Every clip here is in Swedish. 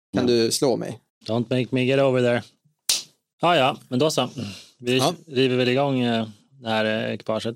kan du slå mig. Don't make me get over there. Ja, men då så. Vi river väl igång det här ekipaget.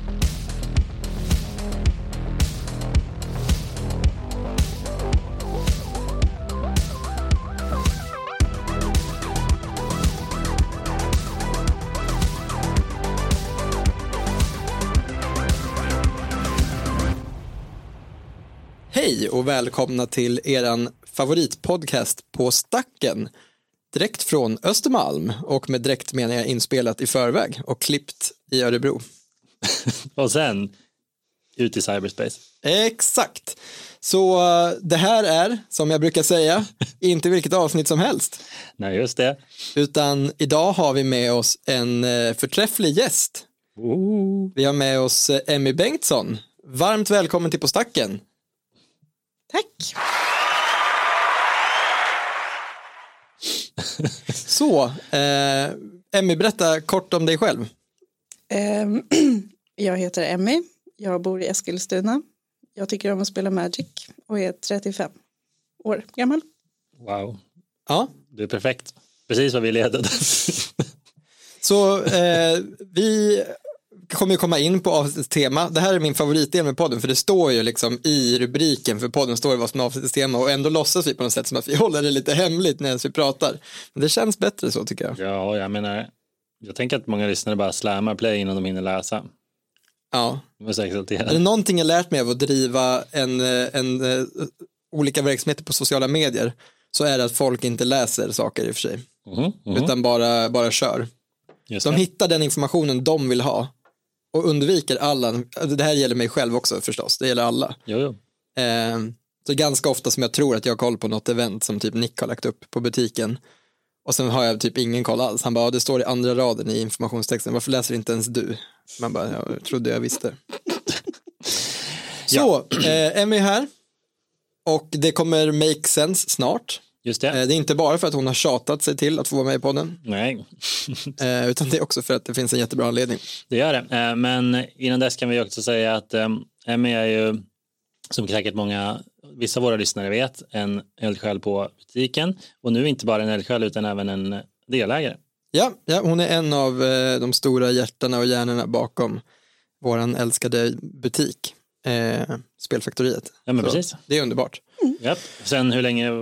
Hej och välkomna till eran favoritpodcast På stacken. Direkt från Östermalm, och med direkt menar jag inspelat i förväg och klippt i Örebro. Och sen ut i cyberspace. Exakt. Så det här är, som jag brukar säga, inte vilket avsnitt som helst. Nej, just det. Utan idag har vi med oss en förträfflig gäst. Vi har med oss Emmy Bengtsson. Varmt välkommen till På stacken. Tack. Så, Emmy, berätta kort om dig själv. Jag heter Emmy. Jag bor i Eskilstuna. Jag tycker om att spela Magic och är 35 år gammal. Wow. Ja. Du är perfekt. Precis vad vi ledde. Så vi kommer ju komma in på avsnittets tema. Det här är min favoritdel med podden, för det står ju liksom i rubriken för podden står det vad som är avsnittets tema, och ändå låtsas vi på något sätt som att vi håller det lite hemligt när vi pratar. Men det känns bättre så, tycker jag. Ja, jag menar, jag tänker att många lyssnare bara slammar play innan de hinner läsa. Ja. Är det någonting jag lärt mig av att driva en olika verksamheter på sociala medier, så är det att folk inte läser saker i och för sig. Utan bara kör. De hittar den informationen de vill ha och undviker alla. Det här gäller mig själv också förstås. Det gäller alla. Jo. Så ganska ofta som jag tror att jag har koll på något event som typ Nick har lagt upp på butiken, och sen har jag typ ingen koll alls. Han bara, det står i andra raden i informationstexten. Varför läser inte ens du? Man bara, jag trodde jag visste. Så, Emmy är här. Och det kommer make sense snart. Just det. Det är inte bara för att hon har tjatat sig till att få vara med i podden. Nej. Utan det är också för att det finns en jättebra anledning. Det gör det. Men innan dess kan vi också säga att Emmy är ju, som säkert vissa av våra lyssnare vet, en eldsjäl på butiken. Och nu inte bara en eldsjäl utan även en delägare. Ja, hon är en av de stora hjärtarna och hjärnorna bakom våran älskade butik. Spelfaktoriet. Ja, men precis. Det är underbart. Japp. Sen hur länge?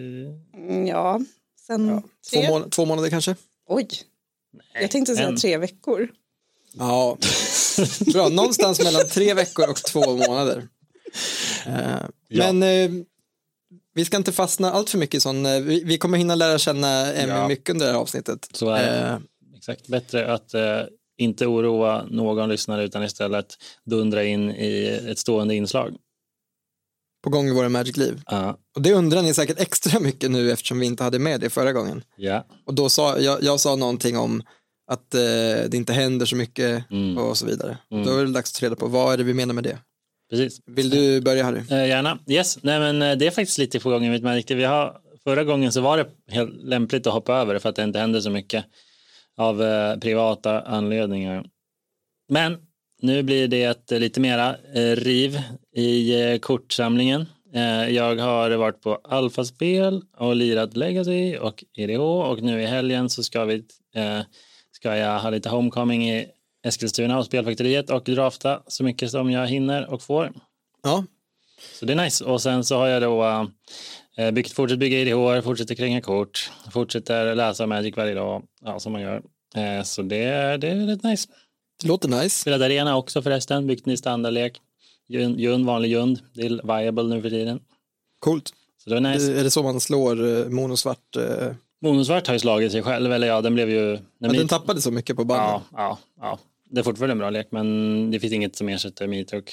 Sen 2 månader kanske. Oj, jag tänkte säga 3 veckor. Ja, bra. Någonstans mellan 3 veckor och 2 månader. Men vi ska inte fastna allt för mycket i sån. Vi kommer hinna lära känna Emmy mycket under det här avsnittet. Så är det. Exakt. Bättre att inte oroa någon lyssnare utan istället dundra in i ett stående inslag. På gång i våra Magic-liv. Och det undrar ni säkert extra mycket nu eftersom vi inte hade med det förra gången. Ja. Och då sa jag sa någonting om att det inte händer så mycket och så vidare. Då är det dags att ta reda på vad är det vi menar med det. Precis. Vill du börja, Harry? Gärna. Yes. Nej, men det är faktiskt lite på gång i mitt Magic. Förra gången så var det helt lämpligt att hoppa över för att det inte hände så mycket av privata anledningar. Men nu blir det lite mera riv i kortsamlingen. Jag har varit på Alfaspel och lirat Legacy och EDH, och nu i helgen så ska jag ha lite homecoming i Eskilstuna och Spelfaktoriet och drafta så mycket som jag hinner och får. Ja. Så det är nice. Och sen så har jag då fortsätter bygga EDH, fortsätter kränga kort, fortsätter läsa Magic varje dag, som man gör. Så det är rätt nice. Det låter nice. Spelat arena också förresten, byggt ny standardlek. Vanlig Jund. Det är viable nu för tiden. Coolt. Så det är nice. Är det så man slår monosvart? Monosvart har ju slagit sig själv. Eller den blev ju... Den tappade så mycket på banan. Ja. Det är fortfarande en bra lek, men det finns inget som ersätter Mitok.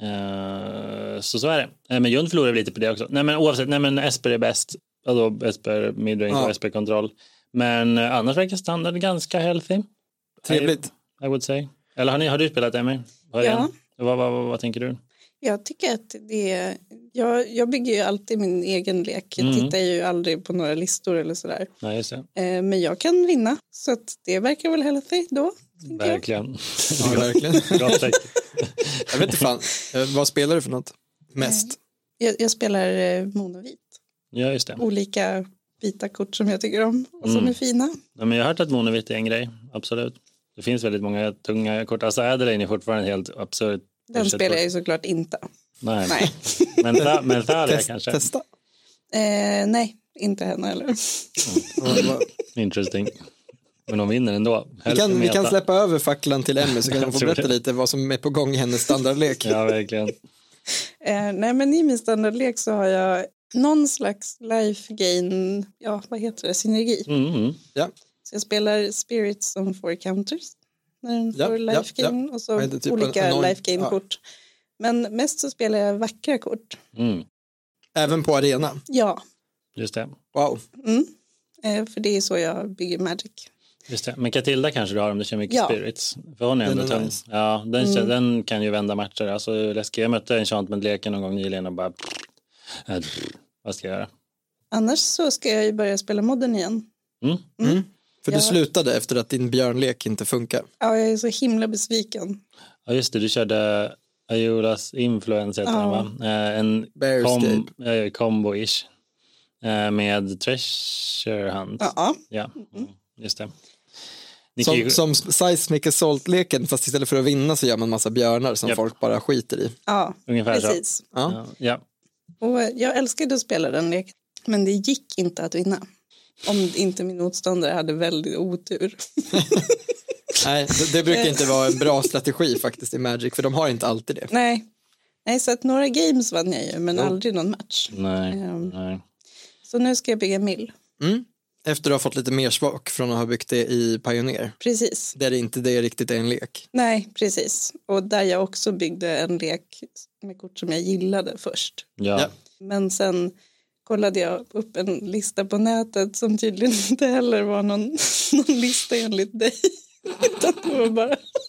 Så är det. Men Jund förlorar lite på det också. Nej, men oavsett. Nej, men Esper är bäst. Alltså Esper midrange och Esper kontroll. Men annars verkar standard ganska healthy. Trevligt. I would say. Eller har du spelat Emmy? Ja. Vad tänker du? Jag tycker att jag bygger ju alltid min egen lek. Jag tittar ju aldrig på några listor eller sådär. Nej, just det. Men jag kan vinna. Så att det verkar väl healthy då. Verkligen. Ja, verkligen. Jag vet inte fan. Vad spelar du för något? Mest? Jag spelar monovit. Ja, just det. Olika vita kort som jag tycker om och som är fina. Ja, men jag har hört att monovitt är en grej, absolut. Det finns väldigt många tunga kort. Alltså Adelaide är fortfarande helt absurd. Den spelar jag ju såklart inte. Nej. Men Thalia kanske? Testa. Nej, inte henne heller. Interesting. Men de vinner ändå. Vi kan släppa över facklan till Emmy så kan de få berätta lite vad som är på gång i hennes standardlek. Ja, verkligen. Nej, men i min standardlek så har jag någon slags life gain, vad heter det, synergi. Ja. Så jag spelar spirits som får counters när den får life gain och så typ olika life gain-kort. Men mest så spelar jag vackra kort. Även på arena? Ja. Just det. Wow. För det är så jag bygger Magic. Just det. Men Katilda kanske du har om du kör mycket spirits. För hon är ändå tung. Nice. Ja, den kan ju vända matcher. Alltså läskigt. Jag mötte Enchantment-leken någon gång nyligen och bara vad ska jag göra? Annars så ska jag ju börja spela modden igen. För du slutade efter att din björnlek inte funkar. Ja, jag är så himla besviken. Ja, just det. Du körde Ayolas Influence heter den, va? En combo-ish. Med Treasure Hunt. Ja, just det. Som Seismic Assault-leken, fast istället för att vinna så gör man massa björnar som folk bara skiter i. Ja, ungefär precis. Så. Ja. Och jag älskade att spela den leken, men det gick inte att vinna. Om inte min motståndare hade väldigt otur. Nej, det brukar inte vara en bra strategi faktiskt i Magic, för de har inte alltid det. Nej, så att några games vann jag ju, men aldrig någon match. Nej. Så nu ska jag bygga mill. Efter att ha fått lite mer smak från att ha byggt det i Pioneer. Precis. Där inte det riktigt är en lek. Nej, precis. Och där jag också byggde en lek med kort som jag gillade först. Ja. Men sen kollade jag upp en lista på nätet som tydligen inte heller var någon lista enligt dig. Utan det var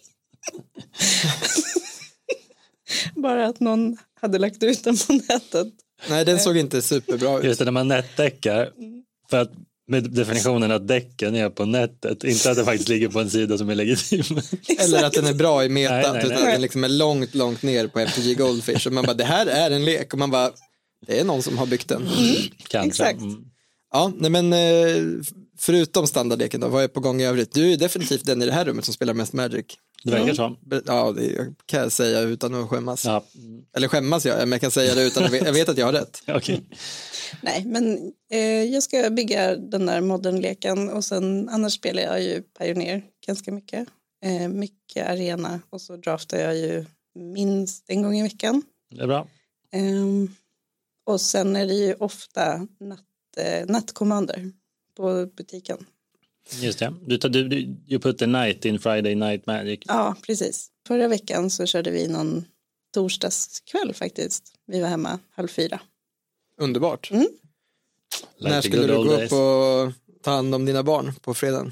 bara att någon hade lagt ut den på nätet. Nej, den såg inte superbra ut. Just det, när man nätdäckar, för att med definitionen att däcken är på nätet, inte att det faktiskt ligger på en sida som är legitim. Eller att den är bra i meta, nej. utan att den liksom är långt ner på FTG Goldfish. Och man bara, det här är en lek. Och man bara, det är någon som har byggt den. Kanske. Exakt. Ja, nej men förutom standardleken då, vad är på gång i övrigt? Du är definitivt den i det här rummet som spelar mest Magic. Det verkar så. Ja, det kan jag säga utan att skämmas. Ja. Eller skämmas jag, men jag kan säga det utan att jag vet att jag har rätt. Okay. Nej, men jag ska bygga den där modernleken och sen annars spelar jag ju Pioneer ganska mycket. Mycket arena och så draftar jag ju minst en gång i veckan. Det är bra. Och sen är det ju ofta nattkommander på butiken. Just det. Du put the night in Friday Night Magic. Ja, precis. Förra veckan så körde vi någon torsdagskväll faktiskt. Vi var hemma 3:30. Underbart. När Like skulle du gå upp och ta hand om dina barn på fredagen?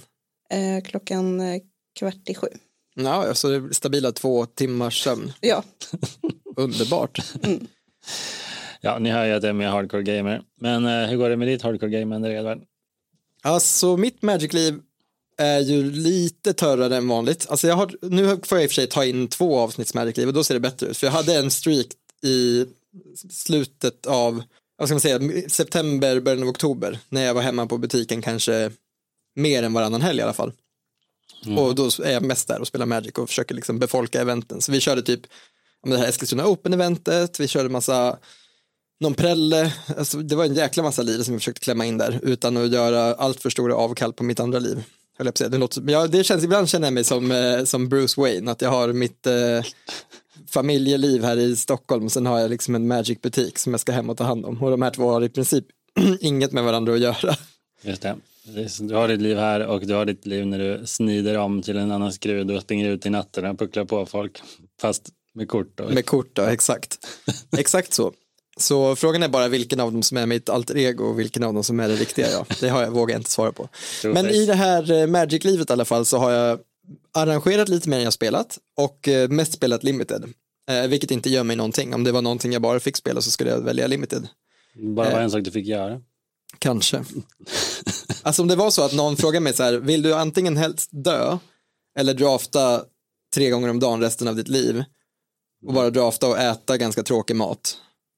6:45. Ja, så det är stabila 2 timmars sömn. Ja. Underbart. Ja, ni hör ju att det är mer hardcore gamer. Men hur går det med ditt hardcore gamer, Edvard? Alltså mitt Magic-liv är ju lite törrare än vanligt. Alltså nu får jag i och för sig ta in 2 avsnitts Magic-liv och då ser det bättre ut. För jag hade en streak i slutet av, vad ska man säga, september, början av oktober. När jag var hemma på butiken kanske mer än varannan helg i alla fall. Och då är jag mest där och spelar Magic och försöker liksom befolka eventen. Så vi körde typ det här Eskilstuna Open-eventet, vi körde massa någon prälle, alltså det var en jäkla massa liv som vi försökte klämma in där utan att göra allt för stora avkall på mitt andra liv. Det känns, ibland känner jag mig som Bruce Wayne, att jag har mitt familjeliv här i Stockholm och sen har jag liksom en Magic-butik som jag ska hem och ta hand om. Och de här 2 har i princip inget med varandra att göra. Just det. Du har ditt liv här och du har ditt liv när du snider om till en annan skrud och springer ut i natten och pucklar på folk, fast med kort. Med kort då, exakt. Exakt så. Så frågan är bara vilken av dem som är mitt alter ego och vilken av dem som är det riktiga jag. Det vågar jag inte svara på. Men i det här Magic-livet i alla fall så har jag arrangerat lite mer än jag spelat och mest spelat Limited. Vilket inte gör mig någonting. Om det var någonting jag bara fick spela så skulle jag välja Limited. Bara var en sak du fick göra. Kanske. Alltså om det var så att någon frågar mig så här, vill du antingen helst dö eller drafta 3 gånger om dagen resten av ditt liv och bara drafta och äta ganska tråkig mat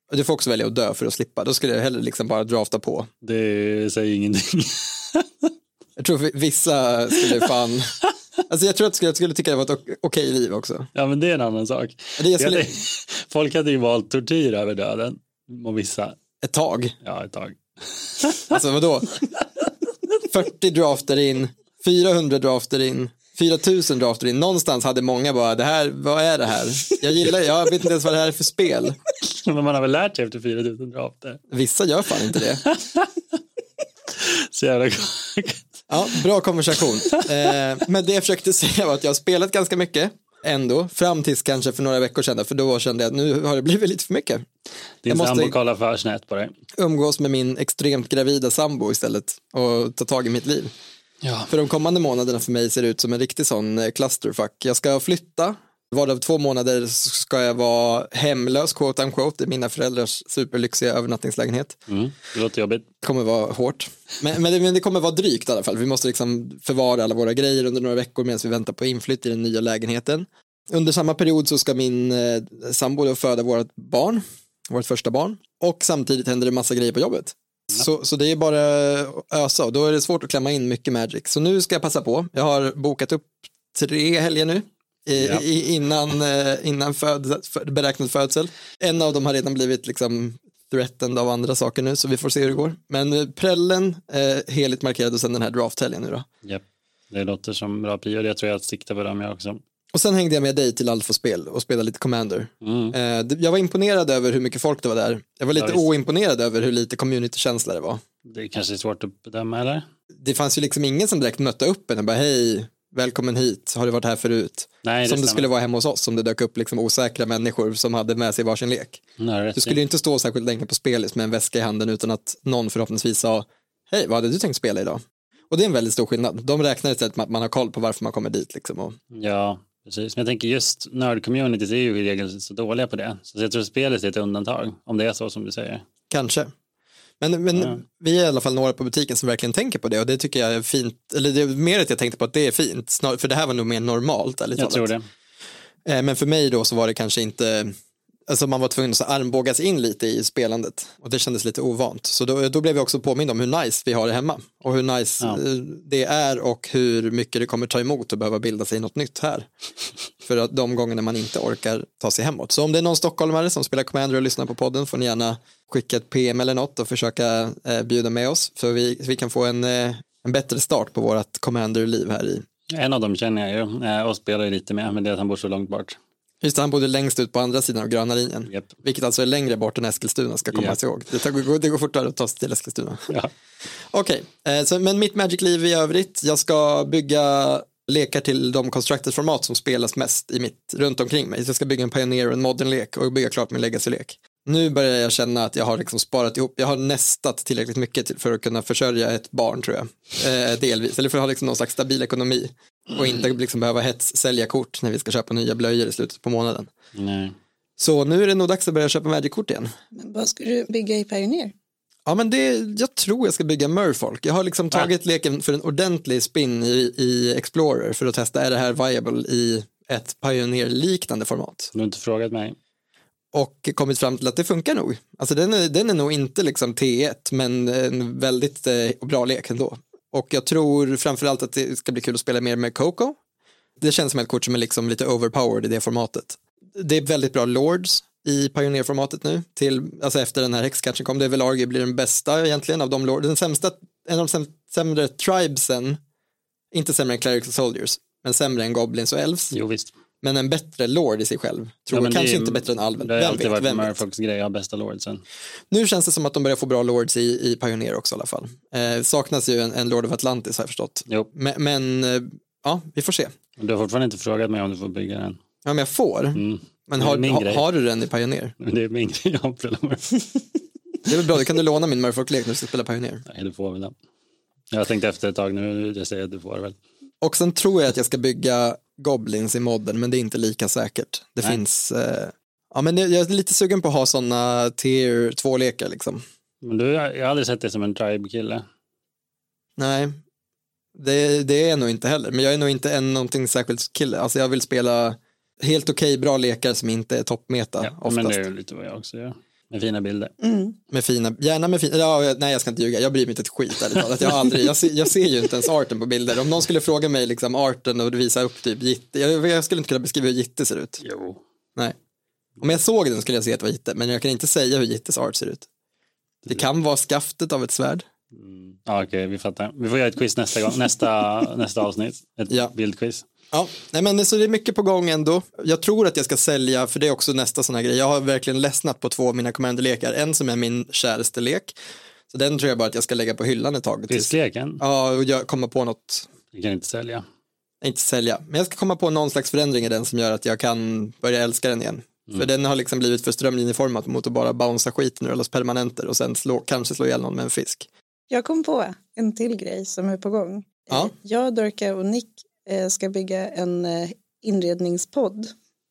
Du får också välja att dö för att slippa. Då skulle jag hellre liksom bara drafta på. Det säger ingenting. Jag tror vissa skulle fan... Alltså jag tror att jag skulle tycka det var ett okej liv också. Ja, men det är en annan sak. Folk hade ju valt tortyr över döden. Och vissa. Ett tag. Ja, ett tag. Alltså vadå? 40 drafter in, 400 drafter in, 4000 drafter in. Någonstans hade många bara, vad är det här? Jag vet inte ens vad det här är för spel. Men man har väl lärt sig efter 4000 drafter. Vissa gör fan inte det. Så jävla Ja, bra konversation. Men det jag försökte säga var att jag har spelat ganska mycket ändå, fram tills kanske för några veckor sedan, för då kände jag att nu har det blivit lite för mycket. Din sambo kollar för snett på dig. Umgås med min extremt gravida sambo istället och ta tag i mitt liv. Ja. För de kommande månaderna för mig ser ut som en riktig sån clusterfuck. Jag ska flytta. Varav 2 månader ska jag vara hemlös, quote unquote, i mina föräldrars superlyxiga övernattningslägenhet. Det låter jobbigt. Det kommer vara hårt. Men det kommer vara drygt i alla fall. Vi måste liksom förvara alla våra grejer under några veckor medan vi väntar på inflytt i den nya lägenheten. Under samma period så ska min sambo då föda vårt första barn. Och samtidigt händer det massa grejer på jobbet. Så det är bara ösa, och då är det svårt att klämma in mycket Magic. Så nu ska jag passa på. Jag har bokat upp 3 helger nu. Innan beräknad födsel. En av dem har redan blivit liksom threatened av andra saker nu, så vi får se hur det går. Men prällen heligt markerad och sen den här drafthelgen nu då. Japp, det låter som bra prio. Jag tror jag siktar på dem jag också. Och sen hängde jag med dig till Alfa-spel och spelade lite Commander. Jag var imponerad över hur mycket folk det var där. Jag var lite oimponerad över hur lite community-känsla det var. Det är kanske svårt att bedöma, eller? Det fanns ju liksom ingen som direkt mötte upp en och bara hej, välkommen hit, har du varit här förut? Nej, som det skulle vara hemma hos oss, som det dök upp liksom osäkra människor som hade med sig varsin lek. Du skulle ju inte stå särskilt länge på spelet med en väska i handen utan att någon förhoppningsvis sa hej, vad hade du tänkt spela idag? Och det är en väldigt stor skillnad. De räknar istället med att man har koll på varför man kommer dit liksom. Ja, precis. Men jag tänker just nörd-communities är ju i regel så dåliga på det. Så jag tror spelet är ett undantag, om det är så som du säger. Kanske. Men vi är i alla fall några på butiken som verkligen tänker på det, och det tycker jag är fint. Eller det är mer att jag tänkte på att det är fint, för det här var nog mer normalt. Jag tror det. Men för mig då så var det kanske inte, alltså man var tvungen att armbågas in lite i spelandet, och det kändes lite ovant. Så då blev vi också påminna om hur nice vi har det hemma och hur nice det är, och hur mycket det kommer ta emot att behöva bilda sig något nytt här. För att de gångerna man inte orkar ta sig hemåt. Så om det är någon stockholmare som spelar Commander och lyssnar på podden, får ni gärna skicka ett PM eller något och försöka bjuda med oss, för vi kan få en bättre start på vårt Commander-liv här i. En av dem känner jag ju och spelar ju lite med, men det är att han bor så långt bort. Just det, han bodde längst ut på andra sidan av gröna linjen. Yep. Vilket alltså är längre bort än Eskilstuna, ska komma ihåg. Det går fortare att ta sig till Eskilstuna. Ja. Okej, men mitt Magic-liv i övrigt. Jag ska bygga lekar till de Constructed-format som spelas mest runt omkring mig. Så jag ska bygga en Pioneer och en Modern-lek och bygga klart min Legacy-lek. Nu börjar jag känna att jag har liksom sparat ihop. Jag har nästat tillräckligt mycket för att kunna försörja ett barn, tror jag. Delvis. Eller för att ha liksom någon slags stabil ekonomi. Och inte liksom behöva sälja kort när vi ska köpa nya blöjor i slutet på månaden. Nej. Så nu är det nog dags att börja köpa Magic-kort igen. Men vad ska du bygga i Pioneer? Ja, men jag tror jag ska bygga Merfolk. Jag har liksom tagit leken för en ordentlig spin i Explorer för att testa, är det här viable i ett Pioneer-liknande format. Du har inte frågat mig. Och kommit fram till att det funkar nog. Alltså den är nog inte liksom T1, men en väldigt bra lek ändå. Och jag tror framförallt att det ska bli kul att spela mer med Coco. Det känns som ett kort som är liksom lite overpowered i det formatet. Det är väldigt bra Lords i Pioneer-formatet nu. Alltså efter den här Hexcatchen kom, det är väl arguably den bästa egentligen av de Lords. En av de sämre tribesen, inte sämre än Clerics och Soldiers, men sämre än Goblins och Elves. Jo, visst. Men en bättre Lord i sig själv. Tror jag, kanske inte bättre än Alven. Det har alltid varit Merfolks grej att ha bästa Lordsen. Nu känns det som att de börjar få bra Lords i Pioneer också i alla fall. Saknas ju en Lord of Atlantis, har jag förstått. Jo. Men ja, vi får se. Du har fortfarande inte frågat mig om du får bygga den. Ja, men jag får. Men har du den i Pioneer? Det är min grej, jag har Det är väl bra, då kan du låna min Merfolk-lek när du ska spela Pioneer. Nej, du får väl den. Jag tänkte efter ett tag nu, jag säger att du får väl. Och sen tror jag att jag ska bygga Goblins i modden, men det är inte lika säkert. Det finns... ja, men jag är lite sugen på att ha sådana tier 2-lekar liksom. Men jag har aldrig sett det som en tribe-kille. Nej, det är nog inte heller. Men jag är nog inte någonting särskilt kille. Alltså jag vill spela helt okej bra lekar som inte är toppmeta oftast. Men det är lite vad jag också gör. Med fina bilder. Gärna med fina, nej jag ska inte ljuga, jag bryr mig inte ett skit ärligt talat. Jag ser ju inte ens arten på bilder. Om någon skulle fråga mig liksom arten och visa upp typ Jitte, jag skulle inte kunna beskriva hur Jitte ser ut. Jo. Nej. Om jag såg den skulle jag se att det var Jitte, men jag kan inte säga hur Jittes art ser ut. Det kan vara skaftet av ett svärd. Okej, vi fattar. Vi får göra ett quiz nästa gång, nästa avsnitt. Ett bildquiz. Ja, nej men så det är mycket på gång ändå. Jag tror att jag ska sälja, för det är också nästa sån här grej. Jag har verkligen ledsnat på 2 av mina Commander-lekar. En som är min käraste lek. Så den tror jag bara att jag ska lägga på hyllan ett tag. Fiskleken? Ja, och komma på något. Jag kan inte sälja. Inte sälja, men jag ska komma på någon slags förändring i den som gör att jag kan börja älska den igen. För den har liksom blivit för strömlinjeformat mot att bara bouncea skiten ur allas permanenter och sen kanske slå ihjäl någon med en fisk. Jag kom på en till grej som är på gång. Ja. Jag, Dorka och Nick ska bygga en inredningspodd.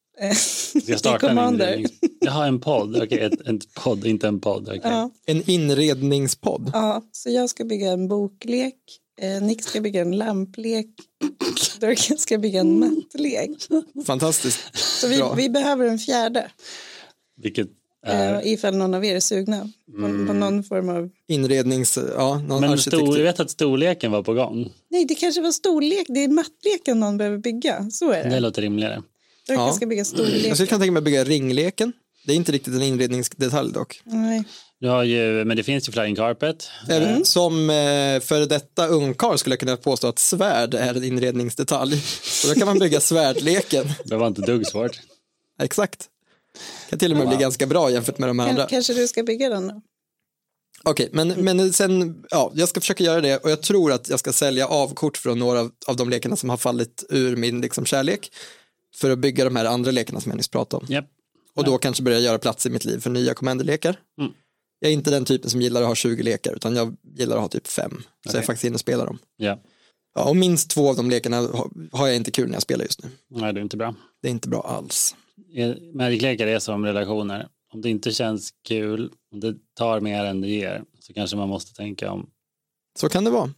Jag startar en inredningspodd. Jag har en podd, okej, en podd, inte en podd. Okay. Ja. En inredningspodd? Ja, så jag ska bygga en boklek, Nick ska bygga en lamplek, Dorka ska bygga en mattlek. Fantastiskt. Så vi behöver en fjärde. Vilket ifall någon av er är sugna på någon form av inrednings, någon men arkitektur. Jag vet att storleken var på gång. Nej, det kanske var storlek. Det är mattleken någon behöver bygga. Så är det. Det låter rimligare. Jag ska bygga storleken. Jag kan tänka mig att bygga ringleken. Det är inte riktigt en inredningsdetalj dock. Nej. Du har ju, men det finns ju flying carpet. Som för detta ungkarl skulle jag kunna påstå att svärd är en inredningsdetalj. Så då kan man bygga svärdleken. Det var inte dugg svårt. Exakt. Kan till och med bli ganska bra jämfört med de andra. Kanske du ska bygga den då? Okej, men sen, jag ska försöka göra det och jag tror att jag ska sälja avkort från några av de lekarna som har fallit ur min liksom kärlek för att bygga de här andra lekarna som jag nyss pratade om. Yep. Och då kanske börja göra plats i mitt liv för nya Commander-lekar. Jag är inte den typen som gillar att ha 20 lekar utan jag gillar att ha typ 5. Så jag är faktiskt inne och spelar dem. Yeah. Ja, och minst 2 av de lekarna har jag inte kul när jag spelar just nu. Nej, det är inte bra. Det är inte bra alls. Magic-lekar är som relationer. Om det inte känns kul, om det tar mer än det ger, så kanske man måste tänka om. Så kan det vara.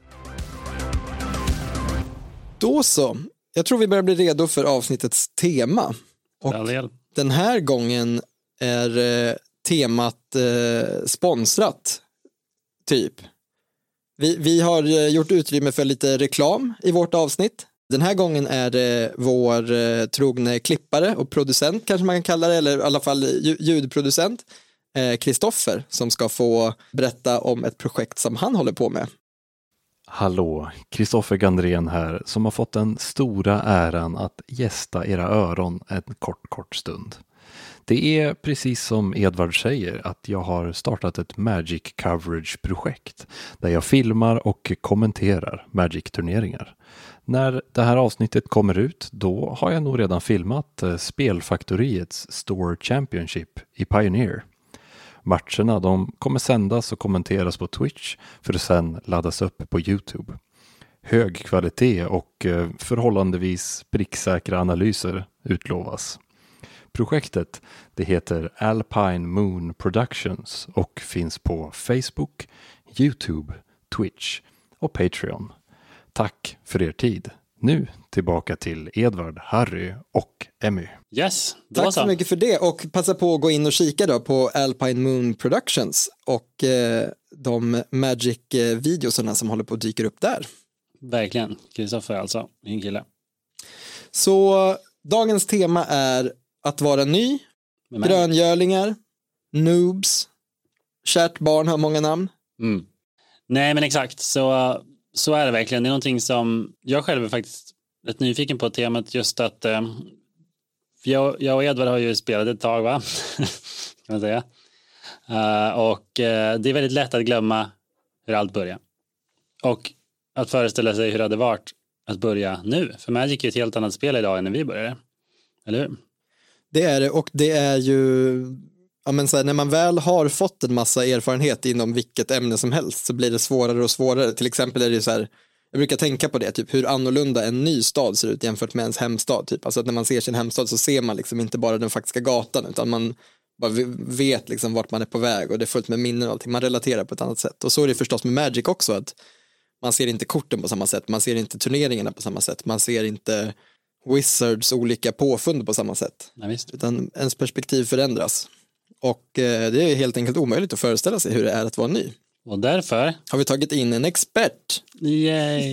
Då så. Jag tror vi börjar bli redo för avsnittets tema. Och den här gången är temat sponsrat, typ. Vi har gjort utrymme för lite reklam i vårt avsnitt. Den här gången är det vår trogne klippare och producent kanske man kan kalla det, eller i alla fall ljudproducent, Kristoffer, som ska få berätta om ett projekt som han håller på med. Hallå, Kristoffer Gandrén här, som har fått den stora äran att gästa era öron en kort stund. Det är precis som Edvard säger att jag har startat ett Magic Coverage-projekt där jag filmar och kommenterar Magic-turneringar. När det här avsnittet kommer ut, då har jag nog redan filmat Spelfaktoriets Store Championship i Pioneer. Matcherna de kommer sändas och kommenteras på Twitch för att sedan laddas upp på YouTube. Hög kvalitet och förhållandevis pricksäkra analyser utlovas. Projektet det heter Alpine Moon Productions och finns på Facebook, YouTube, Twitch och Patreon. Tack för er tid. Nu tillbaka till Edvard, Harry och Emmy. Yes, tack så mycket för det och passa på att gå in och kika då på Alpine Moon Productions och de Magic-videosarna som håller på att dyka upp där. Verkligen, Kristoffer alltså, min kille. Så dagens tema är att vara ny, gröngörlingar, noobs, kärt barn har många namn. Nej men exakt, så är det verkligen. Det är någonting som jag själv är faktiskt rätt nyfiken på temat, just att jag och Edvard har ju spelat ett tag, va? Kan man säga. Och det är väldigt lätt att glömma hur allt börjar. Och att föreställa sig hur det hade varit att börja nu. För Magic är ett helt annat spel idag än när vi började. Eller hur? Det är det, och det är ju så här, när man väl har fått en massa erfarenhet inom vilket ämne som helst så blir det svårare och svårare. Till exempel är det så här, jag brukar tänka på det, typ hur annorlunda en ny stad ser ut jämfört med ens hemstad. Typ. Alltså att när man ser sin hemstad så ser man liksom inte bara den faktiska gatan utan man bara vet liksom vart man är på väg och det är fullt med minnen och allting. Man relaterar på ett annat sätt. Och så är det förstås med Magic också, att man ser inte korten på samma sätt, man ser inte turneringarna på samma sätt, man ser inte Wizards olika påfund på samma sätt. Ja, visst. Utan ens perspektiv förändras. Och det är helt enkelt omöjligt att föreställa sig hur det är att vara ny. Och därför har vi tagit in en expert. Yay.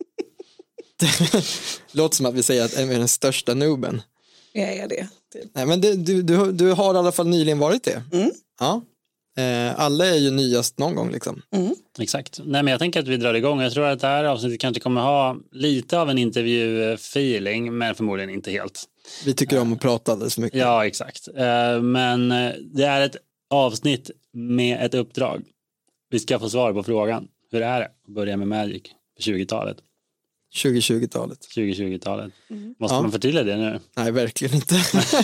Låter som att vi säger att Emmy är den största nooben. Jag är det. Typ. Nej, men du har i alla fall nyligen varit det. Ja. Alla är ju nyast någon gång liksom. Exakt. Nej, men jag tänker att vi drar igång. Jag tror att det här avsnittet kanske kommer ha lite av en intervju-feeling, men förmodligen inte helt. Vi tycker om att prata alldeles för mycket. Ja, exakt. Men det är ett avsnitt med ett uppdrag. Vi ska få svar på frågan. Hur är det att börja med Magic på 20-talet? 2020-talet. 2020-talet. Måste man förtydliga det nu? Nej, verkligen inte.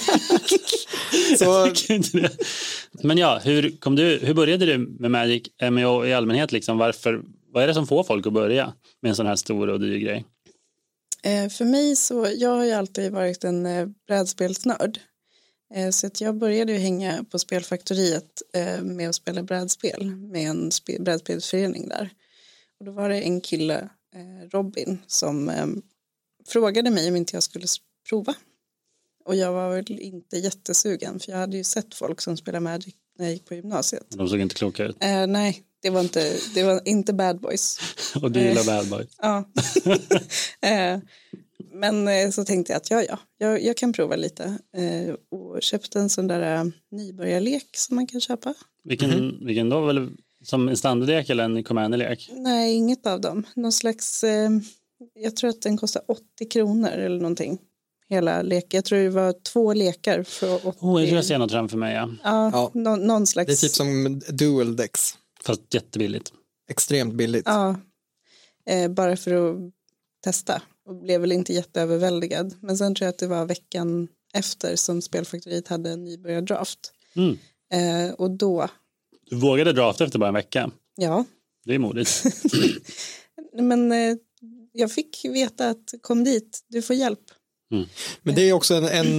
Så... Men ja, hur började du med Magic MMO i allmänhet? Liksom? Vad är det som får folk att börja med en sån här stor och dyr grej? För mig så, jag har ju alltid varit en brädspelsnörd. Så att jag började ju hänga på Spelfaktoriet med att spela brädspel med en brädspelsförening där. Och då var det en kille, Robin, som frågade mig om inte jag skulle prova. Och jag var väl inte jättesugen, för jag hade ju sett folk som spelade Magic när jag gick på gymnasiet. De såg inte kloka ut. Nej, det var inte bad boys. Och du gillar bad boys. Ja. Men så tänkte jag att jag kan prova lite. Och köpte en sån där nybörjarlek som man kan köpa. Vilken då? Väl som en standardlek eller en commanderlek? Nej, inget av dem. Någon slags, jag tror att den kostar 80 kronor eller någonting. Hela leken. Jag tror det var 2 lekar för 80. Jag tror jag ser något framför mig, ja. Ja. Någon slags. Det är typ som dual decks. Fast jättebilligt. Extremt billigt. Ja, bara för att testa. Och blev väl inte jätteöverväldigad. Men sen tror jag att det var veckan efter som Spelfaktoriet hade en nybörjardraft. Och då... Du vågade drafta efter bara en vecka? Ja. Det är modigt. Men jag fick veta att kom dit, du får hjälp. Men det är också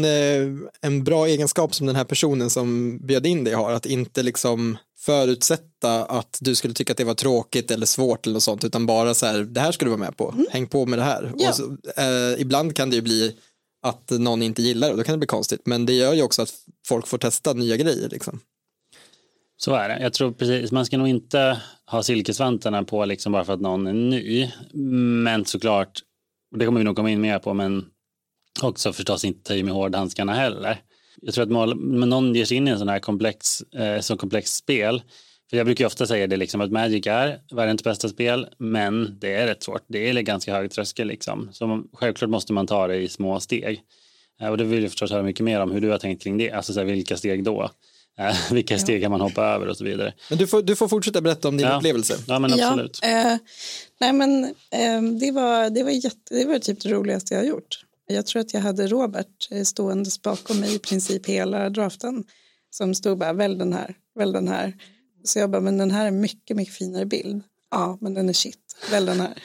en bra egenskap som den här personen som bjöd in dig har, att inte liksom förutsätta att du skulle tycka att det var tråkigt eller svårt eller något sånt, utan bara så här, det här ska du vara med på, häng på med det här. Ja. Och så, ibland kan det ju bli att någon inte gillar det, då kan det bli konstigt, men det gör ju också att folk får testa nya grejer liksom. Så är det. Jag tror precis, man ska nog inte ha silkesvantarna på liksom bara för att någon är ny, men såklart, det kommer vi nog komma in mer på, men också förstås inte ta i med hårdhandskarna heller. Jag tror att någon ger sig in i en sån här komplex spel, för jag brukar ju ofta säga det liksom, att Magic är världens bästa spel, men det är rätt svårt. Det är ganska hög tröskel liksom. Så självklart måste man ta det i små steg. Och det vill jag förstås höra mycket mer om hur du har tänkt kring det. Alltså så här, vilka steg då? Vilka steg kan man hoppa över och så vidare. Men du får fortsätta berätta om din upplevelse. Ja, men absolut. Nej, men det var typ det roligaste jag har gjort. Jag tror att jag hade Robert stående bakom mig i princip hela draften, som stod bara, välj den här. Så jag bara, men den här är mycket, mycket finare bild. Ja, men den är shit, välj den här.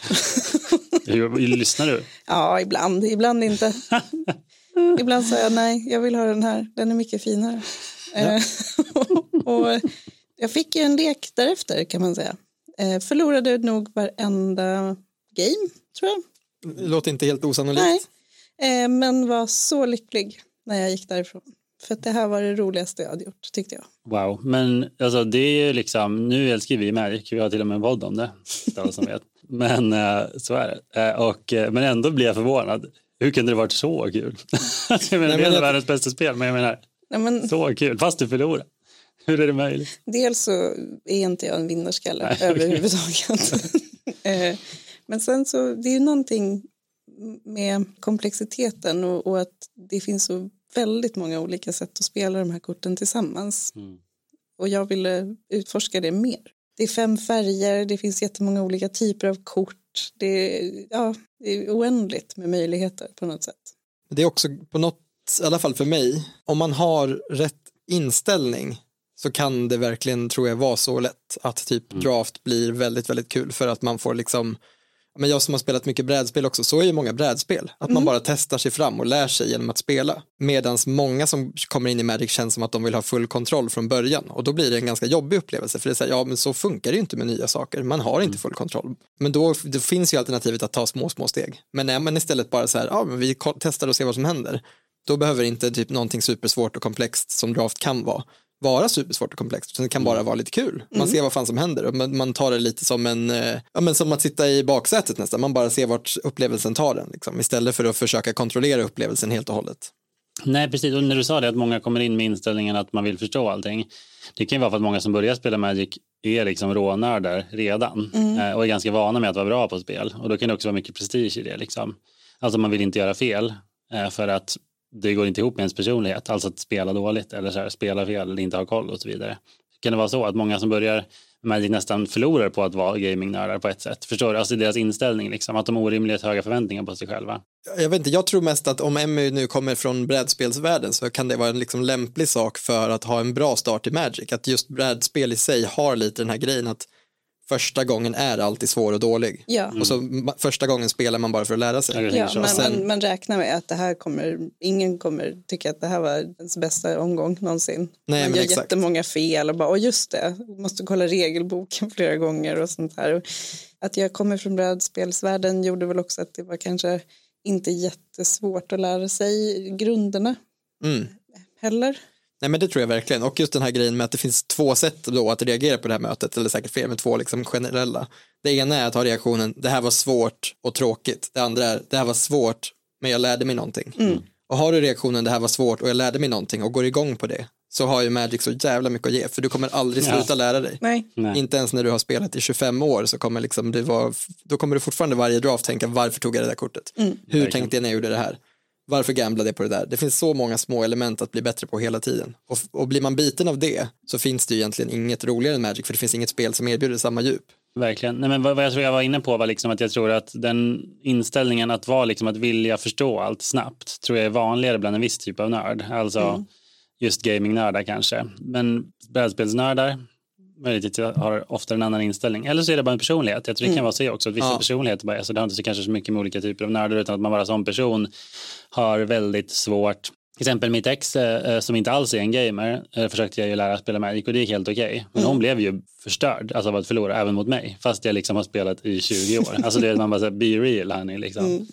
Lyssnar du? Ja, ibland inte. Ibland sa jag, nej, jag vill ha den här, den är mycket finare. Ja. Och jag fick ju en lek därefter, kan man säga. Förlorade nog varenda game, tror jag. Det låter inte helt osannolikt. Nej, men var så lycklig när jag gick därifrån. För att det här var det roligaste jag hade gjort, tyckte jag. Wow, men alltså det är ju liksom, nu älskar vi Magic, vi har till och med en podd om det, som vet. Men så är det. Men ändå blir jag förvånad. Hur kunde det varit så kul? Jag menar, det är världens bästa spel, men jag menar, så kul, fast du förlorar. Hur är det möjligt? Dels så är inte jag en vinnarskalle överhuvudtaget. Men sen så, det är ju någonting med komplexiteten och att det finns så väldigt många olika sätt att spela de här korten tillsammans. Och jag ville utforska det mer. Det är 5 färger, det finns jättemånga olika typer av kort. Det är oändligt med möjligheter på något sätt. Det är också på något, i alla fall för mig, om man har rätt inställning så kan det verkligen, tror jag, vara så lätt att typ draft blir väldigt, väldigt kul, för att man får liksom, men jag som har spelat mycket brädspel också, så är ju många brädspel. Att man bara testar sig fram och lär sig genom att spela. Medans många som kommer in i Magic känns som att de vill ha full kontroll från början. Och då blir det en ganska jobbig upplevelse. För det är så här, ja men så funkar det ju inte med nya saker. Man har inte full kontroll. Men då finns ju alternativet att ta små steg. Men är man istället bara så här, ja men vi testar och ser vad som händer. Då behöver inte typ någonting supersvårt och komplext som draft kan vara vara supersvårt och komplext, utan det kan bara vara lite kul. Man ser vad fan som händer och man tar det lite som som att sitta i baksätet nästan. Man bara ser vart upplevelsen tar den liksom, istället för att försöka kontrollera upplevelsen helt och hållet. Nej, precis. Och när du sa det att många kommer in med inställningen att man vill förstå allting. Det kan ju vara för att många som börjar spela Magic är liksom rånördar redan och är ganska vana med att vara bra på spel. Och då kan det också vara mycket prestige i det liksom. Alltså man vill inte göra fel för att det går inte ihop med ens personlighet. Alltså att spela dåligt eller så här, spela fel eller inte ha koll och så vidare. Kan det vara så att många som börjar Magic nästan förlorar på att vara gamingnördar på ett sätt? Förstår du? Alltså deras inställning liksom, att de har orimligt höga förväntningar på sig själva. Jag vet inte, jag tror mest att om Emmy nu kommer från brädspelsvärlden så kan det vara en liksom lämplig sak för att ha en bra start i Magic. Att just brädspel i sig har lite den här grejen att första gången är alltid svår och dålig. Ja. Och så första gången spelar man bara för att lära sig. Ja, men man räknar med att det här ingen kommer tycka att det här var ens bästa omgång någonsin. Nej, man gör jättemånga fel och bara, just det, måste kolla regelboken flera gånger och sånt här. Att jag kommer från brädspelsvärlden gjorde väl också att det var kanske inte jättesvårt att lära sig grunderna heller. Nej, men det tror jag verkligen. Och just den här grejen med att det finns 2 sätt då att reagera på det här mötet, eller säkert fler, med 2 liksom generella. Det ena är att ha reaktionen, det här var svårt och tråkigt. Det andra är, det här var svårt men jag lärde mig någonting. Och har du reaktionen, det här var svårt och jag lärde mig någonting och går igång på det, så har ju Magic så jävla mycket att ge, för du kommer aldrig sluta lära dig. Nej. Inte ens när du har spelat i 25 år så kommer liksom då kommer du fortfarande varje draft tänka, varför tog jag det där kortet? Hur tänkte jag när jag gjorde det här? Varför gamblade jag på det där? Det finns så många små element att bli bättre på hela tiden. Och blir man biten av det så finns det ju egentligen inget roligare än Magic, för det finns inget spel som erbjuder samma djup. Verkligen. Nej, men vad jag tror jag var inne på var liksom att jag tror att den inställningen att vara liksom att vilja förstå allt snabbt tror jag är vanligare bland en viss typ av nörd. Alltså just gamingnördar kanske. Men brädspelsnördar möjligtvis har ofta en annan inställning. Eller så är det bara en personlighet. Jag tror det kan vara så också. Att vissa personligheter bara, alltså det har inte så kanske så mycket med olika typer av nördar, utan att man bara som person har väldigt svårt. Till exempel mitt ex som inte alls är en gamer försökte jag ju lära spela Magic och det gick helt okej. Men hon blev ju förstörd, alltså av att förlora även mot mig. Fast jag liksom har spelat i 20 år. Alltså det är man bara så här, be real honey liksom.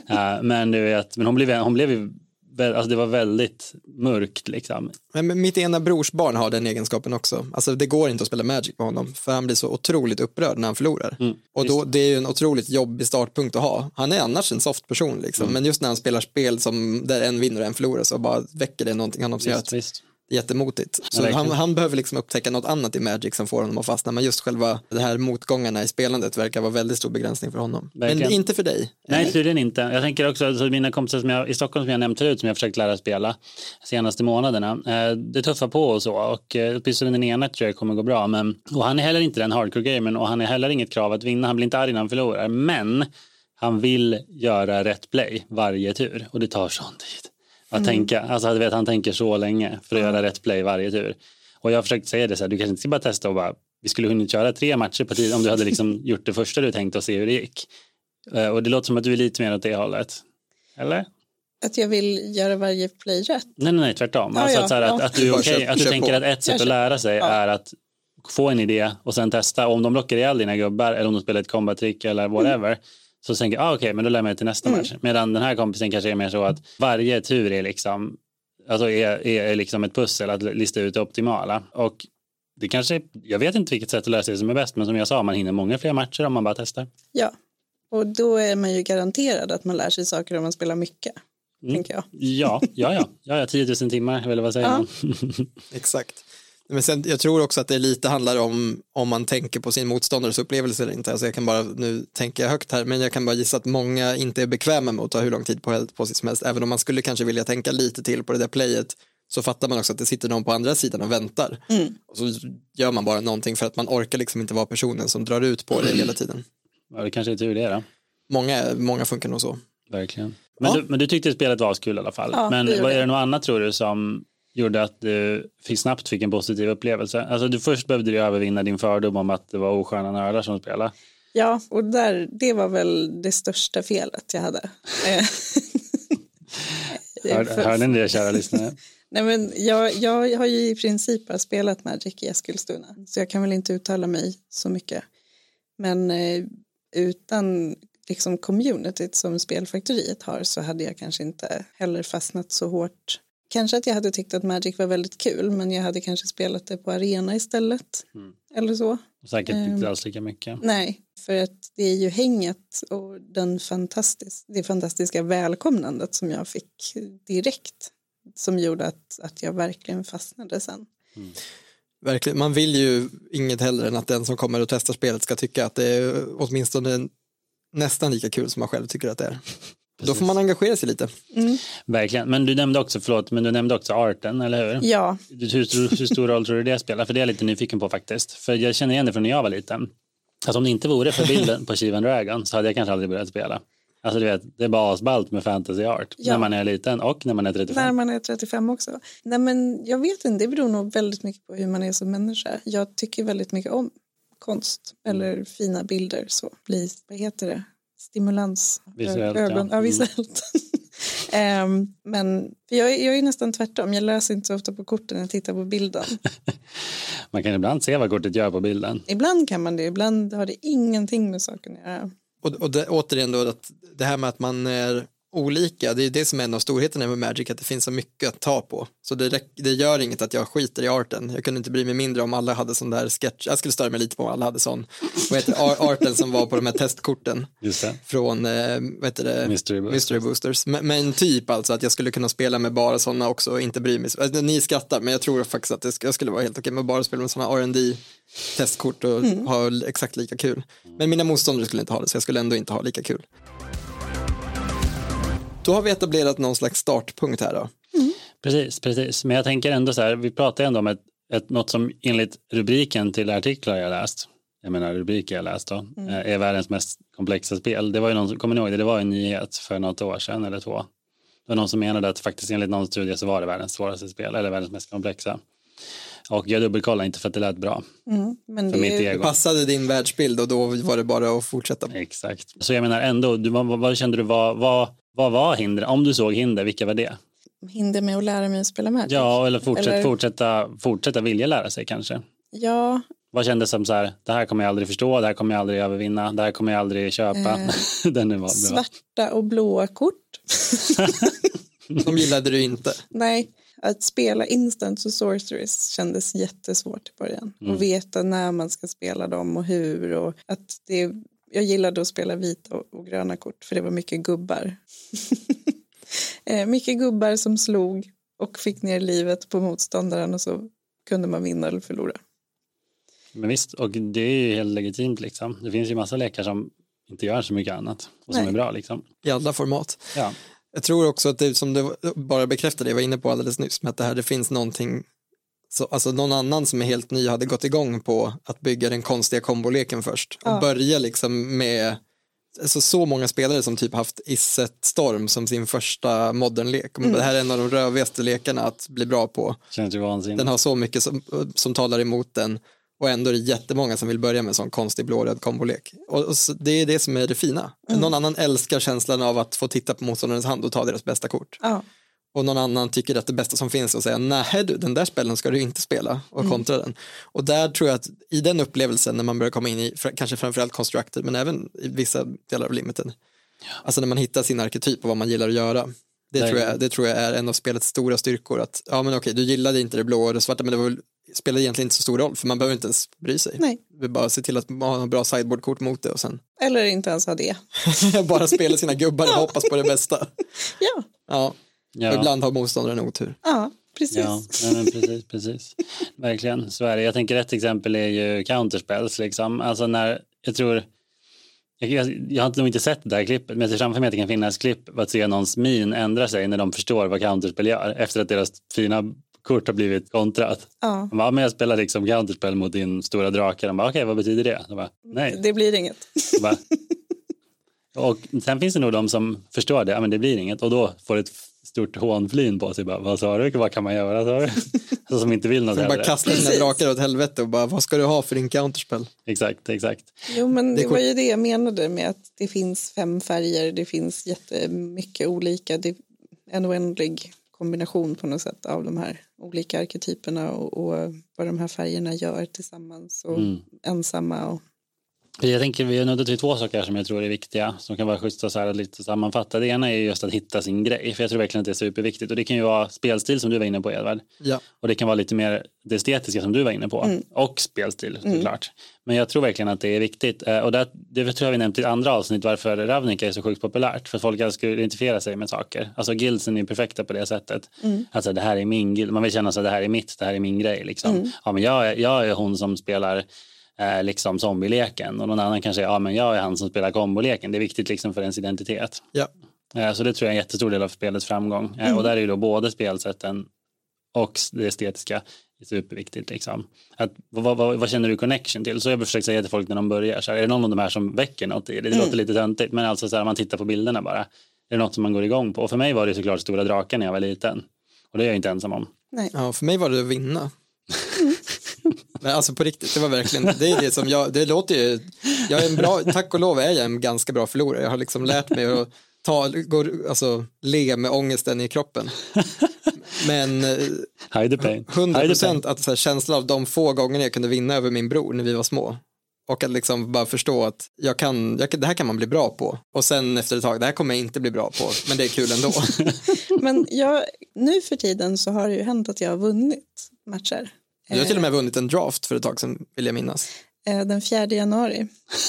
Men du vet, men hon blev ju, alltså det var väldigt mörkt liksom. Men mitt ena brorsbarn har den egenskapen också. Alltså det går inte att spela Magic på honom, för han blir så otroligt upprörd när han förlorar. Och då, det är ju en otroligt jobbig startpunkt att ha. Han är annars en soft person liksom. Men just när han spelar spel där en vinner och en förlorar, så bara väcker det någonting honom som gör att jättemotigt. Så han behöver liksom upptäcka något annat i Magic som får honom att fastna. Men just själva det här motgångarna i spelandet verkar vara väldigt stor begränsning för honom. Verkligen. Men inte för dig. Nej, tydligen inte. Jag tänker också att mina kompisar i Stockholm som jag nämnt förut, som jag försökt lära spela senaste månaderna, det tuffar på och så. Och åtminstone den ena tror jag kommer gå bra. Och han är heller inte den hardcore-gamern och han är heller inget krav att vinna. Han blir inte arg när han förlorar. Men han vill göra rätt play varje tur och det tar sån tid. Att tänka, alltså du vet, han tänker så länge för att göra rätt play varje tur. Och jag har försökt säga det så här, du kanske inte ska bara testa och bara, vi skulle hunnit köra 3 matcher på tid om du hade liksom gjort det första du tänkte och se hur det gick. Och det låter som att du är lite mer åt det hållet. Eller? Att jag vill göra varje play rätt? Nej, tvärtom. Alltså att, så här, att du är okej, att du tänker att ett sätt att lära sig är att få en idé och sen testa. Och om de blockar ihjäl dina gubbar eller om de spelar ett combat-trick eller whatever, så tänker jag, okej, men då lär jag mig till nästa match. Medan den här kompisen kanske är mer så att varje tur är liksom, alltså är liksom ett pussel att lista ut det optimala. Och det kanske, jag vet inte vilket sätt att lära sig som är bäst, men som jag sa, man hinner många fler matcher om man bara testar. Ja, och då är man ju garanterad att man lär sig saker om man spelar mycket, tänker jag. Ja, 10 000 timmar, eller vad säger man? Exakt. Men sen, jag tror också att det lite handlar om man tänker på sin motståndares upplevelse eller inte. Alltså jag kan bara, nu tänker jag högt här, men jag kan bara gissa att många inte är bekväma med att ta hur lång tid på sig som helst. Även om man skulle kanske vilja tänka lite till på det där playet, så fattar man också att det sitter någon på andra sidan och väntar. Och så gör man bara någonting för att man orkar liksom inte vara personen som drar ut på det hela tiden. Ja, det kanske är tur det då. Många funkar nog så. Verkligen. Men du tyckte spelet var kul i alla fall. Ja, men vad är det något annat tror du som gjorde att du snabbt fick en positiv upplevelse? Alltså först behövde du övervinna din fördom om att det var osköna nördar som spelade. Ja, och det var väl det största felet jag hade. Hörde ni det, kära lyssnare? Nej, men jag har ju i princip bara spelat Magic i Eskilstuna, så jag kan väl inte uttala mig så mycket. Men utan liksom communityt som Spelfaktoriet har, så hade jag kanske inte heller fastnat så hårt Kanske att jag hade tyckt att Magic var väldigt kul, men jag hade kanske spelat det på arena istället. Eller så. Säkert inte alls lika mycket. Nej, för att det är ju hänget och det fantastiska välkomnandet som jag fick direkt, som gjorde att jag verkligen fastnade sen. Verkligen, man vill ju inget hellre än att den som kommer och testar spelet ska tycka att det är åtminstone nästan lika kul som man själv tycker att det är. Precis. Då får man engagera sig lite. Verkligen, men du nämnde också arten, eller hur? Ja. Hur stor roll tror du det spelar? För det är jag lite nyfiken på faktiskt. För jag känner igen det från när jag var liten. Att om det inte vore för bilden på Shivan Dragon så hade jag kanske aldrig börjat spela. Alltså du vet, det är bara asballt med fantasy art när man är liten och när man är 35. När man är 35 också. Nej, men jag vet inte, det beror nog väldigt mycket på hur man är som människa. Jag tycker väldigt mycket om konst eller fina bilder. Så blir, vad heter det? Stimulans. Visuellt, ögon. Ja, visuellt. Men för jag är nästan tvärtom. Jag läser inte så ofta på korten när jag tittar på bilden. Man kan ibland se vad kortet gör på bilden. Ibland kan man det. Ibland har det ingenting med saken att göra. Och det, återigen då, att det här med att man är olika, det är det som är en av storheterna med Magic, att det finns så mycket att ta på. Så det gör inget att jag skiter i arten. Jag kunde inte bry mig mindre om alla hade sån där sketch. Jag skulle störa mig lite på om alla hade sån. Vad heter arten som var på de här testkorten. Just det. Från Mystery Boosters. Men typ alltså att jag skulle kunna spela med bara såna också och inte bry mig. Alltså, ni skrattar, men jag tror faktiskt att jag skulle vara helt okej med att bara spela med såna R&D testkort och ha exakt lika kul. Men mina motståndare skulle inte ha det, så jag skulle ändå inte ha lika kul. Då har vi etablerat någon slags startpunkt här då. Precis. Men jag tänker ändå så här, vi pratar ändå om något som enligt rubriken till artiklar jag läst, rubriker jag läst då, är världens mest komplexa spel. Det var ju någon, kommer ni ihåg det? Det var en nyhet för något år sedan eller 2. Det var någon som menade att faktiskt enligt någon studie så var det världens svåraste spel, eller världens mest komplexa. Och jag dubbelkollade inte för att det lät bra. Men för mitt ego. Passade din världsbild och då var det bara att fortsätta. Exakt. Så jag menar ändå, vad kände du, vad var hinder? Om du såg hinder, vilka var det? Hinder med att lära mig att spela Magic? Ja, eller fortsätta vilja lära sig kanske. Ja. Vad kändes som så här, det här kommer jag aldrig förstå, det här kommer jag aldrig övervinna, det här kommer jag aldrig köpa. Svarta och blåa kort. De gillade du inte? Nej. Att spela Instants och Sorceries kändes jättesvårt i början. Och veta när man ska spela dem och hur. Och att jag gillade att spela vita och gröna kort för det var mycket gubbar. Mycket gubbar som slog och fick ner livet på motståndaren och så kunde man vinna eller förlora. Men visst, och det är ju helt legitimt liksom. Det finns ju massa lekar som inte gör så mycket annat och som är bra liksom. I alla format. Ja. Jag tror också att det som du bara bekräftade, jag var inne på alldeles nyss, med att det finns någonting, alltså någon annan som är helt ny hade gått igång på att bygga den konstiga komboleken först. Och börja liksom med så många spelare som typ haft Iset Storm som sin första modernlek. Det här är en av de rövigaste lekarna att bli bra på. Känns ju vansinnigt. Den har så mycket som talar emot den. Och ändå är det jättemånga som vill börja med en sån konstig blåröd kombolek. Och det är det som är det fina. Någon annan älskar känslan av att få titta på motståndarens hand och ta deras bästa kort. Och någon annan tycker att det bästa som finns är att säga, nej du, den där spelen ska du inte spela och kontra den. Och där tror jag att i den upplevelsen när man börjar komma in i, kanske framförallt Constructed, men även i vissa delar av Limited. Alltså när man hittar sin arketyp och vad man gillar att göra. Det tror jag är en av spelets stora styrkor. Att, ja men okej, du gillade inte det blå och det svarta, men det var väl spelar egentligen inte så stor roll för man behöver inte ens bry sig. Nej. Vi bara se till att man har bra sideboardkort mot det och sen. Eller inte ens ha det. Bara spela sina gubbar och hoppas på det bästa. Ja. Och ibland har motståndaren otur. Ja, precis. Ja, men precis. Verkligen, så är det. Jag tänker ett exempel är ju counterspells liksom. Alltså när, jag tror jag har nog inte sett det där klippet, men jag ser framför mig att det kan finnas klipp att se någons min ändra sig när de förstår vad counterspel gör efter att deras fina kort har blivit kontrat. Ja. De bara, men jag spelar liksom counterspel mot din stora drake. De bara, okej, vad betyder det? De bara, nej. Det blir inget. Bara, och sen finns det nog de som förstår det, ja men det blir inget. Och då får ett stort hånflin på sig. Bara, vad sa du? Vad kan man göra? Så som inte vill något. Bara kasta sina drakar åt helvete och bara, vad ska du ha för din counterspel? Exakt. Jo, men det var ju det jag menade med att det finns 5 färger. Det finns jättemycket olika. Det är en oändlig kombination på något sätt av de här olika arketyperna och vad de här färgerna gör tillsammans och ensamma. Och Jag tänker vi har nuddat till 2 saker som jag tror är viktiga som kan vara schysst och så här lite sammanfatta. Det ena är just att hitta sin grej, för jag tror verkligen att det är superviktigt, och det kan ju vara spelstil som du var inne på, Edvard. Ja. Och det kan vara lite mer det estetiska som du var inne på och spelstil såklart. Men jag tror verkligen att det är viktigt, och det tror jag vi nämnt i andra avsnitt varför Ravnica är så sjukt populärt, för folk ska identifiera sig med saker. Alltså guildsen är perfekta på det sättet. Alltså det här är min guild, man vill känna sig det här är mitt, det här är min grej liksom. Ja, men jag är hon som spelar liksom zombieleken, och någon annan kanske men jag är han som spelar komboleken. Det är viktigt liksom för ens identitet. Ja. Så det tror jag är en jättestor del av spelets framgång. Och där är ju då både spelsätten och det estetiska är superviktigt liksom. Vad känner du connection till? Så jag försöker säga till folk när de börjar så här, är det någon av de här som väcker något i det? Det låter lite töntigt, men alltså så här, man tittar på bilderna bara. Är det något som man går igång på? Och för mig var det såklart Stora draken när jag var liten. Och det är jag inte ensam om. Nej. Ja, för mig var det att vinna. Men alltså på riktigt, det var verkligen, det är det som det låter ju, jag är en bra, tack och lov är jag en ganska bra förlorare. Jag har liksom lärt mig att le med ångesten i kroppen. Men 100% att så här, känslan av de få gångerna jag kunde vinna över min bror när vi var små. Och att liksom bara förstå att det här kan man bli bra på. Och sen efter ett tag, det här kommer jag inte bli bra på. Men det är kul ändå. Men nu för tiden så har det ju hänt att jag har vunnit matcher. Du har till och med vunnit en draft för ett tag sedan, vill jag minnas. Den 4 januari.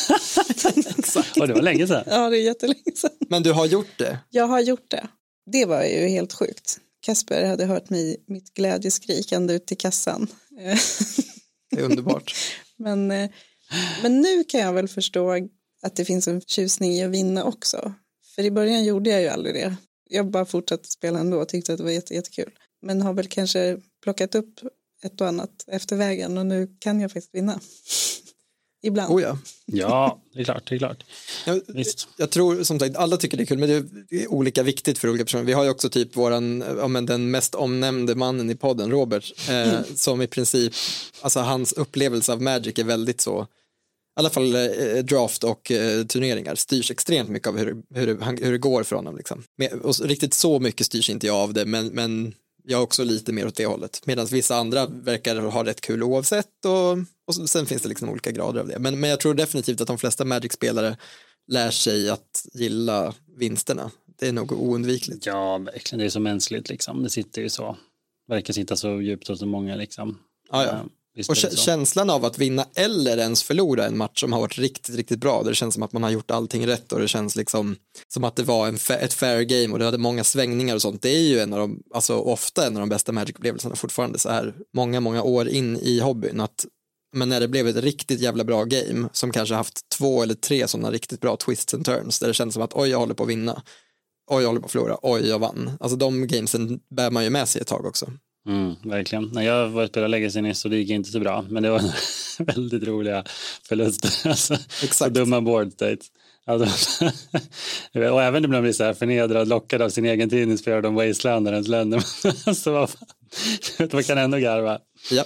Exakt. Och det var länge sedan. Ja, det är jättelänge sedan. Men du har gjort det? Jag har gjort det. Det var ju helt sjukt. Kasper hade hört mitt glädjeskrikande ut till kassan. Det är underbart. Men nu kan jag väl förstå att det finns en tjusning i att vinna också. För i början gjorde jag ju aldrig det. Jag bara fortsatte spela ändå och tyckte att det var jättekul. Men har väl kanske plockat upp ett och annat efter vägen, och nu kan jag faktiskt vinna. Ibland. Oh ja. Ja, det är klart. Jag tror som sagt, alla tycker det är kul, men det är olika viktigt för olika personer. Vi har ju också typ den mest omnämnde mannen i podden, Robert, som i princip, alltså hans upplevelse av Magic är väldigt så, i alla fall draft och turneringar styrs extremt mycket av hur det går för honom liksom. Och riktigt så mycket styrs inte jag av det, men jag är också lite mer åt det hållet. Medan vissa andra verkar ha rätt kul oavsett, och sen finns det liksom olika grader av det. Men jag tror definitivt att de flesta Magic-spelare lär sig att gilla vinsterna. Det är nog oundvikligt. Ja, verkligen. Det är så mänskligt liksom. Det sitter ju så. Verkar sitta så djupt hos så många liksom. Ja. Och känslan av att vinna eller ens förlora en match som har varit riktigt, riktigt bra, där det känns som att man har gjort allting rätt, och det känns liksom som att det var ett fair game och det hade många svängningar och sånt. Det är ju ofta en av de bästa Magic-upplevelserna fortfarande så här många, många år in i hobbyn, men när det blev ett riktigt jävla bra game som kanske haft 2 eller 3 sådana riktigt bra twists and turns där det känns som att oj, jag håller på att vinna, oj, jag håller på att förlora, oj, jag vann. Alltså de gamesen bär man ju med sig ett tag också. Verkligen. När jag var och spelade Legacy nyss, så det gick inte så bra, men det var väldigt roliga förluster. Alltså, exakt. Dumma board states. Alltså, och även när man blir så här förnedrad, lockad av sin egen tidningsspelare, de wastelandarens länder. Så man kan ändå garva. Ja.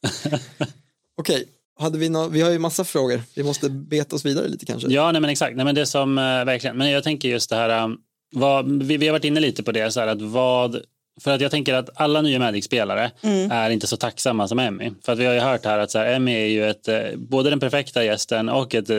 Okej. Vi har ju massa frågor. Vi måste beta oss vidare lite kanske. Ja, nej men exakt. Nej, men det som verkligen. Men jag tänker just det här. Vi har varit inne lite på det. Så här, för att jag tänker att alla nya Magic-spelare är inte så tacksamma som Emmy. För att vi har ju hört här att så här, Emmy är ju både den perfekta gästen och ett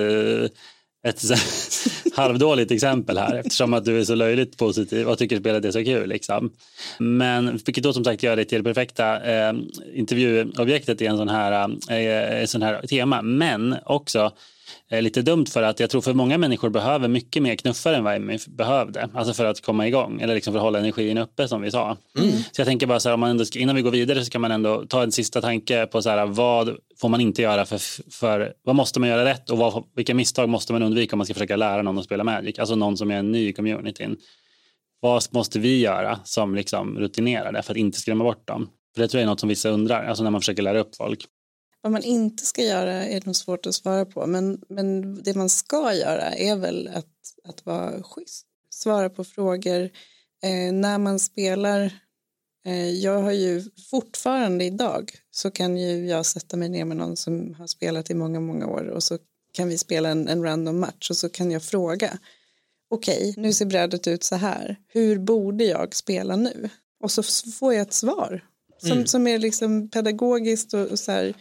halvdåligt exempel här, eftersom att du är så löjligt positiv och tycker spelet är så kul liksom. Men vilket då som sagt gör det till det perfekta intervjuobjektet i en sån här tema, men också lite dumt för att jag tror för många människor behöver mycket mer knuffar än vad Emmy behövde, alltså för att komma igång eller liksom för att hålla energin uppe som vi sa. Så jag tänker bara så här, om man ändå innan vi går vidare så kan man ändå ta en sista tanke på så här, vad får man inte göra för vad måste man göra rätt och vilka misstag måste man undvika om man ska försöka lära någon att spela Magic, alltså någon som är en ny i communityn. Vad måste vi göra som liksom rutinerade för att inte skrämma bort dem? För det tror jag är något som vissa undrar, alltså när man försöker lära upp folk. Vad man inte ska göra är nog svårt att svara på, men det man ska göra är väl att vara schysst. Svara på frågor när man spelar. Jag har ju fortfarande idag så kan ju jag sätta mig ner med någon som har spelat i många, många år och så kan vi spela en random match och så kan jag fråga okej, nu ser brädet ut så här. Hur borde jag spela nu? Och så får jag ett svar som är liksom pedagogiskt och så här.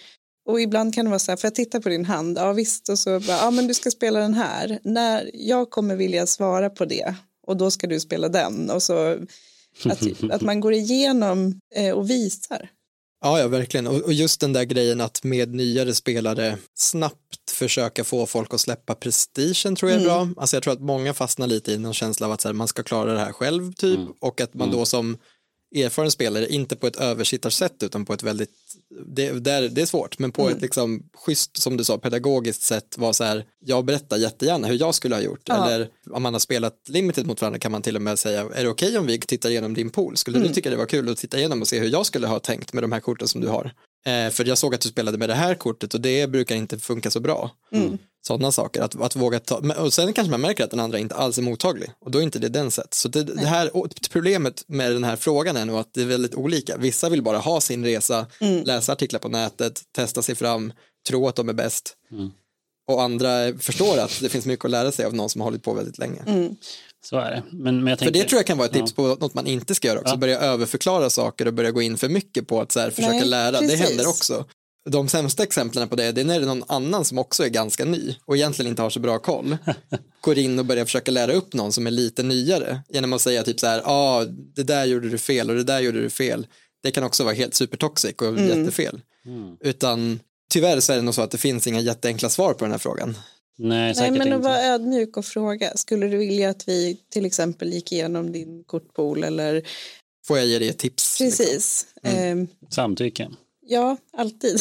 Och ibland kan det vara så här, för jag tittar på din hand, ja visst, och så bara, ja men du ska spela den här. När jag kommer vilja svara på det, och då ska du spela den. Och så att man går igenom och visar. Ja, verkligen. Och just den där grejen att med nyare spelare snabbt försöka få folk att släppa prestigen tror jag är bra. Alltså jag tror att många fastnar lite i någon känsla av att så här, man ska klara det här själv typ. Och att man då som erfaren spelare, inte på ett översittarsätt utan på ett väldigt, det är svårt, men på ett liksom schysst, som du sa, pedagogiskt sätt var så här, jag berättar jättegärna hur jag skulle ha gjort, eller om man har spelat limited mot varandra kan man till och med säga, är det okej om vi tittar igenom din pool, skulle du tycka det var kul att titta igenom och se hur jag skulle ha tänkt med de här korten som du har, för jag såg att du spelade med det här kortet och det brukar inte funka så bra. Sådana saker, att våga ta, och sen kanske man märker att den andra inte alls är mottaglig och då är inte det den sätt. Så det här problemet med den här frågan är nog att det är väldigt olika. Vissa vill bara ha sin resa, läsa artiklar på nätet, testa sig fram, tro att de är bäst. Och andra förstår att det finns mycket att lära sig av någon som har hållit på väldigt länge. Så är det. Men jag tänker, för det tror jag kan vara ett tips på något man inte ska göra också. Börja överförklara saker och börja gå in för mycket på att så här, försöka lära. Precis. Det händer också. De sämsta exemplen på det är när det är någon annan som också är ganska ny och egentligen inte har så bra koll. Går in och börjar försöka lära upp någon som är lite nyare genom att säga typ så här, det där gjorde du fel och det där gjorde du fel. Det kan också vara helt supertoxic och jättefel. Utan tyvärr så är det nog så att det finns inga jätteenkla svar på den här frågan. Nej, men att vara ödmjuk och fråga. Skulle du vilja att vi till exempel gick igenom din kortpool eller... Får jag ge dig ett tips? Precis. Liksom? Samtycke. Ja, alltid.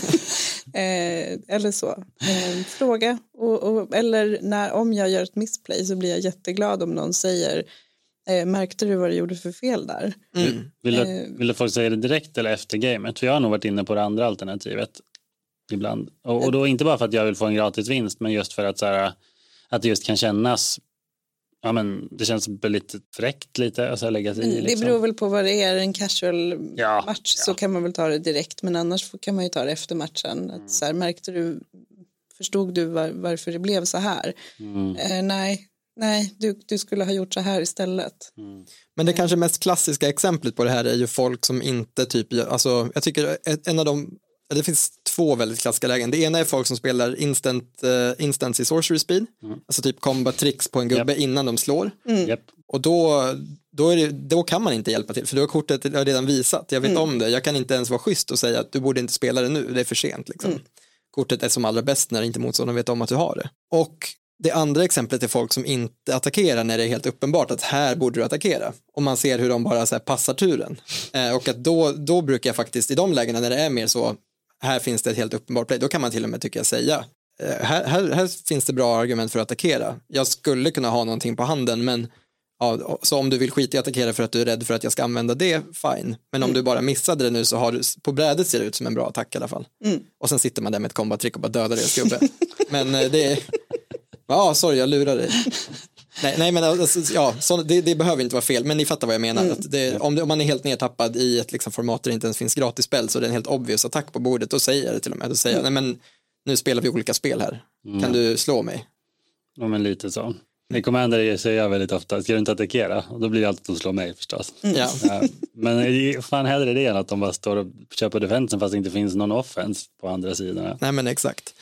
Eller så. Fråga. Eller om jag gör ett missplay så blir jag jätteglad om någon säger märkte du vad du gjorde för fel där? Vill du folk säga det direkt eller efter gamet? För jag har nog varit inne på det andra alternativet ibland. Och då inte bara för att jag vill få en gratis vinst, men just för att, så här, att det just kan kännas, ja men det känns lite fräckt lite och så lägga sig i. Liksom. Det beror väl på vad det är, en casual match så kan man väl ta det direkt, men annars kan man ju ta det efter matchen. Att så här, förstod du varför det blev så här? Nej, du skulle ha gjort så här istället. Men det kanske mest klassiska exemplet på det här är ju folk som inte typ, alltså jag tycker en av dem, det finns två väldigt klassiska lägen. Det ena är folk som spelar instant i sorcery speed. Alltså typ combat tricks på en gubbe innan de slår. Och då kan man inte hjälpa till. För då har kortet redan visat. Jag vet om det. Jag kan inte ens vara schysst och säga att du borde inte spela det nu. Det är för sent liksom. Kortet är som allra bäst när inte motståndaren vet om att du har det. Och det andra exemplet är folk som inte attackerar när det är helt uppenbart att här borde du attackera. Och man ser hur de bara så här passar turen. Och att då brukar jag faktiskt i de lägena när det är mer så, här finns det ett helt uppenbart play, då kan man till och med tycka säga, här finns det bra argument för att attackera. Jag skulle kunna ha någonting på handen, men ja, så om du vill skita i att attackera för att du är rädd för att jag ska använda det, fine. Men om du bara missade det nu så har du, på brädet ser det ut som en bra attack i alla fall. Och sen sitter man där med ett combat trick och bara dödar det gubbe. Men det är sorry, jag lurar dig. Nej men alltså, det behöver inte vara fel, men ni fattar vad jag menar. Att om man är helt nedtappad i ett liksom, format där det inte ens finns gratis spel, så det är en helt obvious attack på bordet, då säger jag det till och med. Då säger jag, nej men nu spelar vi olika spel här. Kan du slå mig? Ja, men lite så. I Commander säger jag väldigt ofta, ska du inte attackera? Och då blir det alltid att slå mig förstås. Men fan hellre det än att de bara står och köper defensen fast det inte finns någon offense på andra sidan. Nej men exakt.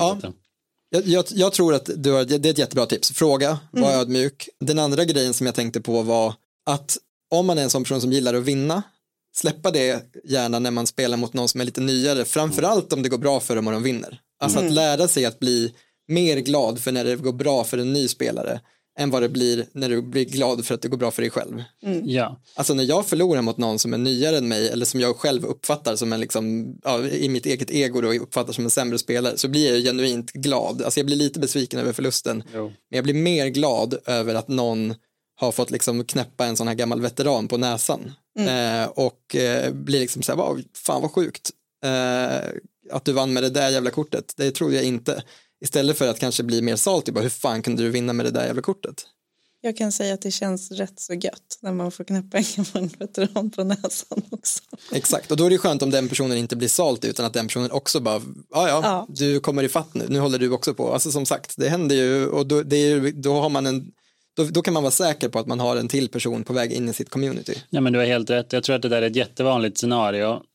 Jag tror att det är ett jättebra tips. Fråga, var ödmjuk. Den andra grejen som jag tänkte på var att om man är en sån person som gillar att vinna, släppa det gärna när man spelar mot någon som är lite nyare. Framförallt om det går bra för dem och de vinner. Alltså att lära sig att bli mer glad för när det går bra för en ny spelare än vad det blir när du blir glad för att det går bra för dig själv. Ja. Alltså när jag förlorar mot någon som är nyare än mig, eller som jag själv uppfattar som en liksom, i mitt eget ego då uppfattar som en sämre spelare, så blir jag genuint glad. Alltså jag blir lite besviken över förlusten. Men jag blir mer glad över att någon har fått liksom knäppa en sån här gammal veteran på näsan. Och blir liksom så här, fan vad sjukt. Att du vann med det där jävla kortet. Det trodde jag inte. Istället för att kanske bli mer salty, bara hur fan kunde du vinna med det där jävla kortet? Jag kan säga att det känns rätt så gött när man får knäppa en gammal veteran på näsan också. Exakt, och då är det skönt om den personen inte blir salty, utan att den personen också bara, du kommer i fatt nu håller du också på. Alltså som sagt, det händer ju, och då har man då kan man vara säker på att man har en till person på väg in i sitt community. Ja, men du har helt rätt. Jag tror att det där är ett jättevanligt scenario.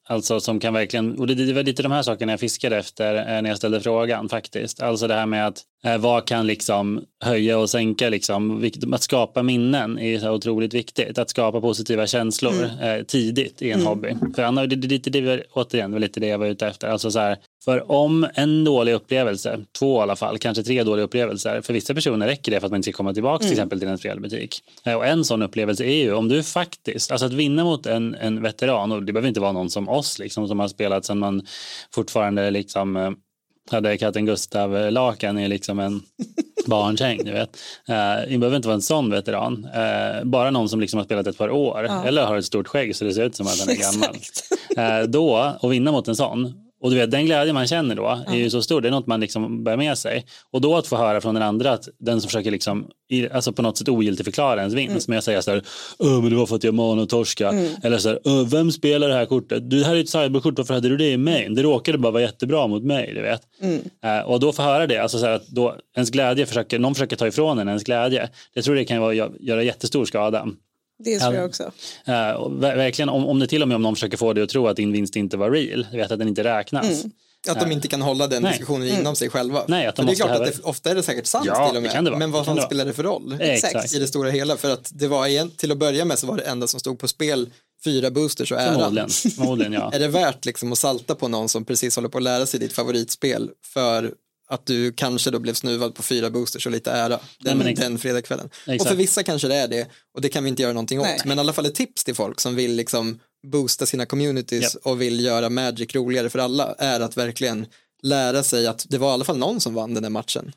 Alltså som kan verkligen, och det var lite de här sakerna jag fiskade efter när jag ställde frågan faktiskt. Alltså det här med att vad kan liksom höja och sänka liksom, att skapa minnen är så otroligt viktigt. Att skapa positiva känslor tidigt i en hobby. För annars, återigen, det var lite det jag var ute efter. Alltså så här, för om en dålig upplevelse, 2 i alla fall, kanske 3 dåliga upplevelser, för vissa personer räcker det för att man inte ska komma tillbaka till exempel till en spelbutik. Och en sån upplevelse är ju om du faktiskt, alltså att vinna mot en veteran, och det behöver inte vara någon som oss liksom, som har spelat sedan man fortfarande liksom hade katten Gustav-lakan i liksom en barnsäng, du vet. Det behöver inte vara en sån veteran. Bara någon som liksom har spelat ett par år eller har ett stort skägg så det ser ut som att han är gammal. Då, och vinna mot en sån. Och du vet, den glädje man känner då är ju så stor. Det är något man liksom bär med sig. Och då att få höra från den andra att den som försöker liksom, alltså på något sätt ogiltigt förklara ens vinst. Men jag säger så här, men det var för att jag man och torska. Eller så här, vem spelar det här kortet? Det här är ett sideboardkort, varför hade du det i main? Det råkade bara vara jättebra mot mig, du vet. Och då få höra det, alltså så här, att då ens glädje någon försöker ta ifrån ens glädje. Jag tror det kan göra jättestor skada. Det tror jag också. Verkligen, om det till och med om någon försöker få dig att tro att din vinst inte var real, du vet att den inte räknas. Att de inte kan hålla den diskussionen inom sig själva. Nej, att de det är klart att ofta är det säkert sant till och med. Men vad fan spelar det för roll? Exakt. I det stora hela. För att det var till att börja med så var det enda som stod på spel 4 boosters och ära. Förmodligen, ja. Är det värt liksom att salta på någon som precis håller på att lära sig ditt favoritspel för att du kanske då blev snuvad på 4 boosters och lite ära den fredagskvällen. Och för vissa kanske det är det, och det kan vi inte göra någonting åt. Men i alla fall ett tips till folk som vill liksom boosta sina communities och vill göra Magic roligare för alla är att verkligen lära sig att det var i alla fall någon som vann den här matchen.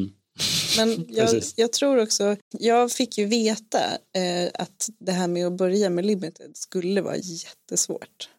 Men jag tror också, jag fick ju veta att det här med att börja med Limited skulle vara jättesvårt.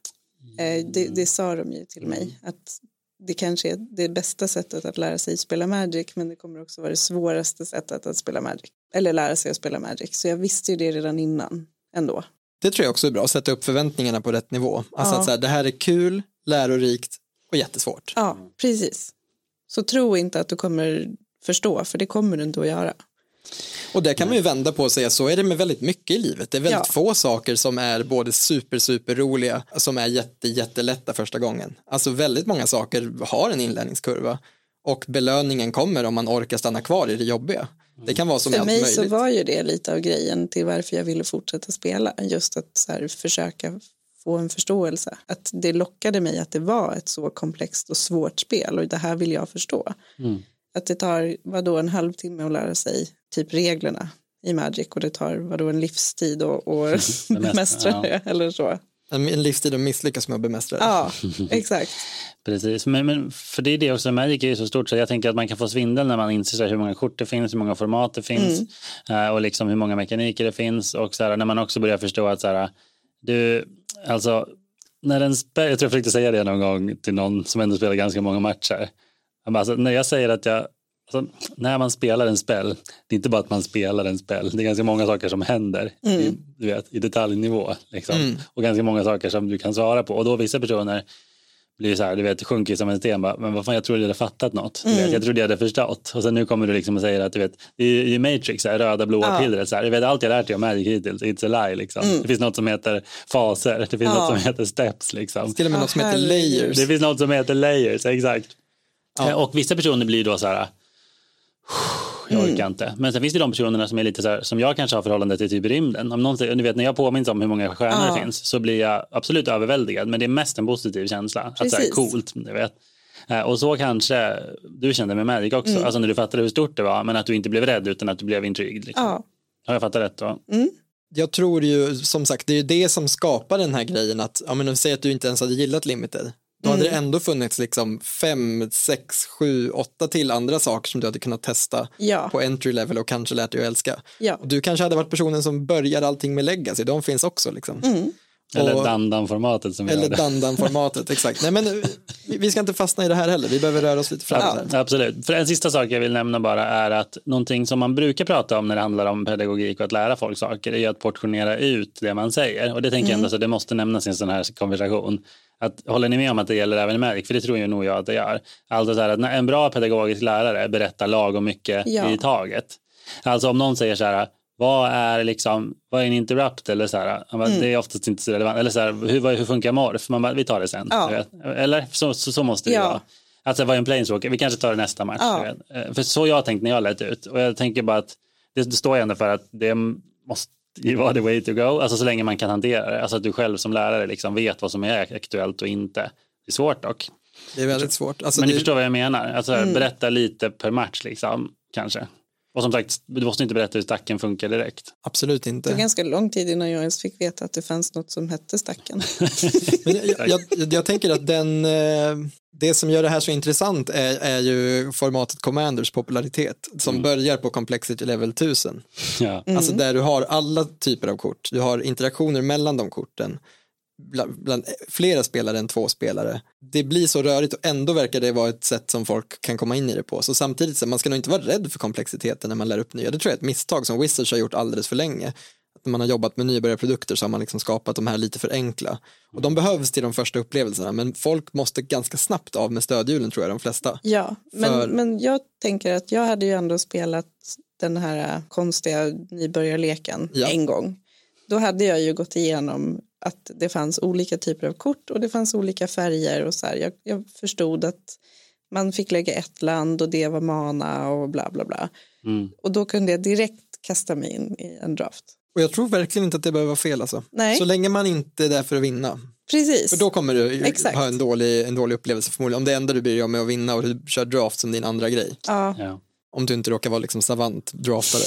Det sa de ju till mig, att det kanske är det bästa sättet att lära sig spela Magic, men det kommer också vara det svåraste sättet att spela Magic. Eller lära sig att spela Magic. Så jag visste ju det redan innan ändå. Det tror jag också är bra, att sätta upp förväntningarna på rätt nivå. Alltså att så här, det här är kul, lärorikt och jättesvårt. Ja, precis. Så tro inte att du kommer förstå, för det kommer du inte att göra. Och det kan man ju vända på och säga, så är det med väldigt mycket i livet. Det är väldigt få saker som är både super roliga, som är jättelätta första gången. Alltså väldigt många saker har en inlärningskurva. Och belöningen kommer om man orkar stanna kvar i det jobbiga. Det kan vara som allt möjligt. För mig så var ju det lite av grejen till varför jag ville fortsätta spela. Just att så här, försöka få en förståelse. Att det lockade mig att det var ett så komplext och svårt spel. Och det här vill jag förstå. Att det tar en halvtimme att lära sig typ reglerna i Magic. Och det tar en livstid och bemästra det eller så. En livstid att misslyckas med att bemästra det. Ja, exakt. Precis, men för det är det också, Magic är ju så stort så jag tänker att man kan få svindel när man inser hur många kort det finns, hur många format det finns och liksom hur många mekaniker det finns, och så här, när man också börjar förstå att så här, alltså när jag tror jag försökte säga det någon gång till någon som ändå spelar ganska många matcher. Alltså, när jag säger att när man spelar en spel, det är inte bara att man spelar en spel, det är ganska många saker som händer i detaljnivå liksom. Och ganska många saker som du kan svara på, och då vissa personer blir så här, sjunker som en sten, men vad fan, jag trodde jag hade fattat något, jag trodde jag hade förstått, och sen nu kommer du liksom och säger att i Matrix, här, röda, blåa pillret, så här, allt jag lärt dig om Magic hittills, it's a lie liksom. Det finns något som heter faser, det finns något som heter steps liksom. Till och med något som heter layers. Det finns något som heter layers, exakt. Och vissa personer blir då så här, jag orkar inte. Men sen finns det de personerna som är lite så här, som jag kanske har förhållande till typ rymden. Om någon, du vet, när jag påminns om hur många stjärnor det finns, så blir jag absolut överväldigad. Men det är mest en positiv känsla. Precis. Att så här, coolt, du vet. Och så kanske du kände med Magic också. Alltså när du fattade hur stort det var, men att du inte blev rädd utan att du blev intrigued. Liksom. Har jag fattat rätt då? Jag tror ju, som sagt, det är ju det som skapar den här grejen att, ja men säg att du inte ens hade gillat Limited. Då hade det ändå funnits liksom 5, 6, 7, 8 till andra saker som du hade kunnat testa på entry level och kanske lärt dig att älska. Och du kanske hade varit personen som börjar allting med legacy, de finns också liksom. Eller Dandan-formatet som vi eller Dandan-formatet, exakt. Nej men vi ska inte fastna i det här heller, vi behöver röra oss lite framåt. Absolut, för en sista sak jag vill nämna bara är att någonting som man brukar prata om när det handlar om pedagogik och att lära folk saker är att portionera ut det man säger, och det tänker jag ändå så det måste nämnas i en sån här konversation. Håller ni med om att det gäller även i Magic? För det tror ju nog jag att det gör. Alltså så här, att när en bra pedagogisk lärare berättar lagom mycket i taget. Alltså om någon säger så här, vad är en interrupt eller så här, det är oftast inte så relevant, eller så här, hur funkar morf, man bara, vi tar det sen, eller så måste det vara. Alltså vad är en planeswalker, vi kanske tar det nästa match, för så jag har tänkt när jag lät ut, och jag tänker bara att det står ju ändå för att det måste vara the way to go, alltså så länge man kan hantera det, alltså att du själv som lärare liksom vet vad som är aktuellt och inte. Det är svårt dock. Det är väldigt svårt. Alltså, men ni förstår vad jag menar, alltså berätta lite per match liksom, kanske. Och som sagt, du måste inte berätta hur stacken funkar direkt. Absolut inte. Det var ganska lång tid innan jag ens fick veta att det fanns något som hette stacken. Men jag tänker att det som gör det här så intressant är ju formatet Commanders popularitet som börjar på Complexity Level 1000. Ja. Alltså där du har alla typer av kort. Du har interaktioner mellan de korten. Bland flera spelare än 2 spelare. Det blir så rörigt och ändå verkar det vara ett sätt som folk kan komma in i det på. Så samtidigt så man ska nog inte vara rädd för komplexiteten när man lär upp nya. Det tror jag är ett misstag som Wizards har gjort alldeles för länge. Att när man har jobbat med nybörjarprodukter så har man liksom skapat de här lite för enkla. Och de behövs till de första upplevelserna, men folk måste ganska snabbt av med stödhjulen, tror jag, de flesta. Ja, men jag tänker att jag hade ju ändå spelat den här konstiga nybörjarleken en gång. Då hade jag ju gått igenom att det fanns olika typer av kort och det fanns olika färger och så här. Jag förstod att man fick lägga ett land och det var mana och bla bla bla. Och då kunde jag direkt kasta mig in i en draft. Och jag tror verkligen inte att det behöver vara fel alltså. Nej. Så länge man inte är där för att vinna. Precis. För då kommer du ha en dålig upplevelse förmodligen. Om det enda du börjar med att vinna och du kör draft som din andra grej. Ja. Om du inte råkar vara liksom savant draftare.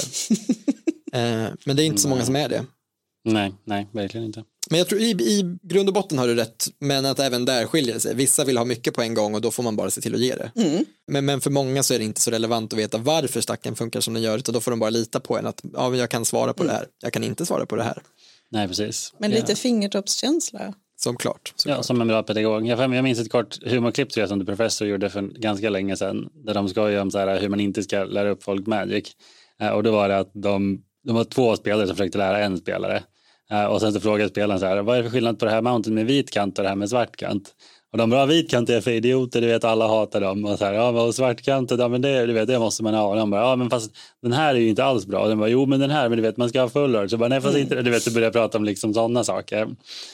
Men det är inte så många som är det. Nej, verkligen inte. Men jag tror i grund och botten har du rätt, men att även där skiljer det sig. Vissa vill ha mycket på en gång och då får man bara se till att ge det. Men för många så är det inte så relevant att veta varför stacken funkar som den gör, utan då får de bara lita på en att jag kan svara på det här, jag kan inte svara på det här. Nej, precis. Men lite fingertoppskänsla. Som klart. Ja, som en bra pedagog. Jag minns ett kort humorklipp tror jag som The Professor gjorde för ganska länge sedan, där de skojar om så här, hur man inte ska lära upp folk Magic. Och då var det att de var 2 spelare som försökte lära en spelare. Och sen så frågade spelaren så här, vad är det för skillnad på det här mountain med vit kant och det här med svart kant? Och de bara, vit kant är för idioter, du vet, alla hatar dem. Och så här, och svart kant, men det, du vet, det måste man ha. Och de bara, men fast den här är ju inte alls bra. Och de bara, jo men den här, men du vet, man ska ha full art. Så bara, nej fast inte, du vet, du börjar prata om liksom sådana saker.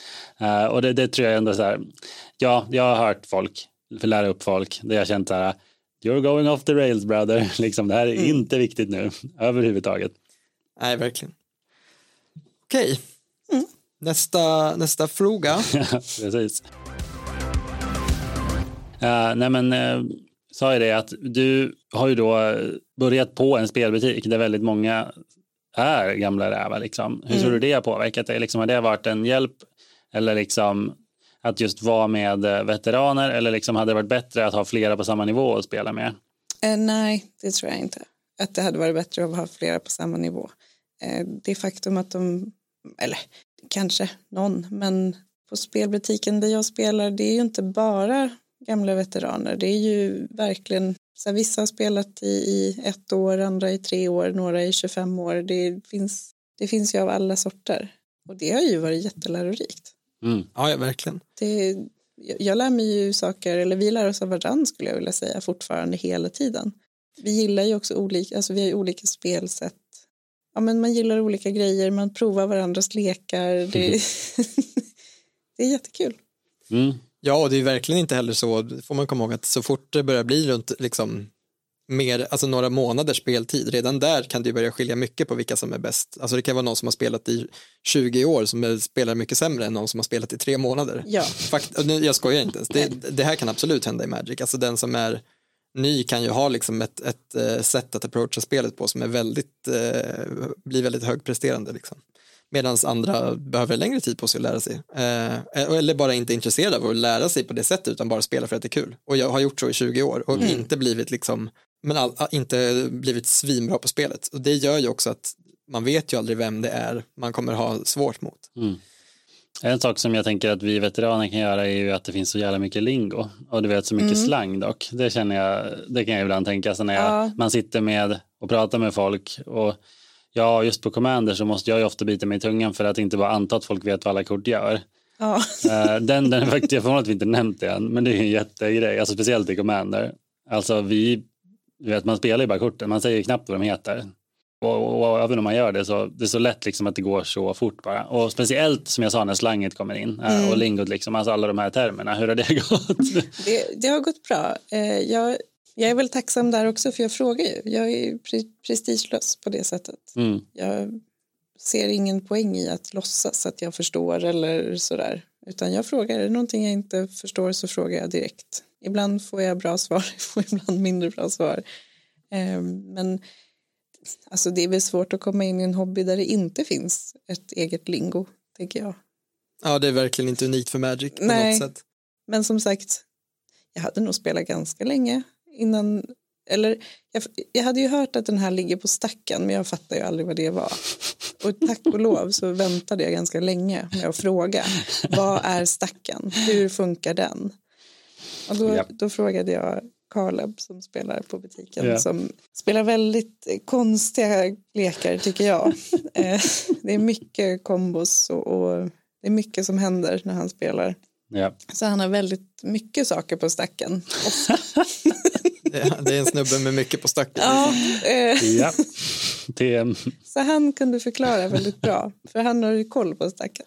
Och det tror jag ändå så här, ja, jag har hört folk, för lära upp folk, det jag känt så här, you're going off the rails brother, liksom, det här är inte viktigt nu, överhuvudtaget. Nej, verkligen. Okej. Nästa fråga. Precis. Sa jag det att du har ju då börjat på en spelbutik där väldigt många är gamla rävar liksom. Hur tror du det har påverkat dig? Liksom, har det varit en hjälp eller liksom att just vara med veteraner, eller liksom hade det varit bättre att ha flera på samma nivå att spela med? Nej, det tror jag inte. Att det hade varit bättre att ha flera på samma nivå. Det faktum att eller kanske någon, men på spelbutiken där jag spelar, det är ju inte bara gamla veteraner. Det är ju verkligen, så här, vissa har spelat i 1 år, andra i 3 år, några i 25 år. Det finns ju av alla sorter. Och det har ju varit jättelärorikt. Ja, verkligen. Jag lär mig ju saker, eller vi lär oss av varandra skulle jag vilja säga, fortfarande hela tiden. Vi gillar ju också olika, alltså vi har ju olika spelsätt. Ja, men man gillar olika grejer, man provar varandras lekar. Det är jättekul. Ja, och det är verkligen inte heller så, får man komma ihåg, att så fort det börjar bli runt liksom mer, alltså några månaders speltid, redan där kan det ju börja skilja mycket på vilka som är bäst. Alltså det kan vara någon som har spelat i 20 år som spelar mycket sämre än någon som har spelat i 3 månader. Ja. Jag skojar inte ens. Det här kan absolut hända i Magic. Alltså den som är ny kan ju ha liksom ett sätt att approacha spelet på som är blir väldigt högpresterande liksom. Medan andra behöver längre tid på sig att lära sig. Eller bara inte intresserade av att lära sig på det sättet, utan bara spela för att det är kul. Och jag har gjort så i 20 år och inte blivit liksom, inte blivit svinbra på spelet. Och det gör ju också att man vet ju aldrig vem det är man kommer ha svårt mot. En sak som jag tänker att vi veteraner kan göra är ju att det finns så jävla mycket lingo. Och du vet, så mycket slang dock. Det känner jag, det kan jag ibland tänka. Så när man sitter med och pratar med folk. Och ja, just på Commander så måste jag ju ofta bita mig i tungan för att inte bara anta att folk vet vad alla kort gör. Ja. Den är faktiskt, jag får att vi inte nämnt det än, men det är en jättegrej. Alltså speciellt i Commander. Alltså man spelar ju bara korten, man säger knappt vad de heter. Och även om man gör det så det är så lätt liksom att det går så fort bara. Och speciellt som jag sa när slanget kommer in och lingot liksom, alltså alla de här termerna, hur har det gått? Det har gått bra. Jag är väl tacksam där också för jag frågar ju. Jag är prestigelös på det sättet. Jag ser ingen poäng i att låtsas att jag förstår eller sådär. Utan jag frågar, är det någonting jag inte förstår så frågar jag direkt. Ibland får jag bra svar och ibland mindre bra svar. Men alltså det är väl svårt att komma in i en hobby där det inte finns ett eget lingo, tänker jag. Ja, det är verkligen inte unikt för Magic på något sätt. Men som sagt, jag hade nog spelat ganska länge innan, eller jag hade ju hört att den här ligger på stacken, men jag fattar ju aldrig vad det var. Och tack och lov så väntade jag ganska länge med att fråga, vad är stacken? Hur funkar den? Och då frågade jag Caleb som spelar på butiken som spelar väldigt konstiga lekar tycker jag. Det är mycket kombos och det är mycket som händer när han spelar. Ja. Så han har väldigt mycket saker på stacken. Det är en snubbe med mycket på stacken. Ja. Så han kunde förklara väldigt bra. För han har ju koll på stacken.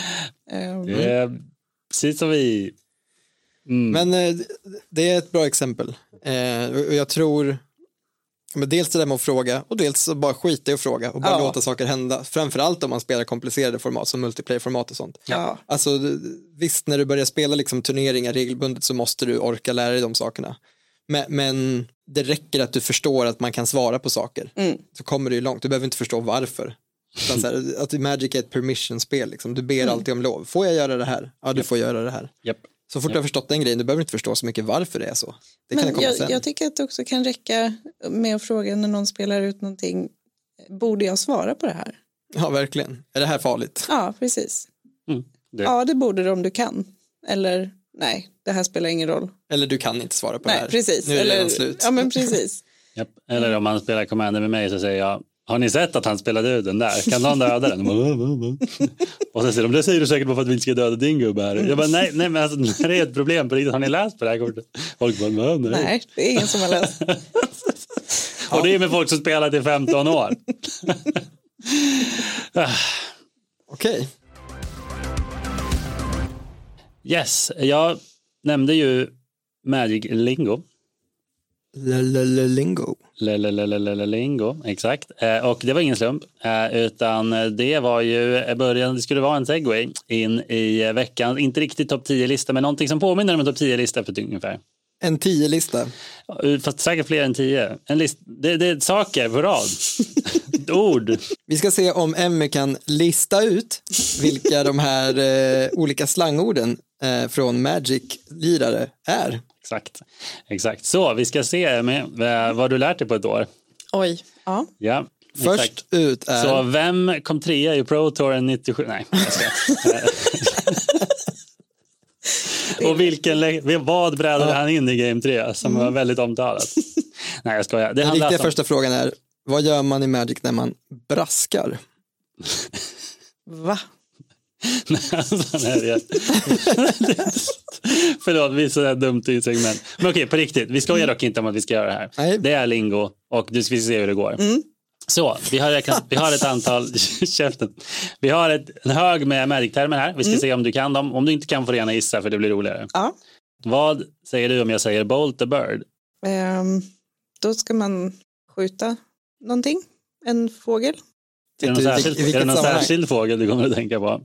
Precis som vi. Men det är ett bra exempel. Och jag tror dels det där med att fråga och dels bara skita i att fråga och bara låta saker hända. Framförallt om man spelar komplicerade format som multiplayer-format och sånt. Ja. Alltså visst, när du börjar spela liksom turneringar regelbundet så måste du orka lära dig de sakerna. Men det räcker att du förstår att man kan svara på saker. Så kommer du ju långt. Du behöver inte förstå varför. Så här, att Magic är ett permission-spel. Liksom. Du ber alltid om lov. Får jag göra det här? Ja, du får göra det här. Så fort du har förstått den grejen, du behöver inte förstå så mycket varför det är så. Det kan komma sen. Jag tycker att det också kan räcka med att fråga när någon spelar ut någonting. Borde jag svara på det här? Ja, verkligen. Är det här farligt? Ja, precis. Ja, det borde du om du kan. Eller nej, det här spelar ingen roll. Eller du kan inte svara på det här. Precis. Nu är det redan slut. Ja, men precis. Eller om man spelar Commander med mig så säger jag, har ni sett att han spelade ut den där? Kan någon döda den? Och så säger de, det säger du säkert bara för att vi inte ska döda din gubbe här. Jag bara, nej men alltså, det är ett problem på riktigt. Har ni läst på det här kortet? Folk bara, nej, det är ingen som har läst. Och det är med folk som spelat i 15 år. Okej. Yes, jag nämnde ju Magic Lingo. Lingo. Lingo, exakt. Och det var ingen slump, utan det var ju början, det skulle vara en segway in i veckan, inte riktigt topp 10-lista, men någonting som påminner om en topp 10-lista för ungefär. En 10-lista. Fast säkert fler än 10. Det är saker på rad. Ord. Vi ska se om Emmy kan lista ut vilka de här olika slangorden från Magic-lirare är. Exakt. Så vi ska se Emmy, vad du lärt dig på ett år. Oj, ja. Ja. Först exakt. ut är... Så vem kom 3 i Pro Touren 97? Nej, jag ska. Och vad brädade han in i Game 3 som var väldigt omtalat? Nej, jag skojar. Den riktiga första frågan är, vad gör man i Magic när man braskar? Va? Förlåt, vi är så dumt i segment. Men okej, på riktigt, vi skojar dock inte om att vi ska göra det här. Nej. Det är lingo och vi ska se hur det går. Så, vi har ett antal käften. Vi har en hög med Magic-termer här. Vi ska se om du kan dem. Om du inte kan får du gärna gissa för det blir roligare. Ja. Vad säger du om jag säger Bolt the Bird? Då ska man skjuta någonting. En fågel. Är det någon särskild fågel du kommer att tänka på?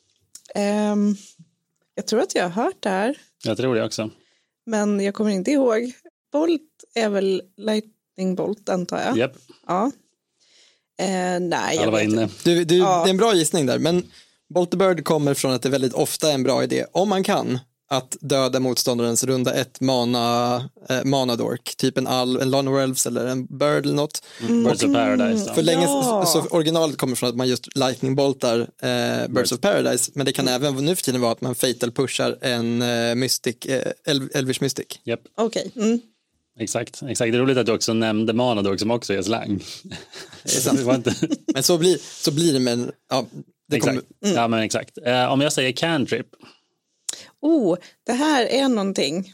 Jag tror att jag har hört det här. Jag tror det också. Men jag kommer inte ihåg. Bolt är väl lightning bolt antar jag. Japp. Ja. Nej, jag vet inte. Det är en bra gissning där. Men Bolt the Bird kommer från att det väldigt ofta är en bra idé. Om man kan att döda motståndarens runda 1 mana dork, typ en Llanowar Elves eller en Bird eller något. Birds of Paradise. För länge så originalet kommer från att man just lightning boltar Birds of Paradise, men det kan även nu för tiden vara att man fatal pushar en Mystic, Elvish Mystic. Yep. Okej. Exakt. Det är roligt att du också nämnde mana dork som också är slang. Det är sant. Men så blir det, men ja, det exakt. Ja, men exakt. Om jag säger cantrip. Det här är någonting.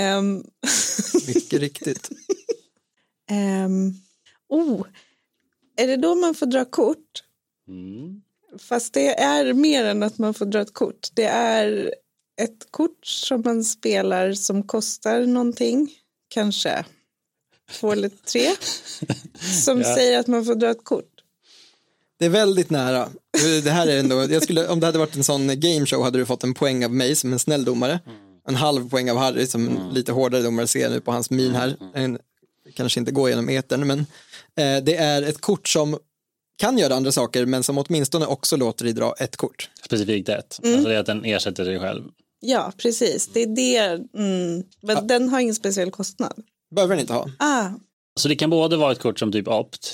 Mycket riktigt. är det då man får dra kort? Fast det är mer än att man får dra ett kort. Det är ett kort som man spelar som kostar någonting. Kanske 2 eller 3. Som säger att man får dra ett kort. Det är väldigt nära. Det här är ändå, om det hade varit en sån gameshow hade du fått en poäng av mig som en snäll domare. En halv poäng av Harry som en lite hårdare domare, ser nu på hans min här. Kanske inte går genom etern, men det är ett kort som kan göra andra saker men som åtminstone också låter dig dra ett kort. Specifikt ett. Alltså det är att den ersätter dig själv. Ja, precis. Det är det. Men den har ingen speciell kostnad. Behöver den inte ha. Så det kan både vara ett kort som typ opt.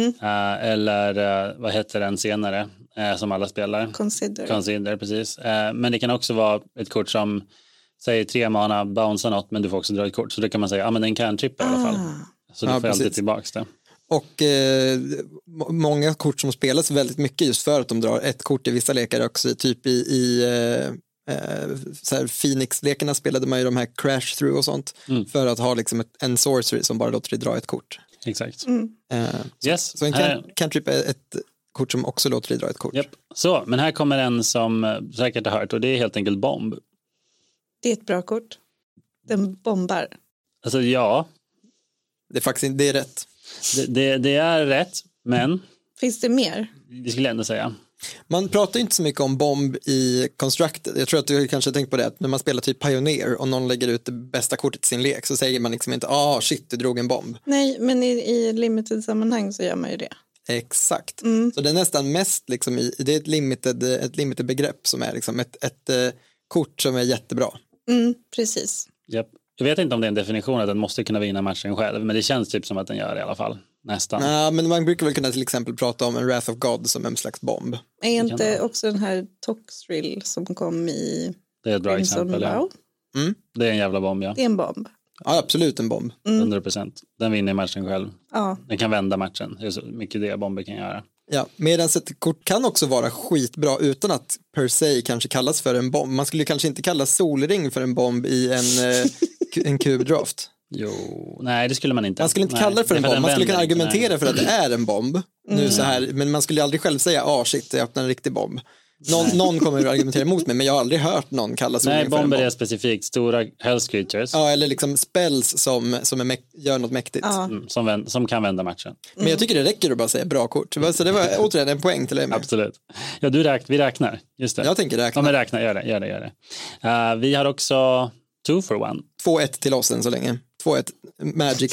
Eller vad heter den senare som alla spelar? Consider, precis. Men det kan också vara ett kort som säger 3 mana, bounce något, men du får också dra ett kort. Så då kan man säga, men den kan trippa i alla fall. Så du får alltid tillbaka det. Och många kort som spelas väldigt mycket just för att de drar ett kort i vissa lekar också. Typ i så här Phoenix-lekarna spelade man ju de här crash through och sånt. För att ha liksom en sorcery som bara låter dig dra ett kort. Exakt. Så en cantrip är ett kort som också låter dig dra ett kort. Yep. Så, men här kommer en som säkert har hört, och det är helt enkelt bomb. Det är ett bra kort. Den bombar. Alltså ja. Det är faktiskt, det är rätt. Det är rätt, men... Finns det mer? Det skulle jag ändå säga. Man pratar inte så mycket om bomb i Constructed. Jag tror att du kanske har tänkt på det, att när man spelar typ Pioneer och någon lägger ut det bästa kortet i sin lek så säger man liksom inte, shit, du drog en bomb. Nej, men i limited sammanhang så gör man ju det. Exakt. Så det är nästan mest liksom det är ett limited begrepp som är liksom ett kort som är jättebra. Precis. Yep. Jag vet inte om det är en definition att den måste kunna vinna matchen själv, men det känns typ som att den gör det i alla fall. Nästan. Ja, men man brukar väl kunna till exempel prata om en Wrath of God som en slags bomb. Är inte också den här Toxrill som kom i... Det är ett bra exempel, ja. Det är en jävla bomb, ja. Det är en bomb. Ja, absolut en bomb. 100%. Den vinner matchen själv. Ja. Den kan vända matchen. Det är så mycket det bomber kan göra. Ja, medan ett kort kan också vara skitbra utan att per se kanske kallas för en bomb. Man skulle kanske inte kalla solring för en bomb i en kubdraft. Jo, nej det skulle man inte. Man skulle inte kalla det för en bomb. Man skulle kunna argumentera för att det är en bomb. Nu så här, men man skulle aldrig själv säga, shit, jag öppnar en riktig bomb. Någon kommer att argumentera emot mig, men jag har aldrig hört någon kalla solring för en bomb. Nej, bomber är specifikt stora health creatures. Ja, eller liksom spells som gör något mäktigt. Som kan vända matchen. Men jag tycker det räcker att bara säga bra kort. Så det var återigen en poäng till dig med. Absolut. Ja, vi räknar. Just det. Jag tänker räkna. Ja, men räkna, gör det. Vi har också 2 for 1. 2-1 till oss än så länge. 2-1 Magic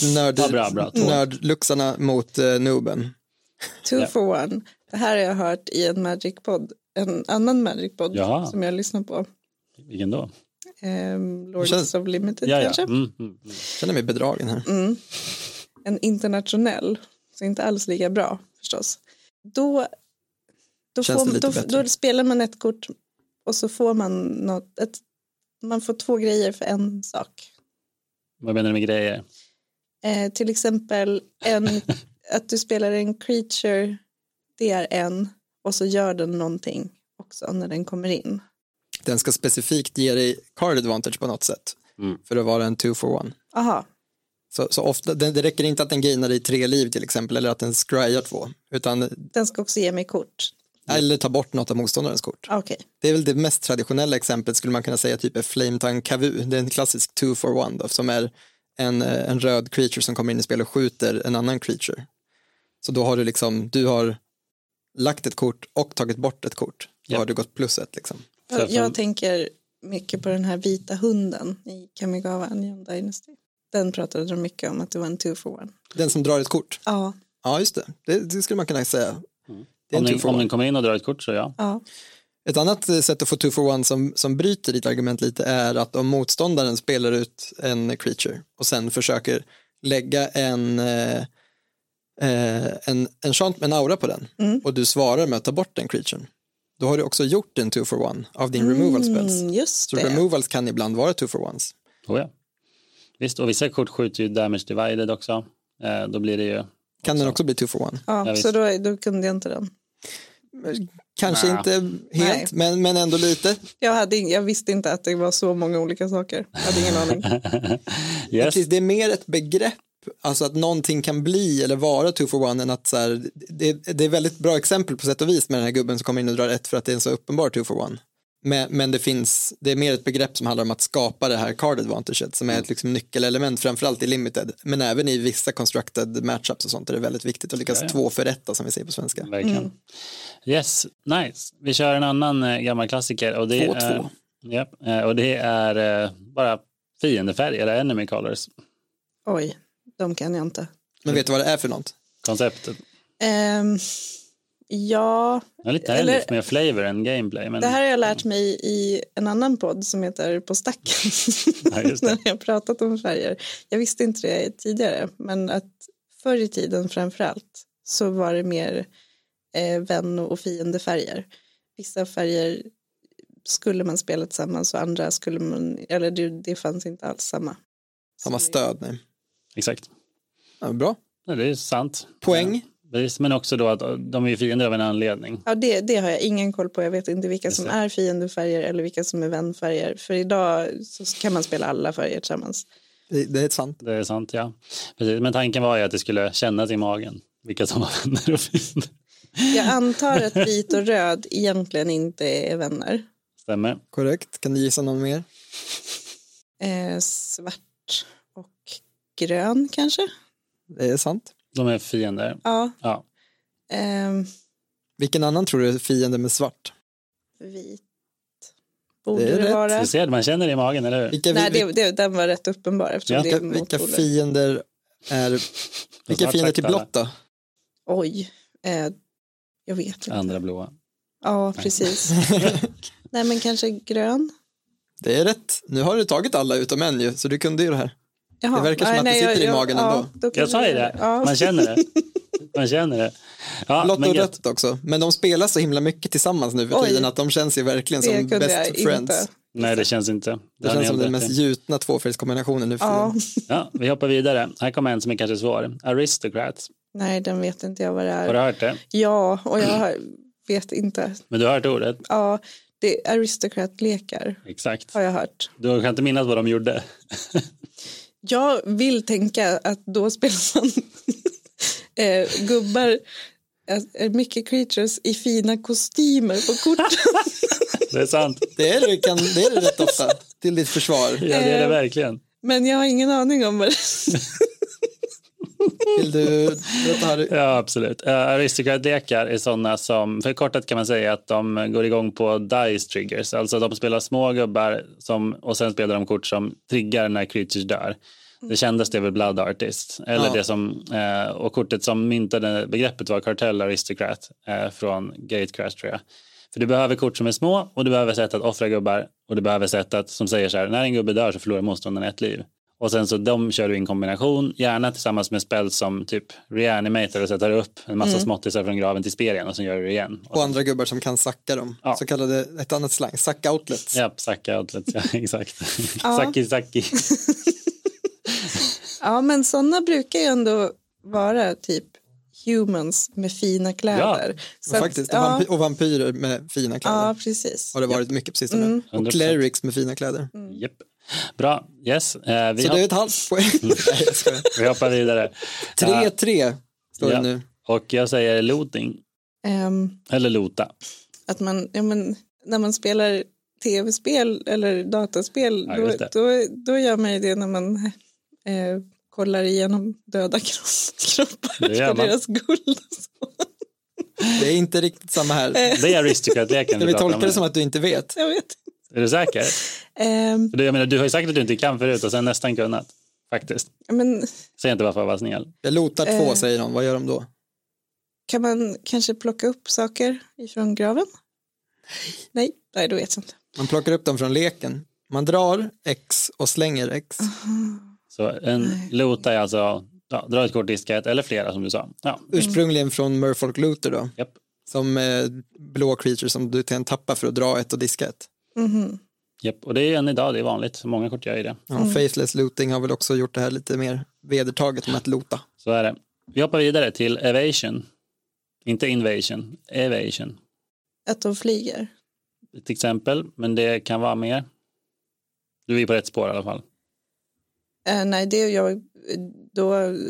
nördluxarna mot Nooben. 2 for 1. Det här har jag hört i en Magic-podd. En annan Magic-podd som jag lyssnar på. Vilken då? Lords of Limited kanske. Känner mig bedragen här. En internationell. Så inte alls lika bra förstås. Då spelar man ett kort och så får man man får 2 grejer för en sak. Vad menar du med grejer? Till exempel att du spelar en creature, det är en, och så gör den någonting också när den kommer in. Den ska specifikt ge dig card advantage på något sätt för att vara en 2 for 1. Aha. Så ofta, det räcker inte att den gainar dig 3 liv till exempel, eller att den scryar 2, utan den ska också ge mig kort. Eller ta bort något av motståndarens kort. Okay. Det är väl det mest traditionella exemplet, skulle man kunna säga, typ är Flametongue Kavu. Det är en klassisk 2 for 1 då, som är en röd creature som kommer in i spel och skjuter en annan creature. Så då har du har lagt ett kort och tagit bort ett kort. Då har du gått +1 liksom. Jag tänker mycket på den här vita hunden i Kamigawa Onion Dynasty. Den pratade de mycket om, att det var en 2 for 1. Den som drar ett kort? Ja. Ja, just det. Det skulle man kunna säga. Om den kommer in och drar ett kort så ja. Ett annat sätt att få 2 for 1 som bryter ditt argument lite är att om motståndaren spelar ut en creature och sen försöker lägga en chant med en aura på den och du svarar med att ta bort den creaturen, då har du också gjort en 2 for 1 av din removal spells. Just så removals kan ibland vara 2 for 1s. Ja. Visst, och vissa kort skjuter ju damage divided också. Då blir det ju... Kan den också bli 2 for 1? Ja, så då kunde jag inte den. Kanske inte helt, men ändå lite. Jag visste inte att det var så många olika saker. Jag hade ingen aning. Yes. Det är mer ett begrepp alltså att någonting kan bli eller vara 2 for 1 än att så här, det är väldigt bra exempel på sätt och vis med den här gubben som kommer in och drar 1 för att det är en så uppenbar 2 for 1. Men det är mer ett begrepp som handlar om att skapa det här card advantaget som är ett liksom nyckelelement framförallt i limited, men även i vissa constructed matchups och sånt är det väldigt viktigt att lyckas 2 för 1 som vi säger på svenska. Verkligen. Yes, nice. Vi kör en annan gammal klassiker och det 2-2. Och det är bara fiendefärg eller enemy colors. Oj, de kan jag inte. Men vet du vad det är för något? Konceptet. Ja. Det är lite härligt med flavor än gameplay. Men... Det här har jag lärt mig i en annan podd som heter På stacken. Ja, just det. När jag har pratat om färger. Jag visste inte det tidigare, men att förr i tiden framförallt så var det mer vän- och fiendefärger. Vissa färger skulle man spela tillsammans och andra skulle man, eller det fanns inte alls samma stöd, nej. Exakt. Ja, bra. Ja, det är sant. Poäng. Ja, men också då att de är fiender av en anledning. Ja, det har jag ingen koll på. Jag vet inte vilka som är fiendefärger eller vilka som är vänfärger. För idag så kan man spela alla färger tillsammans. Det är sant. Det är sant, ja. Precis. Men tanken var ju att det skulle kännas i magen vilka som var vänner och fiender. Jag antar att vit och röd egentligen inte är vänner. Stämmer. Korrekt. Kan du gissa någon mer? Svart och grön kanske? Det är sant. De är fiender. Ja. Vilken annan tror du är fiende med svart? Vit. Borde det är det rätt. vara? Du ser, man känner det i magen, eller hur? Nej, den var rätt uppenbar. Eftersom det är vilka fiender är... Vilka fiender till blått då? Oj, jag vet inte. Andra blåa. Ja, precis. Nej, men kanske grön. Det är rätt. Nu har du tagit alla utom en ju, så du kunde ju det här. Jaha. Det verkar som att det sitter i magen ändå. Jag sa ju det. Ja. Man känner det. Man känner det. Ja, blått och rött också. Men de spelar så himla mycket tillsammans nu för tiden att de känns ju verkligen som best friends. Nej, det känns inte. Det känns som den mest gjutna tvåfärgskombinationen nu för tiden. Ja, vi hoppar vidare. Här kommer en som är kanske svår. Aristocrats. Nej, den vet inte jag vad det är. Har du hört det? Ja, och jag vet inte. Men du har hört ordet? Ja, det är aristocrat-lekar. Exakt. Har jag hört. Du kan inte minnas vad de gjorde? Jag vill tänka att då spelar man gubbar, mycket creatures i fina kostymer på korten. Det är sant. Det är det rätt ofta till ditt försvar. Ja, det är det verkligen. Men jag har ingen aning om vad det Vill du berätta här? Ja, absolut. Aristocrat-lekar är sådana som, förkortat kan man säga att de går igång på dice triggers. Alltså de spelar små gubbar och sen spelar de kort som triggar när creatures dör. Det kändes väl Blood Artist. Eller det som, och kortet som myntade begreppet var Cartel Aristocrat från Gatecrash tror jag. För du behöver kort som är små och du behöver sätt att offra gubbar och du behöver sätt att, som säger så här, när en gubbe dör så förlorar motståndaren ett liv. Och sen så de kör du in kombination, gärna tillsammans med spel som typ reanimator och sätter upp en massa småttisar från graven till spelaren och sen gör du det igen. Och andra gubbar som kan sacka dem. Ja. Så kallade, ett annat slang, sack outlets. Ja, sacka outlets, ja exakt. Sacki. Ja, men sådana brukar ju ändå vara typ humans med fina kläder. Ja, så faktiskt. Och vampyrer med fina kläder. Ja, precis. Har det varit mycket på sistone. Och clerics med fina kläder. Japp. Bra, yes. Så det är ett halvt poäng. Vi hoppar vidare. 3-3 står det nu. Och jag säger looting. Eller lota. Att man, när man spelar tv-spel eller dataspel, då gör man ju det när man kollar igenom döda kroppar för deras guld. Det är inte riktigt samma här. Det är Aristocrat-leken. Vi tolkar det som att du inte vet. Jag vet. Är du säker? Jag menar, du har ju sagt att du inte kan förut och sen nästan kunnat. Faktiskt. Säg inte varför jag var snäll. Jag lotar 2, säger de. Vad gör de då? Kan man kanske plocka upp saker ifrån graven? Nej, då vet jag inte. Man plockar upp dem från leken. Man drar X och slänger X. Så en lota är alltså dra ett kort, diska ett eller flera som du sa. Ja. Ursprungligen från Merfolk Looter då. Yep. Som blå creature som du kan tappa för att dra ett och diska ett. Japp, och det är än idag, det är vanligt. Många kort gör ju det. Ja, Faceless Looting har väl också gjort det här lite mer vedertaget med att lota. Så är det. Vi hoppar vidare till Evasion. Inte Invasion, Evasion. Att de flyger. Ett exempel, men det kan vara mer. Du är på rätt spår i alla fall. Nej, det är jag. Då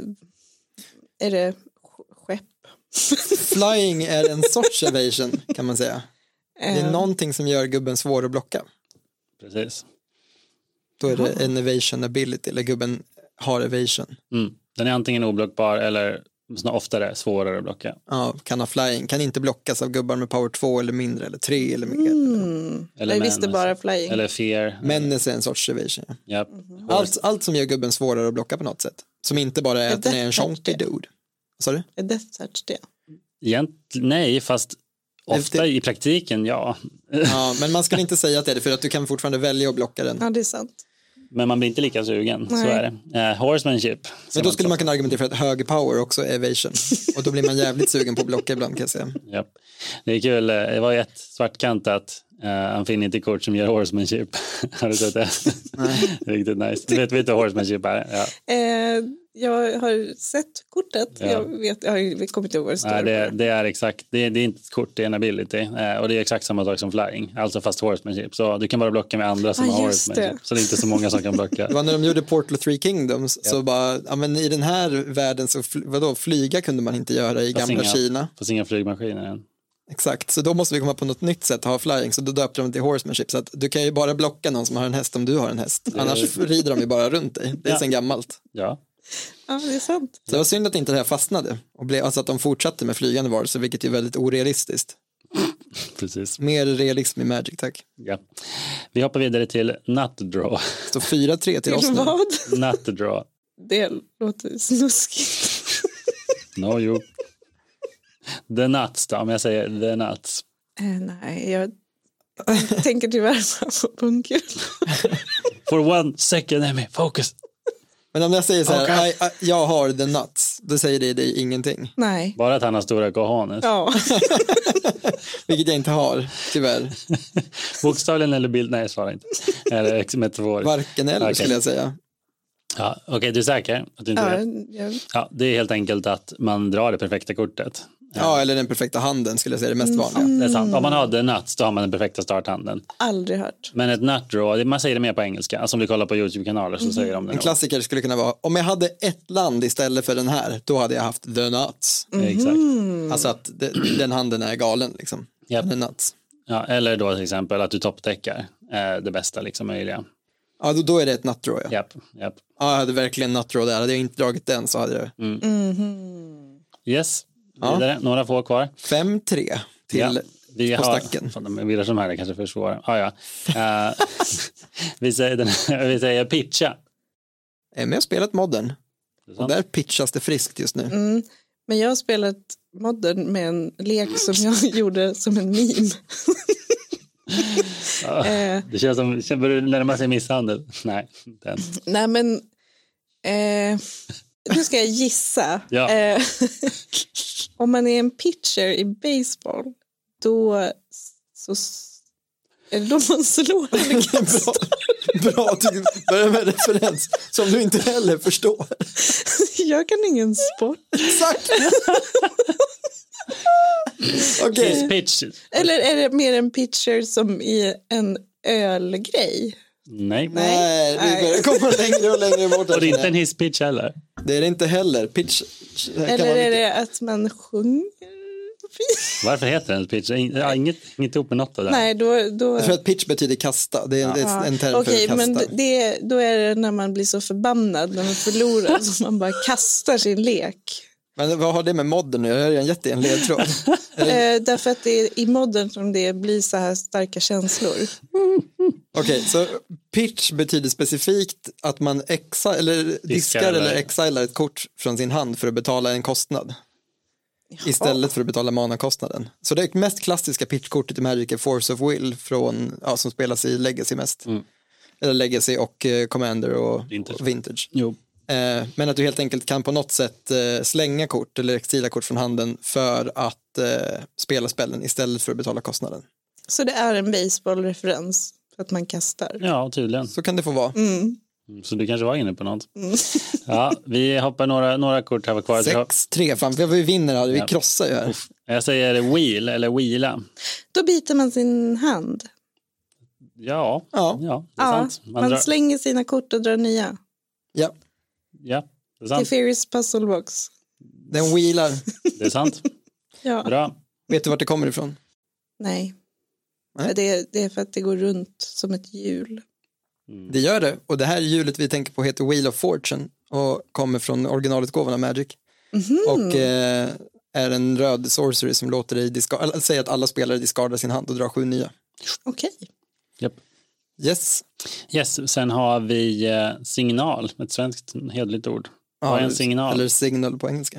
är det skepp. Flying är en sorts evasion kan man säga. Det är någonting som gör gubben svår att blocka. Precis. Då är det en evasion ability, eller gubben har evasion. Den är antingen oblockbar eller oftare svårare att blocka. Ja, kan ha flying. Kan inte blockas av gubbar med power 2 eller mindre, eller 3 eller mer. Eller jag visste bara flying. Eller fear. Menace är en sorts evasion. Ja. Yep. Allt som gör gubben svårare att blocka på något sätt. Som inte bara är att den är en chonky dude. Sorry? Är death touch det? Nej, fast ofta i praktiken, ja. Ja, men man ska inte säga att det är det, för att du kan fortfarande välja att blocka den. Ja, det är sant. Men man blir inte lika sugen, så är det. Horsemanship. Men då skulle man kunna argumentera för att hög power också är evasion. Och då blir man jävligt sugen på att blocka ibland, kan jag säga. Yep. Det är kul, det var ett svartkantat Infinity-kort som gör horsemanship. Har du sett det? Nej. Riktigt nice. Du vet vad horsemanship är? Ja. Jag har sett kortet. Ja. Jag kommer inte ihåg vad det står. Nej, det är exakt. Det är inte ett kort, det är en ability. Och det är exakt samma sak som flying. Alltså fast horsemanship. Så du kan bara blocka med andra som har horsemanship. Så det är inte så många som kan blocka. Det var när de gjorde Portal 3 Kingdoms. Så bara, ja men i den här världen så flyga kunde man inte göra i gamla Kina. Fast inga flygmaskiner än. Exakt, så då måste vi komma på något nytt sätt att ha flying, så då döpte de till horsemanship, så att du kan ju bara blocka någon som har en häst om du har en häst, annars rider de ju bara runt dig, det är sen gammalt. Ja, det är sant. Så det var synd att inte det här fastnade, och alltså att de fortsatte med flygande varelser, vilket är väldigt orealistiskt. Precis. Mer realism i Magic, tack. Ja. Vi hoppar vidare till Nut Draw. Så 4-3 till oss nu. Vad? Nut Draw. Det låter snuskigt. No, you. The Nuts då, om jag säger The Nuts. Nej, jag tänker tyvärr på bunker. For 1 second, Emmy, focus. Men om jag säger så här, jag har the nuts, då säger det dig ingenting. Nej. Bara att han har stora cojones. Ja. Vilket jag inte har, tyvärr. Bokstavligen eller bild? Nej, svara inte. Eller metafor. Varken eller skulle jag säga. Ja, okej, du är säker? Att du inte ja, det är helt enkelt att man drar det perfekta kortet. Ja, eller den perfekta handen skulle jag säga, det mest vanliga. Det är sant. Om man har the nuts, då har man den perfekta starthanden. Aldrig hört. Men ett nut draw, man säger det mer på engelska. Alltså om du kollar på YouTube-kanaler så säger de det. En klassiker skulle kunna vara, om jag hade ett land istället för den här, då hade jag haft the nuts. Exakt. Alltså att den handen är galen liksom. Yep. The nuts. Ja, eller då till exempel att du topptäckar det bästa liksom möjliga. Ja, då är det ett nut draw, ja. Japp. Ja, jag hade verkligen nut draw där. Hade jag inte dragit den så hade jag... Yes. Vidare, några få kvar. 5-3 till på stacken. De vill som här är kanske för svåra. Vi säger pitcha. Men jag har spelat modern. Och där pitchas det friskt just nu. Men jag har spelat modern med en lek som jag gjorde som en meme. Det känns som börjar närma sig misshandel. Nej, den. Nej men nu ska jag gissa. Ja. Om man är en pitcher i baseball, då är det då man slår eller kastar. Bra, du börjar med referens som du inte heller förstår. Jag kan ingen sport. Exakt. Okej. Pitch. Eller är det mer en pitcher som i en ölgrej? Nej, vi börjar komma längre och längre bort. Och det är inte en hisspitch heller. Det är det inte heller. Pitch. Eller är det att man sjunger? Varför heter den pitch? Inget ihop med något av det. Nej, då... För att pitch betyder kasta. Det är en term för kasta. Men då är det när man blir så förbannad när man förlorar så man bara kastar sin lek. Men vad har det med modden nu? Jag har en ledtråd. Därför att det är i modden som det blir så här starka känslor. Okej, så pitch betyder specifikt att man diskar eller exilar ett kort från sin hand för att betala en kostnad. Istället för att betala manakostnaden. Så det mest klassiska pitchkortet i Magic är Force of Will som spelas i Legacy mest. Eller Legacy och Commander och Vintage. Jo. Men att du helt enkelt kan på något sätt slänga kort eller exila kort från handen för att spela spelen istället för att betala kostnaden. Så det är en baseballreferens för att man kastar? Ja, tydligen. Så kan det få vara. Så du kanske var inne på något. Ja, vi hoppar några kort här kvar. 6-3, fan, vi vinner här, vi krossar ju här. Jag säger wheel eller wheela. Då biter man sin hand. Ja, det är sant. Man slänger sina kort och drar nya. Ja. Ja, det är sant. Teferi's Puzzle Box. Den wheelar. Det är sant. Ja. Bra. Vet du vart det kommer ifrån? Nej. Nej. Det är för att det går runt som ett hjul. Det gör det. Och det här hjulet vi tänker på heter Wheel of Fortune och kommer från originalutgåvan av Magic. Och är en röd sorcery som låter dig säga att alla spelare discardar sin hand och drar 7 nya. Okej. Japp. Yes. Sen har vi signal, ett svenskt hederligt ord. Vad är en signal? Eller signal på engelska.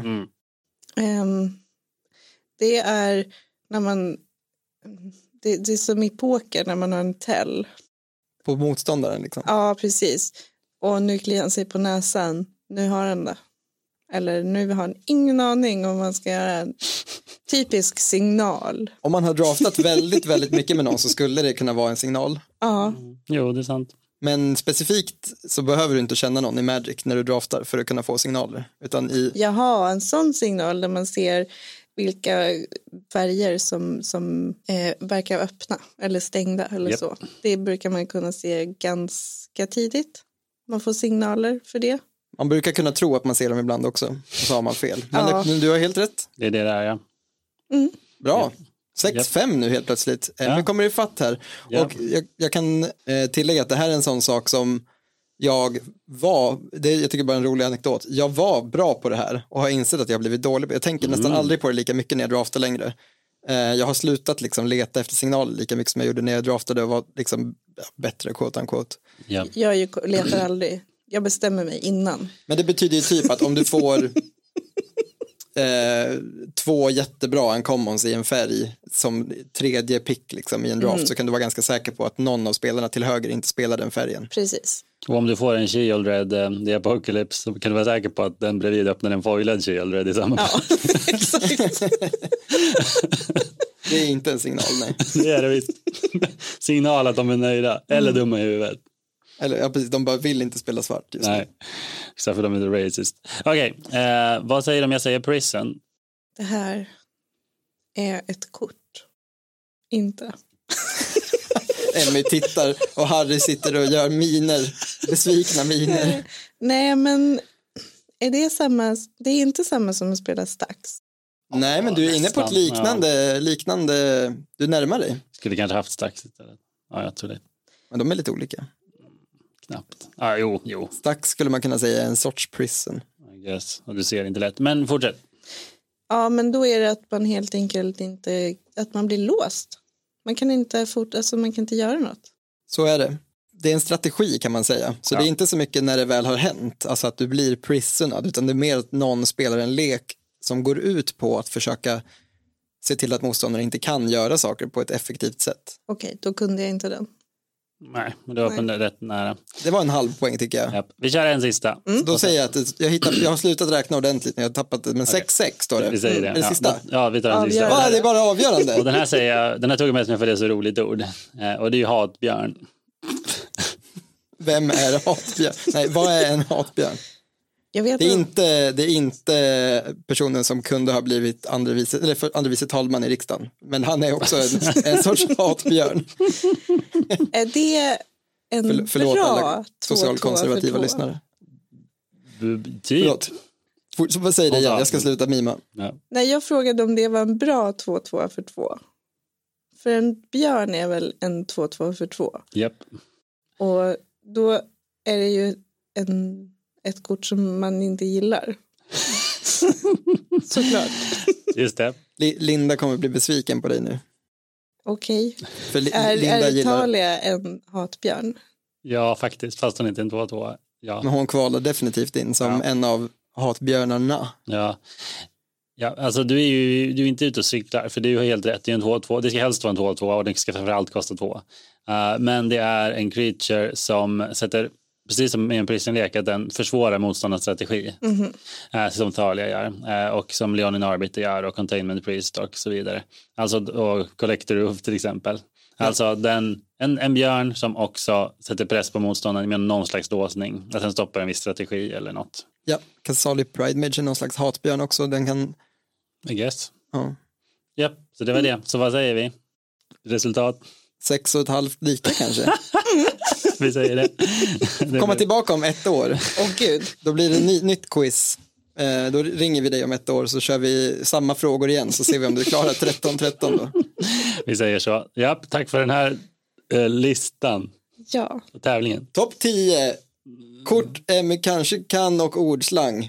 Det är när man det är som i poker när man har en tell. På motståndaren liksom. Ja, precis. Och nu kliar han sig på näsan. Nu har han det. Eller nu har han ingen aning om man ska göra en typisk signal. Om man har draftat väldigt, väldigt mycket med någon så skulle det kunna vara en signal. Ja. Jo, det är sant. Men specifikt så behöver du inte känna någon i Magic när du draftar för att kunna få signaler. Utan Jaha, en sån signal där man ser vilka färger som verkar öppna eller stängda eller så. Det brukar man kunna se ganska tidigt. Man får signaler för det. Man brukar kunna tro att man ser dem ibland också. Och så har man fel. Men du har helt rätt. Det är det där, ja. Bra. 6-5 nu helt plötsligt. Nu kommer det fatt här. Och jag kan tillägga att det här är en sån sak som jag tycker bara en rolig anekdot. Jag var bra på det här och har insett att jag har blivit dålig. Jag tänker nästan aldrig på det lika mycket när jag draftar längre. Jag har slutat liksom leta efter signaler lika mycket som jag gjorde när jag draftade och var liksom bättre, quote unquote. Ja. Jag letar aldrig. Jag bestämmer mig innan. Men det betyder ju typ att om du får 2 jättebra uncommons i en färg som tredje pick liksom, i en draft så kan du vara ganska säker på att någon av spelarna till höger inte spelar den färgen. Precis. Och om du får en Shieldred The Apocalypse så kan du vara säker på att den bredvid öppnar en foiled Shieldred i samma. Ja, exakt. Det är inte en signal, nej. Det är det visst. Signal att de är nöjda. Eller dumma i huvudet. Eller ja, precis, de bara vill inte spela svart just nej. Exakt för de är inte racist. Okej, vad säger de om jag säger prison? Det här är ett kort. Inte. Emmy tittar och Harry sitter och gör besvikna miner. Nej, men är det samma? Det är inte samma som att spela Stax. Nej, men du är inne på ett liknande, du närmar dig. Skulle kanske haft Stax istället. Ja, jag tror det. Men de är lite olika. Knappt. Jo. Stax skulle man kunna säga är en sorts prison. I guess. Och du ser inte lätt. Men fortsätt. Ja, men då är det att man helt enkelt inte, att man blir låst. Man kan inte man kan inte göra något. Så är det. Det är en strategi kan man säga. Så det är inte så mycket när det väl har hänt, alltså att du blir prisonad, utan det är mer att någon spelar en lek som går ut på att försöka se till att motståndare inte kan göra saker på ett effektivt sätt. Okej, då kunde jag inte den. Nej, men det var på rätt nära. Det var en halv poäng tycker jag. Japp. Vi kör en sista. Då säger jag att jag har slutat räkna ordentligt när jag har tappat det. Men 6-6 står det. Vi säger det. Är det sista? Ja, vi tar den sista. Ja, det är bara avgörande. Och den här tog jag med mig för det är så roligt ord. Och det är ju hatbjörn. Vem är hatbjörn? Nej, vad är en hatbjörn? Jag vet det är inte personen som kunde ha blivit andre vice talman i riksdagen. Men han är också en sorts hatbjörn. Är det en förlåt bra alla socialkonservativa lyssnare? Typ. Så vad säger det igen? Jag ska sluta mima. Ja. Nej, jag frågade om det var en bra 2-2 för 2. För en björn är väl en 2-2 för 2. Japp. Och då är det ju ett kort som man inte gillar. Såklart. Just det. Linda kommer bli besviken på dig nu. Okej. För är Italia en hatbjörn? Ja, faktiskt. Fast hon inte är en 2-2. Ja. Men hon kvalar definitivt in som en av hatbjörnarna. Ja. Ja, alltså du är inte ute och cyklar, för du har helt rätt, det är en 2-2. Det ska helst vara en 2-2 och den ska framförallt kosta 2. Men det är en creature som sätter, precis som i en prisonlek, att den försvårar motståndarens strategi. Som Thalia gör. Och som Leonin Arbiter gör och Containment Priest och så vidare. Alltså, och Collector Roof till exempel. Alltså en björn som också sätter press på motståndaren med någon slags låsning. Att den stoppar en viss strategi eller något. Ja, Kasali Pride Mage är någon slags hatbjörn också. Den kan... I guess. Ja. Japp, så det var det. Så vad säger vi? Resultat? 6,5 lika kanske. Vi säger det. Komma tillbaka om 1 år. Gud. Då blir det nytt quiz. Då ringer vi dig om 1 år så kör vi samma frågor igen så ser vi om du klarar 13-13 då. Vi säger så. Ja, tack för den här listan. Ja. Och tävlingen. Topp 10. Kort med kanske kan och ordslang.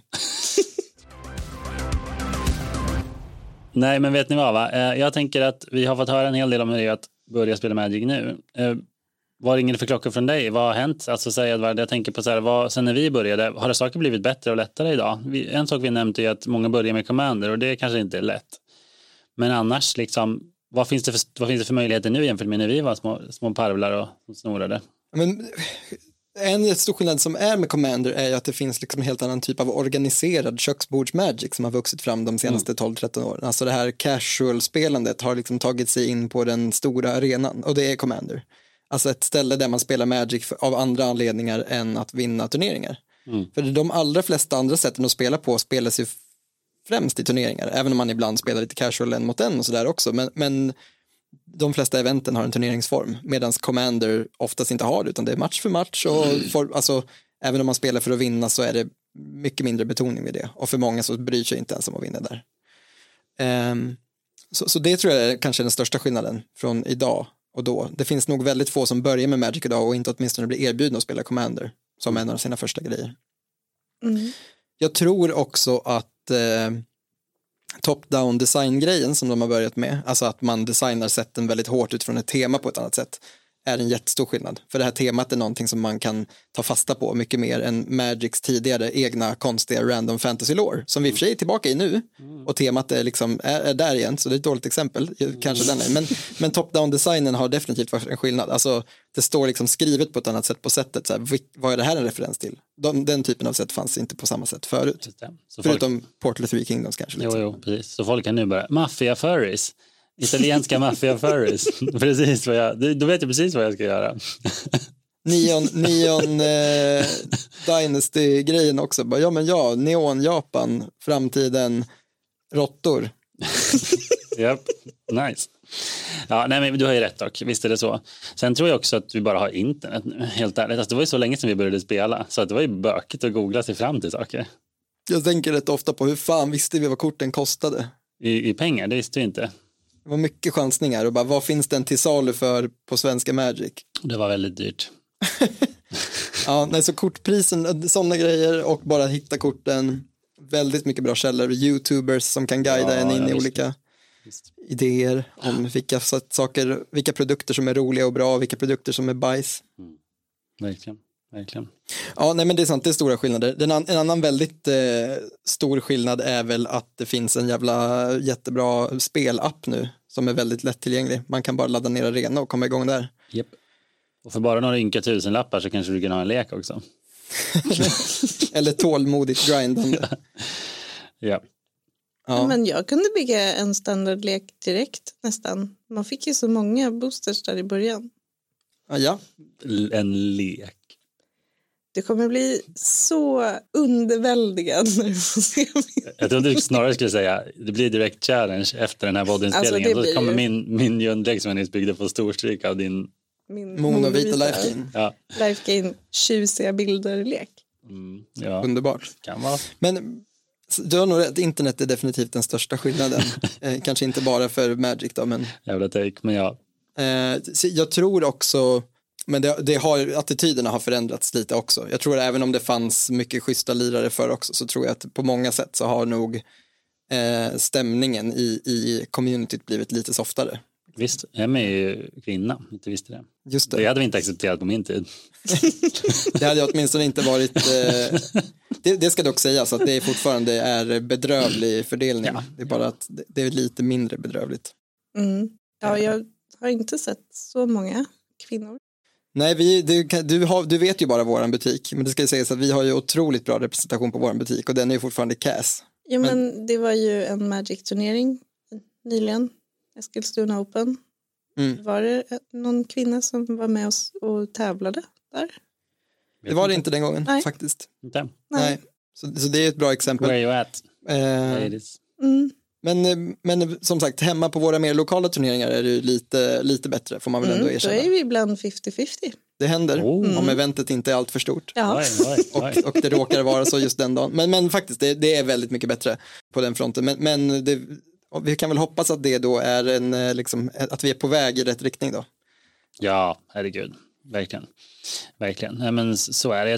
Nej, men vet ni vad va? Jag tänker att vi har fått höra en hel del om hur det är att börja spela Magic nu. Vad ringer det för klockor från dig? Vad har hänt? Alltså säg Edvard, jag tänker på så här, sen när vi började, har det saker blivit bättre och lättare idag? En sak vi nämnt är att många börjar med Commander och det kanske inte är lätt. Men annars liksom, vad finns det för möjligheter nu jämfört med när vi var små parvlar och snorade? Men en stor skillnad som är med Commander är ju att det finns liksom en helt annan typ av organiserad köksbords-magic som har vuxit fram de senaste 12-13 åren. Alltså det här casual-spelandet har liksom tagit sig in på den stora arenan och det är Commander. Alltså ett ställe där man spelar Magic av andra anledningar än att vinna turneringar. För de allra flesta andra sätten att spela på spelas ju främst i turneringar, även om man ibland spelar lite casual en mot en och sådär också. Men de flesta eventen har en turneringsform, medan Commander oftast inte har det, utan det är match för match. Och alltså, även om man spelar för att vinna så är det mycket mindre betoning vid det. Och för många så bryr sig inte ens om att vinna där. Så det tror jag är kanske den största skillnaden från idag och då. Det finns nog väldigt få som börjar med Magic idag och inte åtminstone blir erbjudna att spela Commander som en av sina första grejer. Jag tror också att top-down design-grejen som de har börjat med, alltså att man designar sätten väldigt hårt utifrån ett tema på ett annat sätt, är en jättestor skillnad. För det här temat är någonting som man kan ta fasta på mycket mer än Magics tidigare egna konstiga random fantasy lore, som vi i och för sig är tillbaka i nu, och temat är, liksom, är där igen, så det är ett dåligt exempel, kanske den är. Men top-down designen har definitivt varit en skillnad. Alltså det står liksom skrivet på ett annat sätt på sättet, så här, vad är det här en referens till? Den typen av sätt fanns inte på samma sätt förut. Förutom Portal 3 Kingdoms kanske. Jo, precis. Så folk kan nu börja, Mafia Furries. Italienska Mafia Furries. Precis då vet jag precis vad jag ska göra. Neon Dynasty-grejen också. Neon Japan, framtiden, råttor. Japp, nice. Ja, nej, men du har ju rätt dock, visst är det så. Sen tror jag också att vi bara har internet nu, helt ärligt. Alltså, det var ju så länge sedan vi började spela, så att det var ju bökigt att googla sig fram till saker. Jag tänker rätt ofta på hur fan visste vi vad korten kostade? I pengar, det visste vi inte. Det var mycket chansningar och bara, vad finns den till salu för på svenska Magic? Det var väldigt dyrt. Ja, nej, så kortprisen, sådana grejer, och bara hitta korten. Väldigt mycket bra källor, YouTubers som kan guida en in i olika idéer om vilka produkter som är roliga och bra och vilka produkter som är bajs. Verkligen. Ja, nej, men det är sant, det är stora skillnader. En annan väldigt stor skillnad är väl att det finns en jättebra spelapp nu som är väldigt lättillgänglig. Man kan bara ladda ner arena och komma igång där. Yep. Och för bara några ynka tusenlappar så kanske du kan ha en lek också. Eller tålmodigt grindande. Ja. Ja. Men jag kunde bygga en standardlek direkt nästan. Man fick ju så många boosters där i början. Ja. En lek. Det kommer bli så underväldigande när du får se min. Jag trodde du snarare skulle säga det blir direkt challenge efter den här boddinspelningen. Alltså, så kommer min grundlek som jag nyss byggde på storstryk av din Monovita Life Gain. Ja. Life Gain, tjusiga bilder-lek. Ja. Underbart. Kan vara. Men du har nog rätt, internet är definitivt den största skillnaden. Kanske inte bara för Magic då, men... Jävla take, men ja. Jag tror också... Men attityderna har förändrats lite också. Jag tror även om det fanns mycket schyssta lirare för också, så tror jag att på många sätt så har nog stämningen i communityt blivit lite softare. Visst, Emma är ju kvinna, inte visste det. Just det. Det hade vi inte accepterat på min tid. Det hade åtminstone inte varit... Det ska dock sägas att det fortfarande är bedrövlig fördelning. Ja. Det är bara att det är lite mindre bedrövligt. Ja, jag har inte sett så många kvinnor. Nej, du vet ju bara våran butik, men det ska sägas att vi har ju otroligt bra representation på våran butik och den är ju fortfarande cash. Ja, men det var ju en Magic-turnering nyligen, Eskilstuna Open. Var det någon kvinna som var med oss och tävlade där? Det var det inte den gången, faktiskt. Inte? Nej. Så det är ett bra exempel. Where are you at? Men som sagt, hemma på våra mer lokala turneringar är det ju lite bättre, får man väl ändå erkänna. Då är vi ibland 50-50. Det händer, om eventet inte är allt för stort. Ja. Och det råkar vara så just den dagen. Men faktiskt, det är väldigt mycket bättre på den fronten. Men vi kan väl hoppas att det då är att vi är på väg i rätt riktning då. Ja, herregud. Verkligen. Nej, men så är det.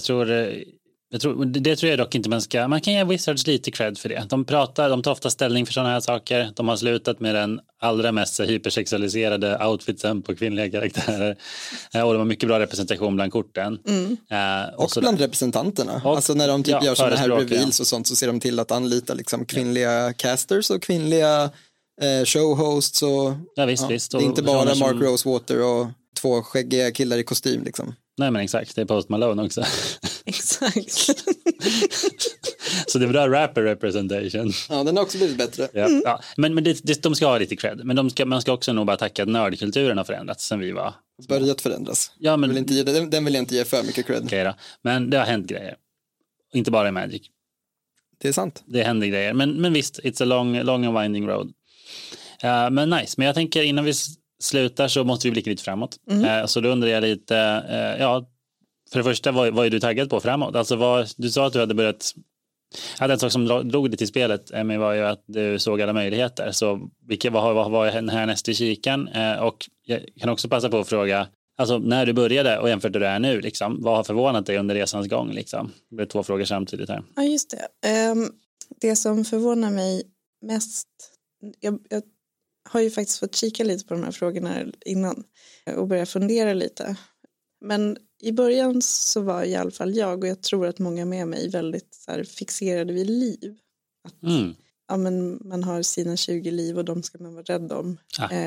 Det tror jag dock inte man kan ge Wizards lite cred för det. De tar ofta ställning för sådana här saker. De har slutat med den allra mest hypersexualiserade outfitsen på kvinnliga karaktärer. Och de har mycket bra representation bland korten. Och bland representanterna. Alltså när de gör sådana här reveals och sånt, så ser de till att anlita liksom kvinnliga casters och kvinnliga showhosts. Och, visst. Det är inte bara Mark Rosewater och 2 skäggiga killar i kostym liksom. Nej, men exakt, det är Post Malone också. Exakt. Så det är bra rapper representation. Ja, den har också blivit bättre. Ja. Men de ska ha lite cred. Men man ska också nog bara tacka att nördkulturen har förändrats sen vi var. Börjat förändras. Ja, men den vill jag inte ge för mycket cred. Okej då. Men det har hänt grejer. Inte bara i Magic. Det är sant. Det händer grejer. Men visst, it's a long and winding road. Men nice. Men jag tänker innan vi slutar så måste vi blicka lite framåt. Så då undrar jag lite, för det första, vad är du taggad på framåt? Alltså du sa att du hade börjat, en sak som drog dig till spelet men var ju att du såg alla möjligheter. Så vad var härnäst i kikan? Och jag kan också passa på att fråga, alltså när du började och jämfört med det är nu, liksom, vad har förvånat dig under resans gång? Liksom? Det blir 2 frågor samtidigt här. Ja, just det. Det som förvånar mig mest, jag har ju faktiskt fått kika lite på de här frågorna innan och börja fundera lite. Men i början så var i alla fall jag, och jag tror att många med mig, väldigt så här fixerade vid liv. Att men man har sina 20 liv och de ska man vara rädd om.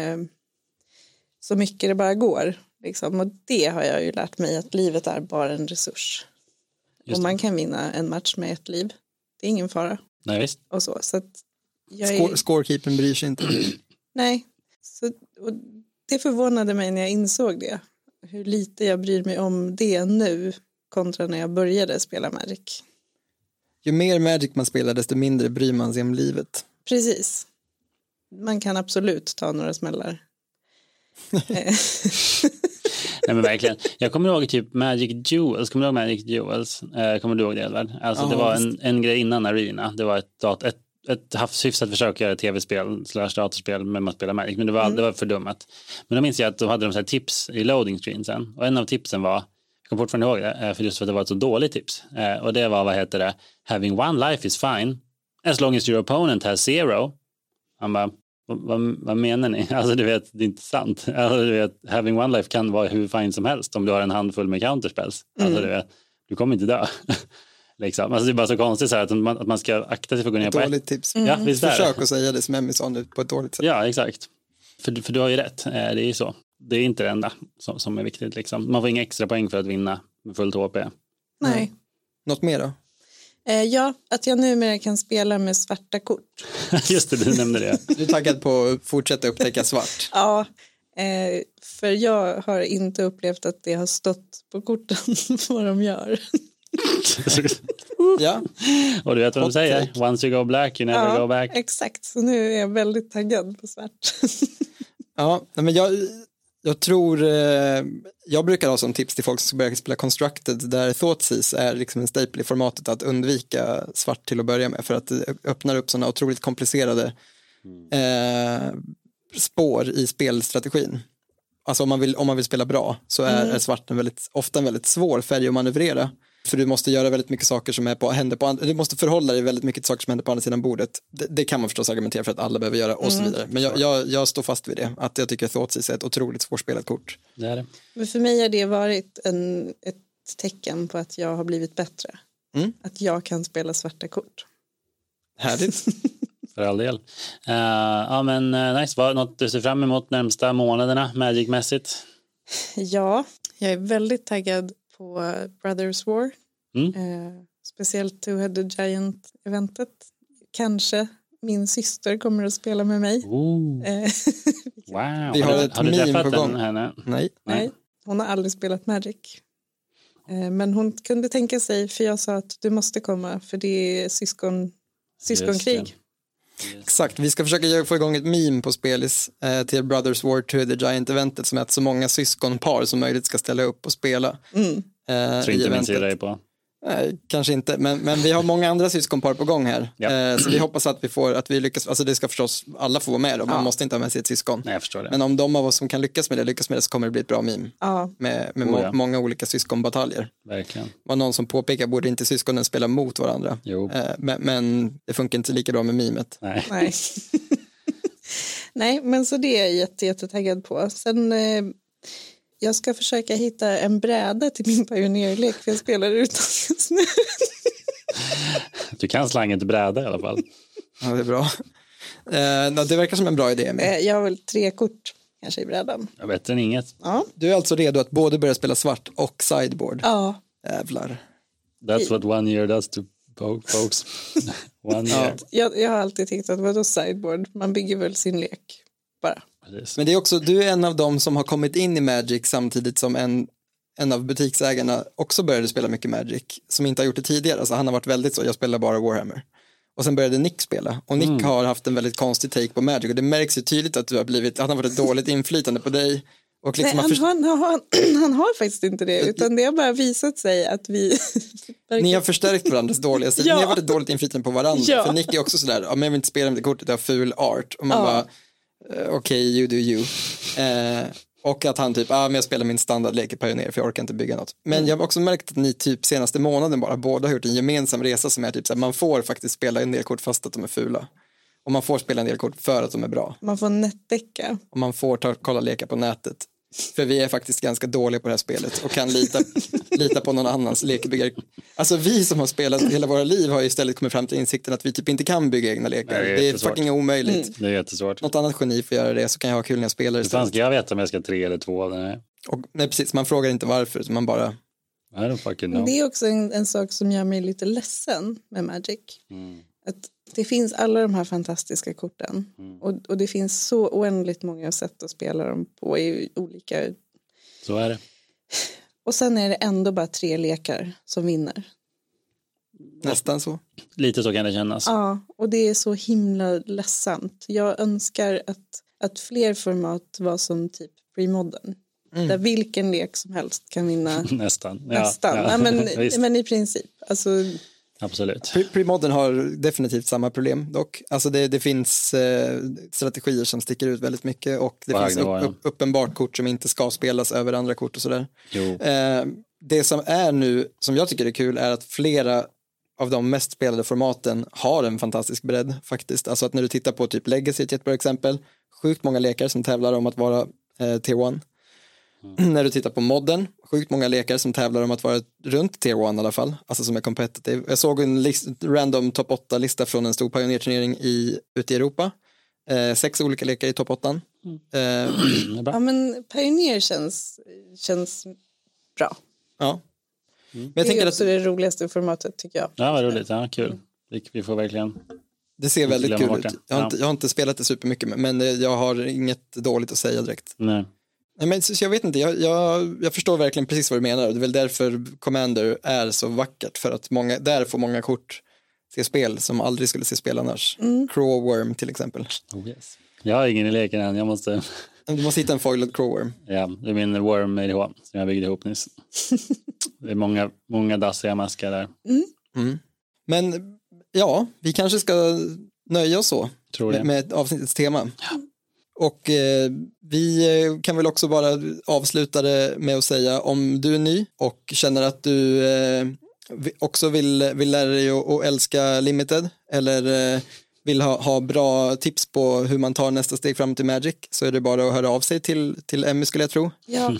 Så mycket det bara går. Liksom. Och det har jag ju lärt mig, att livet är bara en resurs. Och man kan vinna en match med 1 liv. Det är ingen fara. Nej, visst. Och så att Scorekeepern bryr sig inte. Nej, och det förvånade mig när jag insåg det. Hur lite jag bryr mig om det nu kontra när jag började spela Magic. Ju mer Magic man spelar, desto mindre bryr man sig om livet. Precis. Man kan absolut ta några smällar. Nej, men verkligen. Jag kommer ihåg typ Magic Duels. Kommer du ihåg det, Edvard? Alltså det var en grej innan Arena. Det var ett hyfsat försök att göra tv-spel / datorspel med att spela Magic, men det var för dummat. Men då minns jag att de hade så här tips i loading screen sen, och en av tipsen var, jag kommer fortfarande ihåg det, för just för att det var ett så dåligt tips, och det var, having one life is fine as long as your opponent has 0. Han bara, vad menar ni? Alltså du vet, det är inte sant. Alltså, du vet, having one life kan vara hur fine som helst om du har en handfull med counterspells. Alltså du vet, du kommer inte dö. Liksom. Alltså det är bara så konstigt så här att man ska akta sig för att gå ner på ett dåligt tips. Ja, visst försök att säga det som Emmy sa nu på ett dåligt sätt. Ja, exakt. För du har ju rätt. Det är ju så. Det är inte det enda som är viktigt. Liksom. Man får inga extra poäng för att vinna med fullt HP. Nej. Något mer då? Ja, att jag numera kan spela med svarta kort. Just det, du nämnde det. Du är taggad på att fortsätta upptäcka svart? Ja, för jag har inte upplevt att det har stått på korten vad de gör. Ja. Och du vet vad de säger? Once you go black, you never go back. Exakt, så nu är jag väldigt taggad på svart. Ja, men jag tror, jag brukar ha som tips till folk som ska börja spela Constructed, där Thoughtseize är liksom en staple i formatet, att undvika svart till att börja med, för att det öppnar upp sådana otroligt komplicerade spår i spelstrategin. Alltså om man vill spela bra så är svart ofta en väldigt svår färg att manövrera. För du måste göra väldigt mycket saker som händer på du måste förhålla dig väldigt mycket saker som händer på andra sidan bordet. Det kan man förstås argumentera för att alla behöver göra och så vidare. Men jag står fast vid det. Att jag tycker att Thoughtseize är ett otroligt svårspelat kort. Det är det. Men för mig har det varit ett tecken på att jag har blivit bättre. Att jag kan spela svarta kort. Härligt. För all del. Ja men nice. Vad något du ser fram emot närmsta månaderna Magic-mässigt? Ja, jag är väldigt taggad på Brothers War. Speciellt Two-Headed Giant-eventet. Kanske min syster kommer att spela med mig. Wow. Vi har ett meme på gång. Nej, hon har aldrig spelat Magic. Men hon kunde tänka sig, för jag sa att du måste komma, för det är syskonkrig. Exakt, vi ska försöka få igång ett meme på Spelis till Brothers War to the Giant-eventet som är att så många syskonpar som möjligt ska ställa upp och spela. Tror inte min sida är på. Nej, kanske inte, men vi har många andra syskonpar på gång här. Så vi hoppas att vi lyckas, alltså det ska förstås alla få med då, man måste inte ha med sig ett syskon. Nej, jag förstår det. Men om de av oss som kan lyckas med det så kommer det bli ett bra meme. Med många olika syskonbataljer. Verkligen. Var någon som påpekar, borde inte syskonen spela mot varandra? Men det funkar inte lika bra med memet. Nej. Nej, men så det är jag jättetaggad på. Sen jag ska försöka hitta en bräda till min pionjärlek för jag spelar utan just nu. Du kan slanga till bräda i alla fall. Ja, det är bra. Det verkar som en bra idé. Jag har väl 3 kort kanske i brädan. Jag vet än inget. Ja. Du är alltså redo att både börja spela svart och sideboard? Ja. Jävlar. That's what one year does to folks. One year. Jag har alltid tyckt att vadå sideboard? Man bygger väl sin lek bara. Men det är också, du är en av dem som har kommit in i Magic samtidigt som en av butiksägarna också började spela mycket Magic, som inte har gjort det tidigare. Alltså han har varit väldigt så, jag spelar bara Warhammer. Och sen började Nick spela. Och Nick har haft en väldigt konstig take på Magic. Och det märks ju tydligt att han har varit ett dåligt inflytande på dig. Och liksom han har faktiskt inte det, utan det har bara visat sig att vi... Ni har förstärkt varandras dåliga sidor. Ni har varit ett dåligt inflytande på varandra. För Nick är också sådär, men jag vill inte spela med det kortet, det har ful art. Och man bara, okej, you do you. Och att han typ, men jag spelar min standardlek i Pioneer för jag orkar inte bygga något. Men jag har också märkt att ni typ senaste månaden bara båda har gjort en gemensam resa som är typ så här, man får faktiskt spela en del kort fast att de är fula. Och man får spela en del kort för att de är bra. Man får nätdäcka. Och man får kolla lekar på nätet. För vi är faktiskt ganska dåliga på det här spelet och kan lita på någon annans lekbyggare. Alltså vi som har spelat hela våra liv har istället kommit fram till insikten att vi typ inte kan bygga egna lekar. Det är fucking omöjligt. Det är jättesvårt. Något annat geni får göra det så kan jag ha kul när jag spelar istället. Ska jag veta om jag ska 3 eller 2 av den här? Nej, precis. Man frågar inte varför, så man bara... I don't fucking know. Det är också en sak som gör mig lite ledsen med Magic. Att det finns alla de här fantastiska korten. Och det finns så oändligt många sätt att spela dem på i olika... Så är det. Och sen är det ändå bara 3 lekar som vinner. Nästan så. Lite så kan det kännas. Ja, och det är så himla ledsamt. Jag önskar att fler format var som typ pre-modern. Där vilken lek som helst kan vinna. Nästan. Ja, men i princip. Alltså... Absolut. Pre-modern har definitivt samma problem dock. Alltså det finns strategier som sticker ut väldigt mycket och det finns uppenbart kort som inte ska spelas över andra kort och sådär. Det som är nu, som jag tycker är kul, är att flera av de mest spelade formaten har en fantastisk bredd faktiskt. Alltså att när du tittar på typ Legacy, ett bra exempel, sjukt många lekar som tävlar om att vara Tier 1. När du tittar på modden, sjukt många lekar som tävlar om att vara runt Tier 1 i alla fall, alltså som är competitive. Jag såg en random topp 8-lista från en stor pionjärturnering ute i Europa. 6 olika lekar i topp 8. Ja, men Pioneer känns bra. Ja. Men jag tänker också det roligaste formatet tycker jag. Ja, vad roligt. Ja, kul. Vi får verkligen... Det ser väldigt kul ut. Jag har inte spelat det supermycket, men jag har inget dåligt att säga direkt. Nej. Men så jag vet inte, jag förstår verkligen precis vad du menar. Det är väl därför Commander är så vackert, för att där får många kort se spel som aldrig skulle se spel annars. Crowworm till exempel. Oh yes. Jag har ingen i leken än, Du måste hitta en foiled Crowworm. Ja, det är min Worm med som jag byggde ihop nyss. Det är många dassiga maskar där. Men ja, vi kanske ska nöja oss så med avsnittets tema. Ja. Och vi kan väl också bara avsluta det med att säga, om du är ny och känner att du också vill lära dig att älska Limited eller vill ha bra tips på hur man tar nästa steg fram till Magic, så är det bara att höra av sig till Emmy, skulle jag tro. Ja.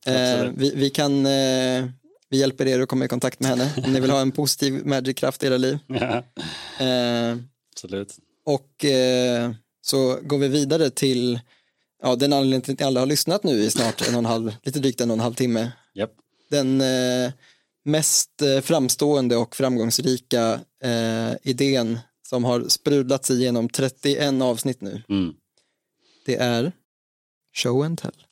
Vi hjälper er att komma i kontakt med henne om ni vill ha en positiv Magic-kraft i era liv. Ja. Absolut. Och så går vi vidare till den anledningen till att alla har lyssnat nu i snart lite drygt 1,5 timme. Yep. Den mest framstående och framgångsrika idén som har sprudlats igenom 31 avsnitt nu. Det är Show and Tell.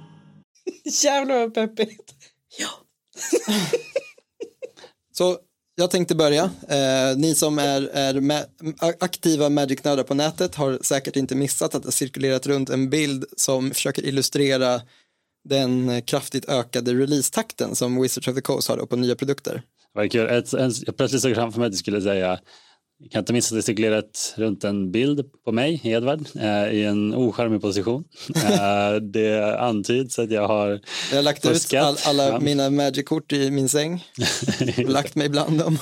Jävlar vad peppigt. Ja. Så jag tänkte börja. Ni som är aktiva Magic-nördar på nätet har säkert inte missat att det cirkulerat runt en bild som försöker illustrera den kraftigt ökade release-takten som Wizards of the Coast har på nya produkter. Vad kul. Jag plötsligt såg framför mig att du skulle säga, jag kan inte missa att det cirkulerat runt en bild på mig, Edvard, i en ocharmig position. Det antyds att jag har lagt fuskat ut alla mina Magic-kort i min säng och lagt mig bland dem.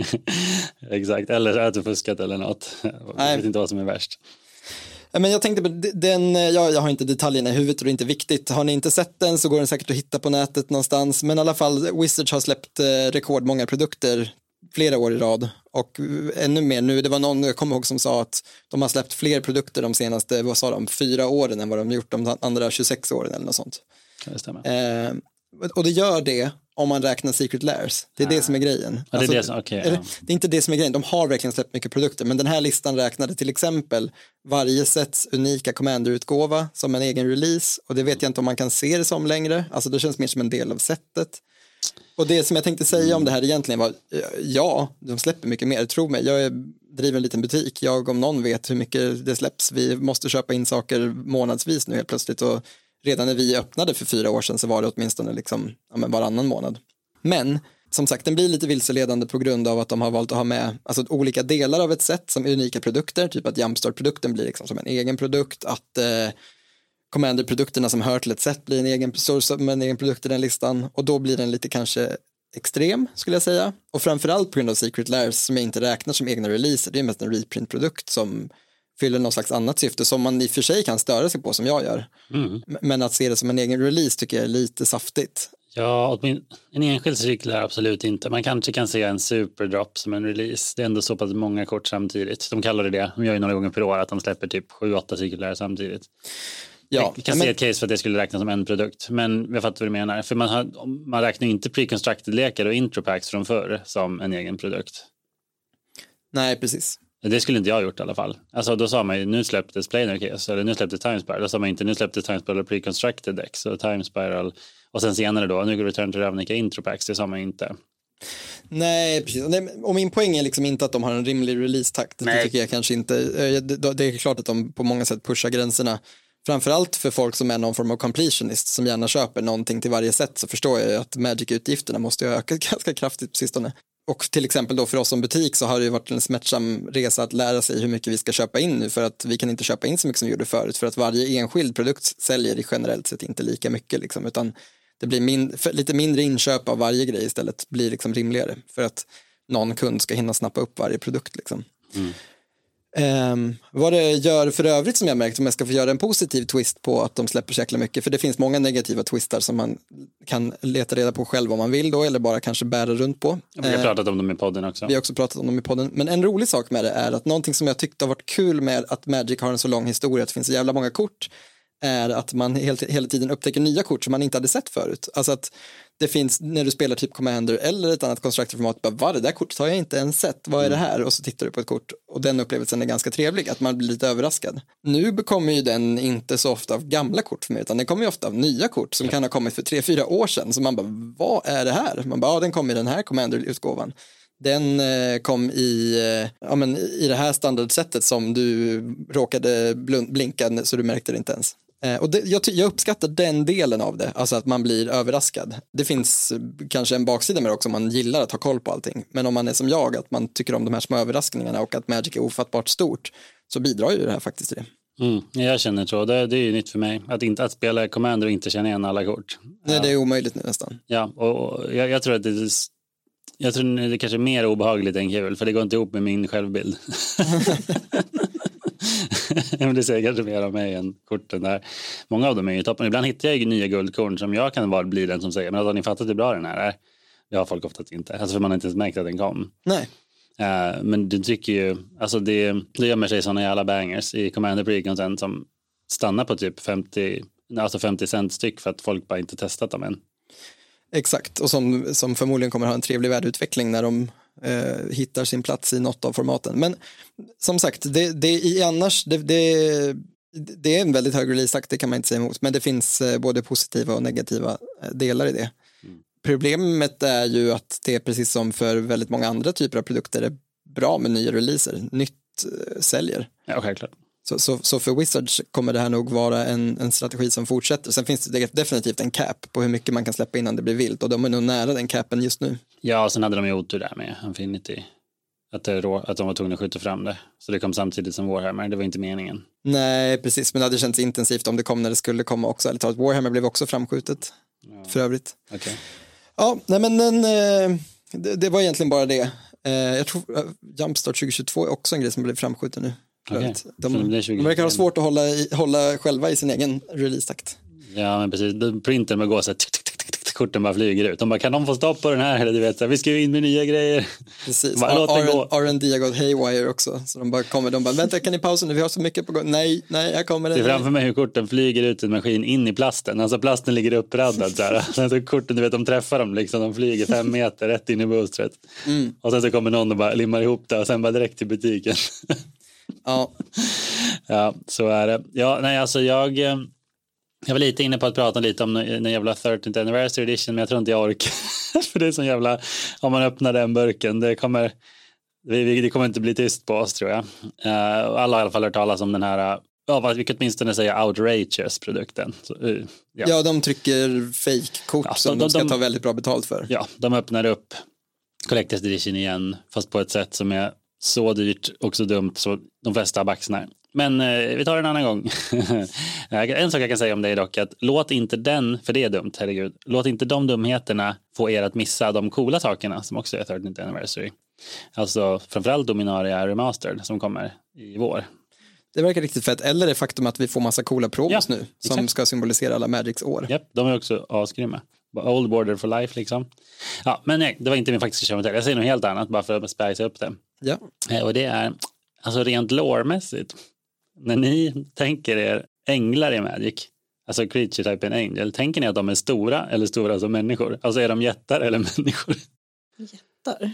Exakt, eller att du fuskat eller något. Jag vet inte vad som är värst. Men jag tänkte på jag har inte detaljerna i huvudet och det är inte viktigt. Har ni inte sett den så går den säkert att hitta på nätet någonstans. Men i alla fall, Wizards har släppt rekordmånga produkter flera år i rad och ännu mer nu. Det var någon, jag kommer ihåg, som sa att de har släppt fler produkter de senaste, 4 åren än vad de gjort de andra 26 åren eller något sånt. Det stämmer. Och det gör det om man räknar Secret Lairs. Det är det som är grejen. Ja, det är inte det som är grejen. De har verkligen släppt mycket produkter, men den här listan räknade till exempel varje sets unika Commander-utgåva som en egen release, och det vet jag inte om man kan se det som längre. Alltså det känns mer som en del av setet. Och det som jag tänkte säga om det här egentligen var, de släpper mycket mer, tro mig. Jag driver en liten butik. Jag om någon vet hur mycket det släpps. Vi måste köpa in saker månadsvis nu helt plötsligt, och redan när vi öppnade för 4 år sedan så var det åtminstone varannan månad. Men som sagt, den blir lite vilseledande på grund av att de har valt att ha med olika delar av ett set som unika produkter, typ att Jumpstart-produkten blir som en egen produkt, att Commander-produkterna som hör till ett set blir en egen produkt i den listan, och då blir den lite kanske extrem skulle jag säga, och framförallt på grund av Secret Lairs som jag inte räknar som egna releaser. Det är mest en reprint-produkt som fyller någon slags annat syfte som man i och för sig kan störa sig på som jag gör. Men att se det som en egen release tycker jag är lite saftigt. Ja, en enskild cykel är absolut inte. Man kanske kan se en superdrop som en release. Det är ändå så pass många kort samtidigt. De kallar det. De gör ju några gånger per år att de släpper typ 7-8 cyklar samtidigt. Ja, jag kan se ett case för att det skulle räknas som en produkt. Men jag fattar vad du menar. För man räknar inte pre-constructed-lekar och intro-packs från förr som en egen produkt. Nej, precis. Det skulle inte jag ha gjort i alla fall. Alltså då sa man ju, nu släpptes Planar Case, eller nu släpptes Time Spiral. Då sa man inte, nu släpptes Time Spiral och Pre-Constructed Decks och Time Spiral. Och sen senare då, nu går Return to Ravnica Intro Packs, det sa man inte. Nej, precis. Och min poäng är liksom inte att de har en rimlig release-takt. Det tycker jag kanske inte. Det är klart att de på många sätt pushar gränserna. Framförallt för folk som är någon form av completionist som gärna köper någonting till varje sätt, så förstår jag att Magic-utgifterna måste ju öka ganska kraftigt på sistone. Och till exempel då för oss som butik så har det ju varit en smärtsam resa att lära sig hur mycket vi ska köpa in nu, för att vi kan inte köpa in så mycket som vi gjorde förut, för att varje enskild produkt säljer i generellt sett inte lika mycket liksom, utan det blir lite mindre inköp av varje grej istället blir liksom rimligare för att någon kund ska hinna snappa upp varje produkt liksom. Vad det gör för övrigt som jag märkt, om jag ska få göra en positiv twist på att de släpper så jäkla mycket, för det finns många negativa twistar som man kan leta reda på själv om man vill då, eller bara kanske bära runt på. Vi har pratat om dem i podden också. Vi har också pratat om dem i podden, men en rolig sak med det är att någonting som jag tyckte har varit kul med att Magic har en så lång historia, att det finns så jävla många kort, är att man hela tiden upptäcker nya kort som man inte hade sett förut. Alltså att det finns, när du spelar typ Commander eller ett annat Constructor-format, bara, det där kortet har jag inte ens sett, vad är det här? Och så tittar du på ett kort och den upplevelsen är ganska trevlig, att man blir lite överraskad. Nu kommer ju den inte så ofta av gamla kort för mig, utan den kommer ju ofta av nya kort som kan ha kommit för 3-4 år sedan, så man bara, vad är det här? Man bara, den kom i den här Commander-utgåvan. Den kom i det här standardsättet som du råkade blinka så du märkte det inte ens. Och jag uppskattar den delen av det, alltså att man blir överraskad. Det finns kanske en baksida med det också om man gillar att ha koll på allting, men om man är som jag, att man tycker om de här små överraskningarna och att Magic är ofattbart stort, så bidrar ju det här faktiskt till det. Jag känner så, det är ju nytt för mig att spela Commander och inte känna igen alla kort. Nej, det är omöjligt nu nästan. Ja, och jag tror att jag tror det kanske är mer obehagligt än kul, för det går inte ihop med min självbild. Men det säger kanske mer om mig än korten där. Många av dem är ju toppen. Ibland hittar jag ju nya guldkorn som jag kan bli den som säger, men har ni fattat hur bra den här är? Det har folk oftast inte. Alltså för man har inte ens märkt att den kom. Nej. Men du tycker ju, alltså det gömmer sig sådana jävla bangers i Commander Pre-Con som stannar på typ 50 cent styck för att folk bara inte testat dem än. Exakt, och som förmodligen kommer ha en trevlig värdeutveckling när de hittar sin plats i något av formaten. Men som sagt, det är en väldigt hög release-takt, det kan man inte säga emot, men det finns både positiva och negativa delar i det. Problemet är ju att det är precis som för väldigt många andra typer av produkter är bra med nya releaser. Nytt säljer. Ja, självklart. Så för Wizards kommer det här nog vara en strategi som fortsätter. Sen finns det definitivt en cap på hur mycket man kan släppa innan det blir vilt. Och de är nog nära den capen just nu. Ja, och sen hade de ju otur där med Infinity. Att de var tvungna att skjuta fram det. Så det kom samtidigt som Warhammer. Det var inte meningen. Nej, precis. Men det hade känts intensivt om det kom när det skulle komma också. Eller talat, Warhammer blev också framskjutet. Ja. För övrigt. Okay. Ja, nej men det var egentligen bara det. Jag tror Jumpstart 2022 är också en grej som blev framskjuten nu. Okay. De verkar ha svårt att hålla själva i sin egen release-takt. Ja, men precis. Printen med gå så här, korten bara flyger ut. De bara, kan de få stopp på den här? Eller du vet, vi ska ju in med nya grejer. Precis. R&D har gått haywire också. Så de bara, vänta, kan ni pausa nu? Vi har så mycket på gång. Nej, jag kommer. Det är framför mig hur korten flyger ut en maskin in i plasten. Alltså plasten ligger uppraddad så här. Sen så korten, du vet, de träffar dem liksom. De flyger 5 meter rätt in i boostret. Och sen så kommer någon och bara limmar ihop det och sen bara direkt till butiken. Ja. Ja, så är det. Ja, nej, alltså jag var lite inne på att prata lite om den jävla 13th anniversary edition, men jag tror inte jag orkar. För det är sån jävla, om man öppnar den burken, det kommer inte bli tyst på oss, tror jag. Alla har i alla fall hört talas om den här, vi kan åtminstone säga outrageous-produkten. Ja, de trycker fake-kort som de ska ta väldigt bra betalt för. Ja, de öppnar upp Collector's Edition igen, fast på ett sätt som är så dyrt och så dumt så de flesta baxnar. Men vi tar det en annan gång. En sak jag kan säga om det är dock att låt inte den, för det är dumt, herregud, låt inte de dumheterna få er att missa de coola sakerna som också är 13th anniversary. Alltså framförallt Dominaria Remastered som kommer i vår. Det verkar riktigt fett. Eller det faktum att vi får massa coola promos nu som exakt ska symbolisera alla Magics år. Japp, de är också asgrymma. Old Border for Life liksom. Ja, men nej, det var inte min faktiska köpmodell. Jag säger något helt annat bara för att spicea upp det. Ja. Och det är alltså rent lore-mässigt. När ni tänker er änglar i Magic, alltså creature type en angel, tänker ni att de är stora eller stora som människor? Alltså är de jättar eller människor? Jättar?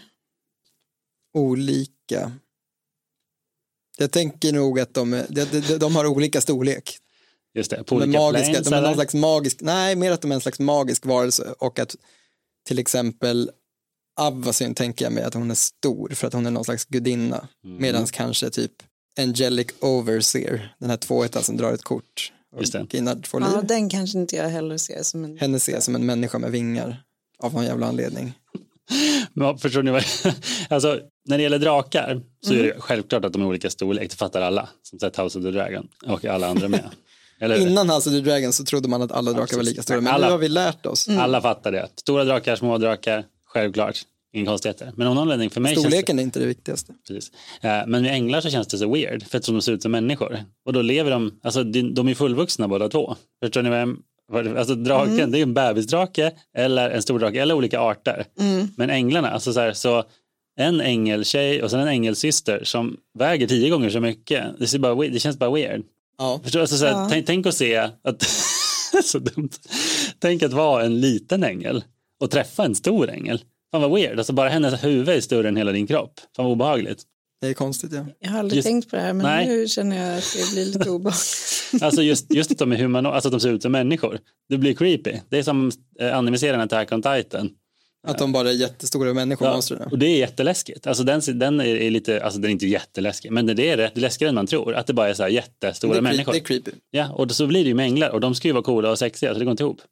Olika. Jag tänker nog att de har olika storlek. Just det, på olika magiska, de är någon slags magisk, nej, mer att de är en slags magisk varelse och att till exempel Avacyn tänker jag mig att hon är stor för att hon är någon slags gudinna. Medans kanske typ Angelic Overseer, den här 2-1 som drar ett kort. Just det. Ja, den kanske inte jag heller ser som en... Henne ser jag som en människa med vingar av någon jävla anledning. Men förstår ni vad? Alltså, när det gäller drakar så är det självklart att de är olika storlek, det fattar alla som sett House of the Dragon och alla andra med. Innan House of the Dragon så trodde man att alla drakar var lika stora, men nu har vi lärt oss. Alla fattar det. Stora drakar, små drakar, självklart. Ingen konstigheter. Men någon anledning för mig storleken är inte det viktigaste. Precis. Men med änglar så känns det så weird för att de ser ut som människor. Och då lever de, alltså de är fullvuxna båda två. Förstår ni vad alltså draken, det är en bebisdrake eller en stor drake eller olika arter. Men änglarna, alltså så en ängeltjej och sen en ängelsyster som väger 10 gånger så mycket. Det känns bara weird. Ja. Förstår du? Alltså, tänk att se att så dumt. Tänk att vara en liten ängel och träffa en stor ängel. Fan vad weird. Alltså bara hennes huvud är större än hela din kropp. Fan vad obehagligt. Det är konstigt, ja. Jag har aldrig tänkt på det här, men nu känner jag att det blir lite obehagligt. Alltså just att de är alltså att de ser ut som människor. Det blir creepy. Det är som animiseraren Attack on Titan. Att de bara är jättestora människor. Ja, och det är jätteläskigt. Alltså den är lite, alltså den är inte jätteläskig, men det är det läskigare än man tror. Att det bara är så här jättestora människor. Det är creepy. Ja, och så blir det ju med änglar och de ska ju vara coola och sexiga så det går inte ihop.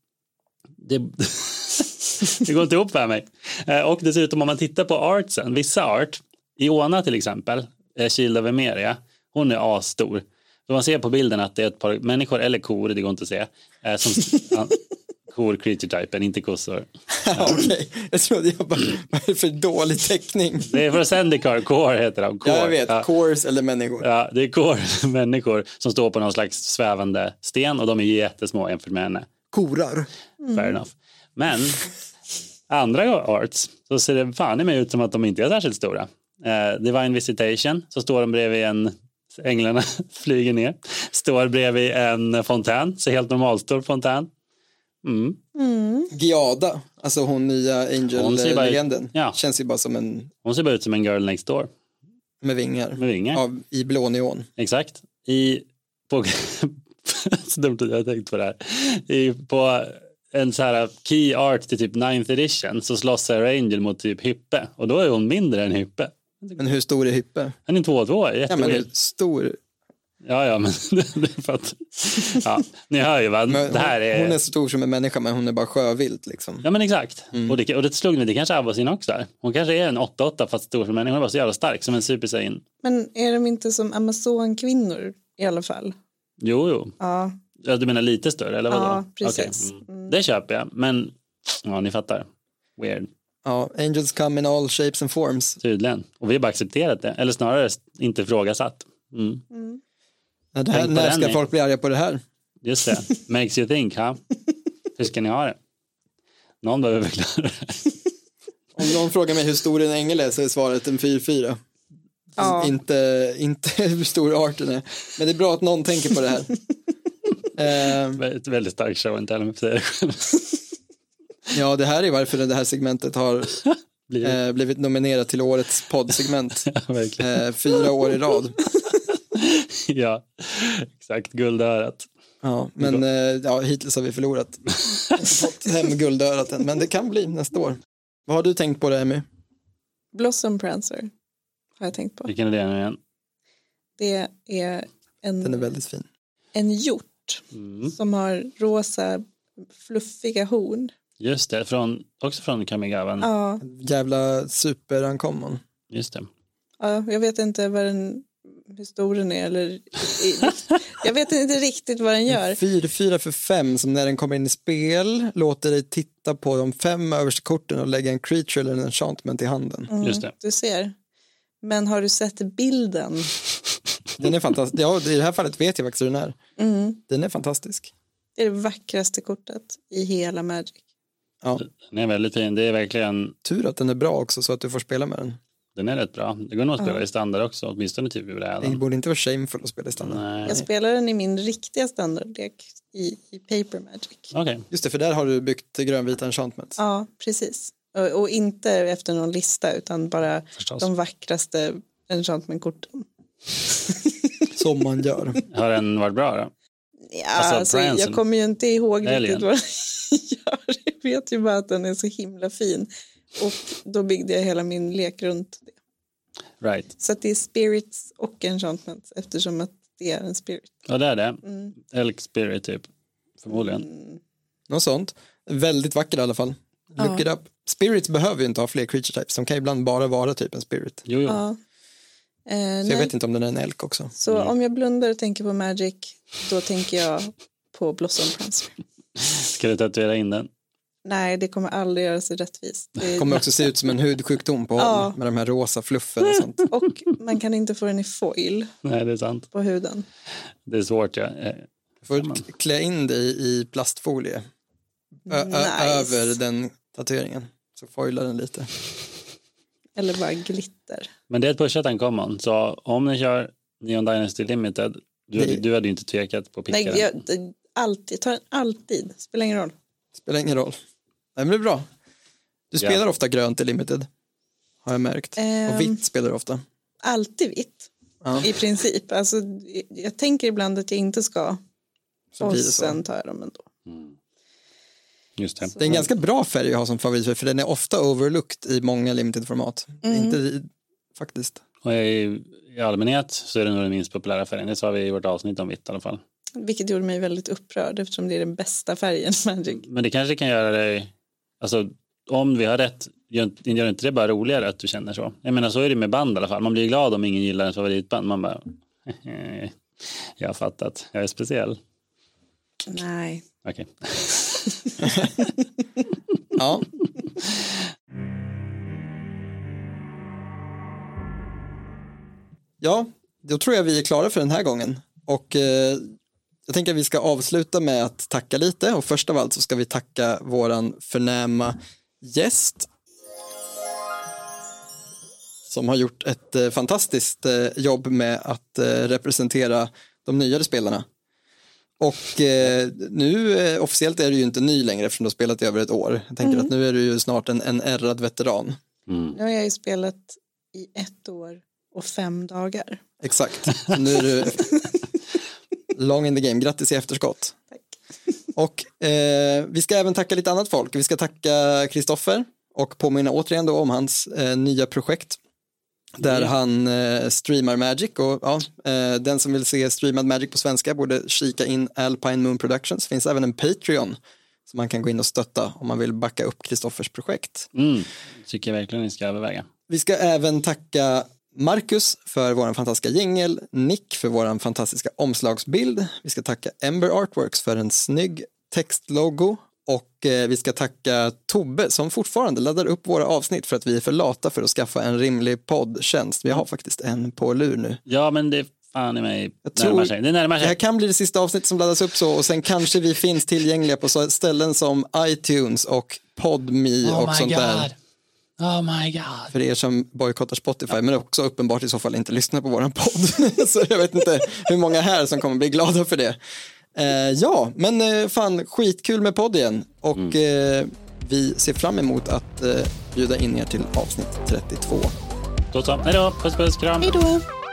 Det går inte ihop för mig. Och dessutom om man tittar på artsen, vissa art, Iona till exempel, Shield of Emeria, hon är asstor. Så man ser på bilden att det är ett par människor eller kor, det går inte att se, som kor creature-typen, inte kossor. Okej, jag trodde jag bara, vad är det för dålig teckning? Det är för Zendikar, core heter de. Core. Ja, jag vet, cores eller människor. Ja, det är core människor som står på någon slags svävande sten och de är jättesmå jämfört med henne. Korar. Fair enough. Men andra arts så ser det fan i mig ut som att de inte är särskilt stora. Divine Visitation, så står de bredvid änglarna flyger ner. Står bredvid en fontän, så helt normal stor fontän. Giada, alltså hon nya Angel-legenden. Ja. Känns ju bara som en... Hon ser bara ut som en girl next door. Med vingar. I blå neon. Exakt. Så dumt att jag har tänkt på det här. På en så här key art till typ 9th edition så slåss Sarah Angel mot typ Hyppe. Och då är hon mindre än Hyppe. Men hur stor är Hyppe? Han är 2-2, ja, men hur stor? Ja, men det är för att... Ja, ni hör ju vad det här är... Hon är så stor som en människa, men hon är bara sjövilt liksom. Ja, men exakt. Och det slog mig, det kanske Abbasin också är. Hon kanske är en 8-8 fast stor som en människa. Hon är bara så jävla stark, som en Super Saiyan. Men är de inte som Amazon-kvinnor i alla fall? Jo. Ja. Ja, du menar lite större, eller vadå? Ja, precis. Okay. Det köper jag, men ja, ni fattar. Weird. Ja, angels come in all shapes and forms. Tydligen. Och vi har bara accepterat det. Eller snarare inte ifrågasatt. Ja, när ska folk bli arga på det här? Just det. Makes you think, ha? Hur ska ni ha det? Någon behöver förklara det. Om någon frågar mig hur stor en ängel är så är svaret en 4-4. Ja. Inte hur stor arten är. Men det är bra att någon tänker på det här. Ett väldigt starkt show, inte heller med sig. Ja, det här är varför det här segmentet har blivit nominerat till årets poddsegment. Ja, 4 år i rad. Ja, exakt, guldörat. Ja, men hittills har vi förlorat. Fått hem guldörat än, men det kan bli nästa år. Vad har du tänkt på det, Emmy? Blossom Prancer har jag tänkt på. Vilken är det nu igen? Det är Den är väldigt fin. En hjort som har rosa fluffiga horn. Just det, också från Kamigawa. Ja. Jävla superankommon. Just det. Ja, jag vet inte hur stor den är. Eller, jag vet inte riktigt vad den gör. 4 för 5 som när den kommer in i spel låter dig titta på de 5 översta korten och lägga en creature eller en enchantment i handen. Just det. Du ser. Men har du sett bilden? Den är fantastisk. Ja, i det här fallet vet jag faktiskt hur den är. Den är fantastisk. Det är det vackraste kortet i hela Magic. Ja. Den är väldigt fin. Det är verkligen... Tur att den är bra också så att du får spela med den. Den är rätt bra. Det går nog att spela i standard också. Åtminstone typ i brädan. Det borde inte vara shameful att spela i standard. Nej. Jag spelar den i min riktiga standardlek i Paper Magic. Okay. Just det, för där har du byggt grönvita enchantments. Ja, precis. Och inte efter någon lista utan bara de vackraste enchantment-korten. Som man gör. Har den varit bra då? Ja, alltså, jag kommer ju inte ihåg riktigt vad den gör. Jag vet ju bara att den är så himla fin. Och då byggde jag hela min lek runt det. Right. Så att det är spirits och enchantments eftersom att det är en spirit. Ja, det är det. Elk spirit typ. Förmodligen. Något sånt. Väldigt vacker i alla fall. Look it up. Spirits behöver ju inte ha fler creature types. De kan ibland bara vara typ en spirit. Jo. Ja. Så jag vet inte om den är en elk också. Så om jag blundar och tänker på Magic, då tänker jag på Blossom Prancer. Ska du tatuera in den? Nej, det kommer aldrig göra sig rättvist. Det kommer också se ut som en hudsjukdom på håll med de här rosa fluffen och sånt. Och man kan inte få den i foil. Nej, det är sant. På huden. Det är svårt, ja. Du får klä in dig i plastfolie över den tatueringen. Så foilar den lite. Eller bara glitter. Men det är ett pushat uncommon. Så om ni kör Neon Dynasty Limited, du hade ju inte tvekat på att picka den. Alltid, ta den alltid. Spelar ingen roll. Spelar ingen roll. Nej, men det är bra. Du spelar ofta grönt i Limited. Har jag märkt. Och vitt spelar du ofta. Alltid vitt. I princip. Alltså, jag tänker ibland att jag inte ska. Så och sen tar jag dem ändå. Just det. Det är en ganska bra färg att ha som favorit. För den är ofta overlooked i många Limited-format. Inte faktiskt. Och i allmänhet så är det nog den minst populära färgen. Det sa vi i vårt avsnitt om vitt i alla fall. Vilket gjorde mig väldigt upprörd eftersom det är den bästa färgen Magic. Men det kanske kan göra dig, alltså om vi har rätt, gör inte det bara roligare att du känner så? Jag menar så är det med band i alla fall. Man blir glad om ingen gillar en favoritband. Man bara, jag har fattat, jag är speciell. Nej. Okej. Ja. Ja, då tror jag vi är klara för den här gången. Och jag tänker att vi ska avsluta med att tacka lite. Och först av allt så ska vi tacka våran förnäma gäst. Som har gjort ett fantastiskt jobb med att representera de nyare spelarna. Och nu officiellt är du ju inte ny längre eftersom du har spelat i över ett år. Jag tänker att nu är du ju snart en ärrad veteran. Nu har jag ju spelat i 1 år och 5 dagar. Exakt. Nu är du long in the game. Grattis i efterskott. Tack. Och vi ska även tacka lite annat folk. Vi ska tacka Kristoffer och påminna återigen då om hans nya projekt. Där han streamar Magic och den som vill se streamad Magic på svenska borde kika in Alpine Moon Productions. Det finns även en Patreon som man kan gå in och stötta om man vill backa upp Kristoffers projekt. Tycker jag verkligen ni ska överväga. Vi ska även tacka Marcus för vår fantastiska jingle, Nick för vår fantastiska omslagsbild. Vi ska tacka Ember Artworks för en snygg textlogo. Och vi ska tacka Tobbe som fortfarande laddar upp våra avsnitt för att vi är för lata för att skaffa en rimlig poddtjänst. Vi har faktiskt en på lur nu. Ja, men det fan i mig närmar sig. Det närmar sig. Det här kan bli det sista avsnittet som laddas upp så och sen kanske vi finns tillgängliga på ställen som iTunes och Podme och sånt där. Oh my god. För er som bojkottar Spotify men också uppenbart i så fall inte lyssnar på våran podd. Så jag vet inte hur många här som kommer bli glada för det. Ja, men fan skitkul med podd igen och vi ser fram emot att bjuda in er till avsnitt 32. Då så, hej då, puss puss, kram. Hej då.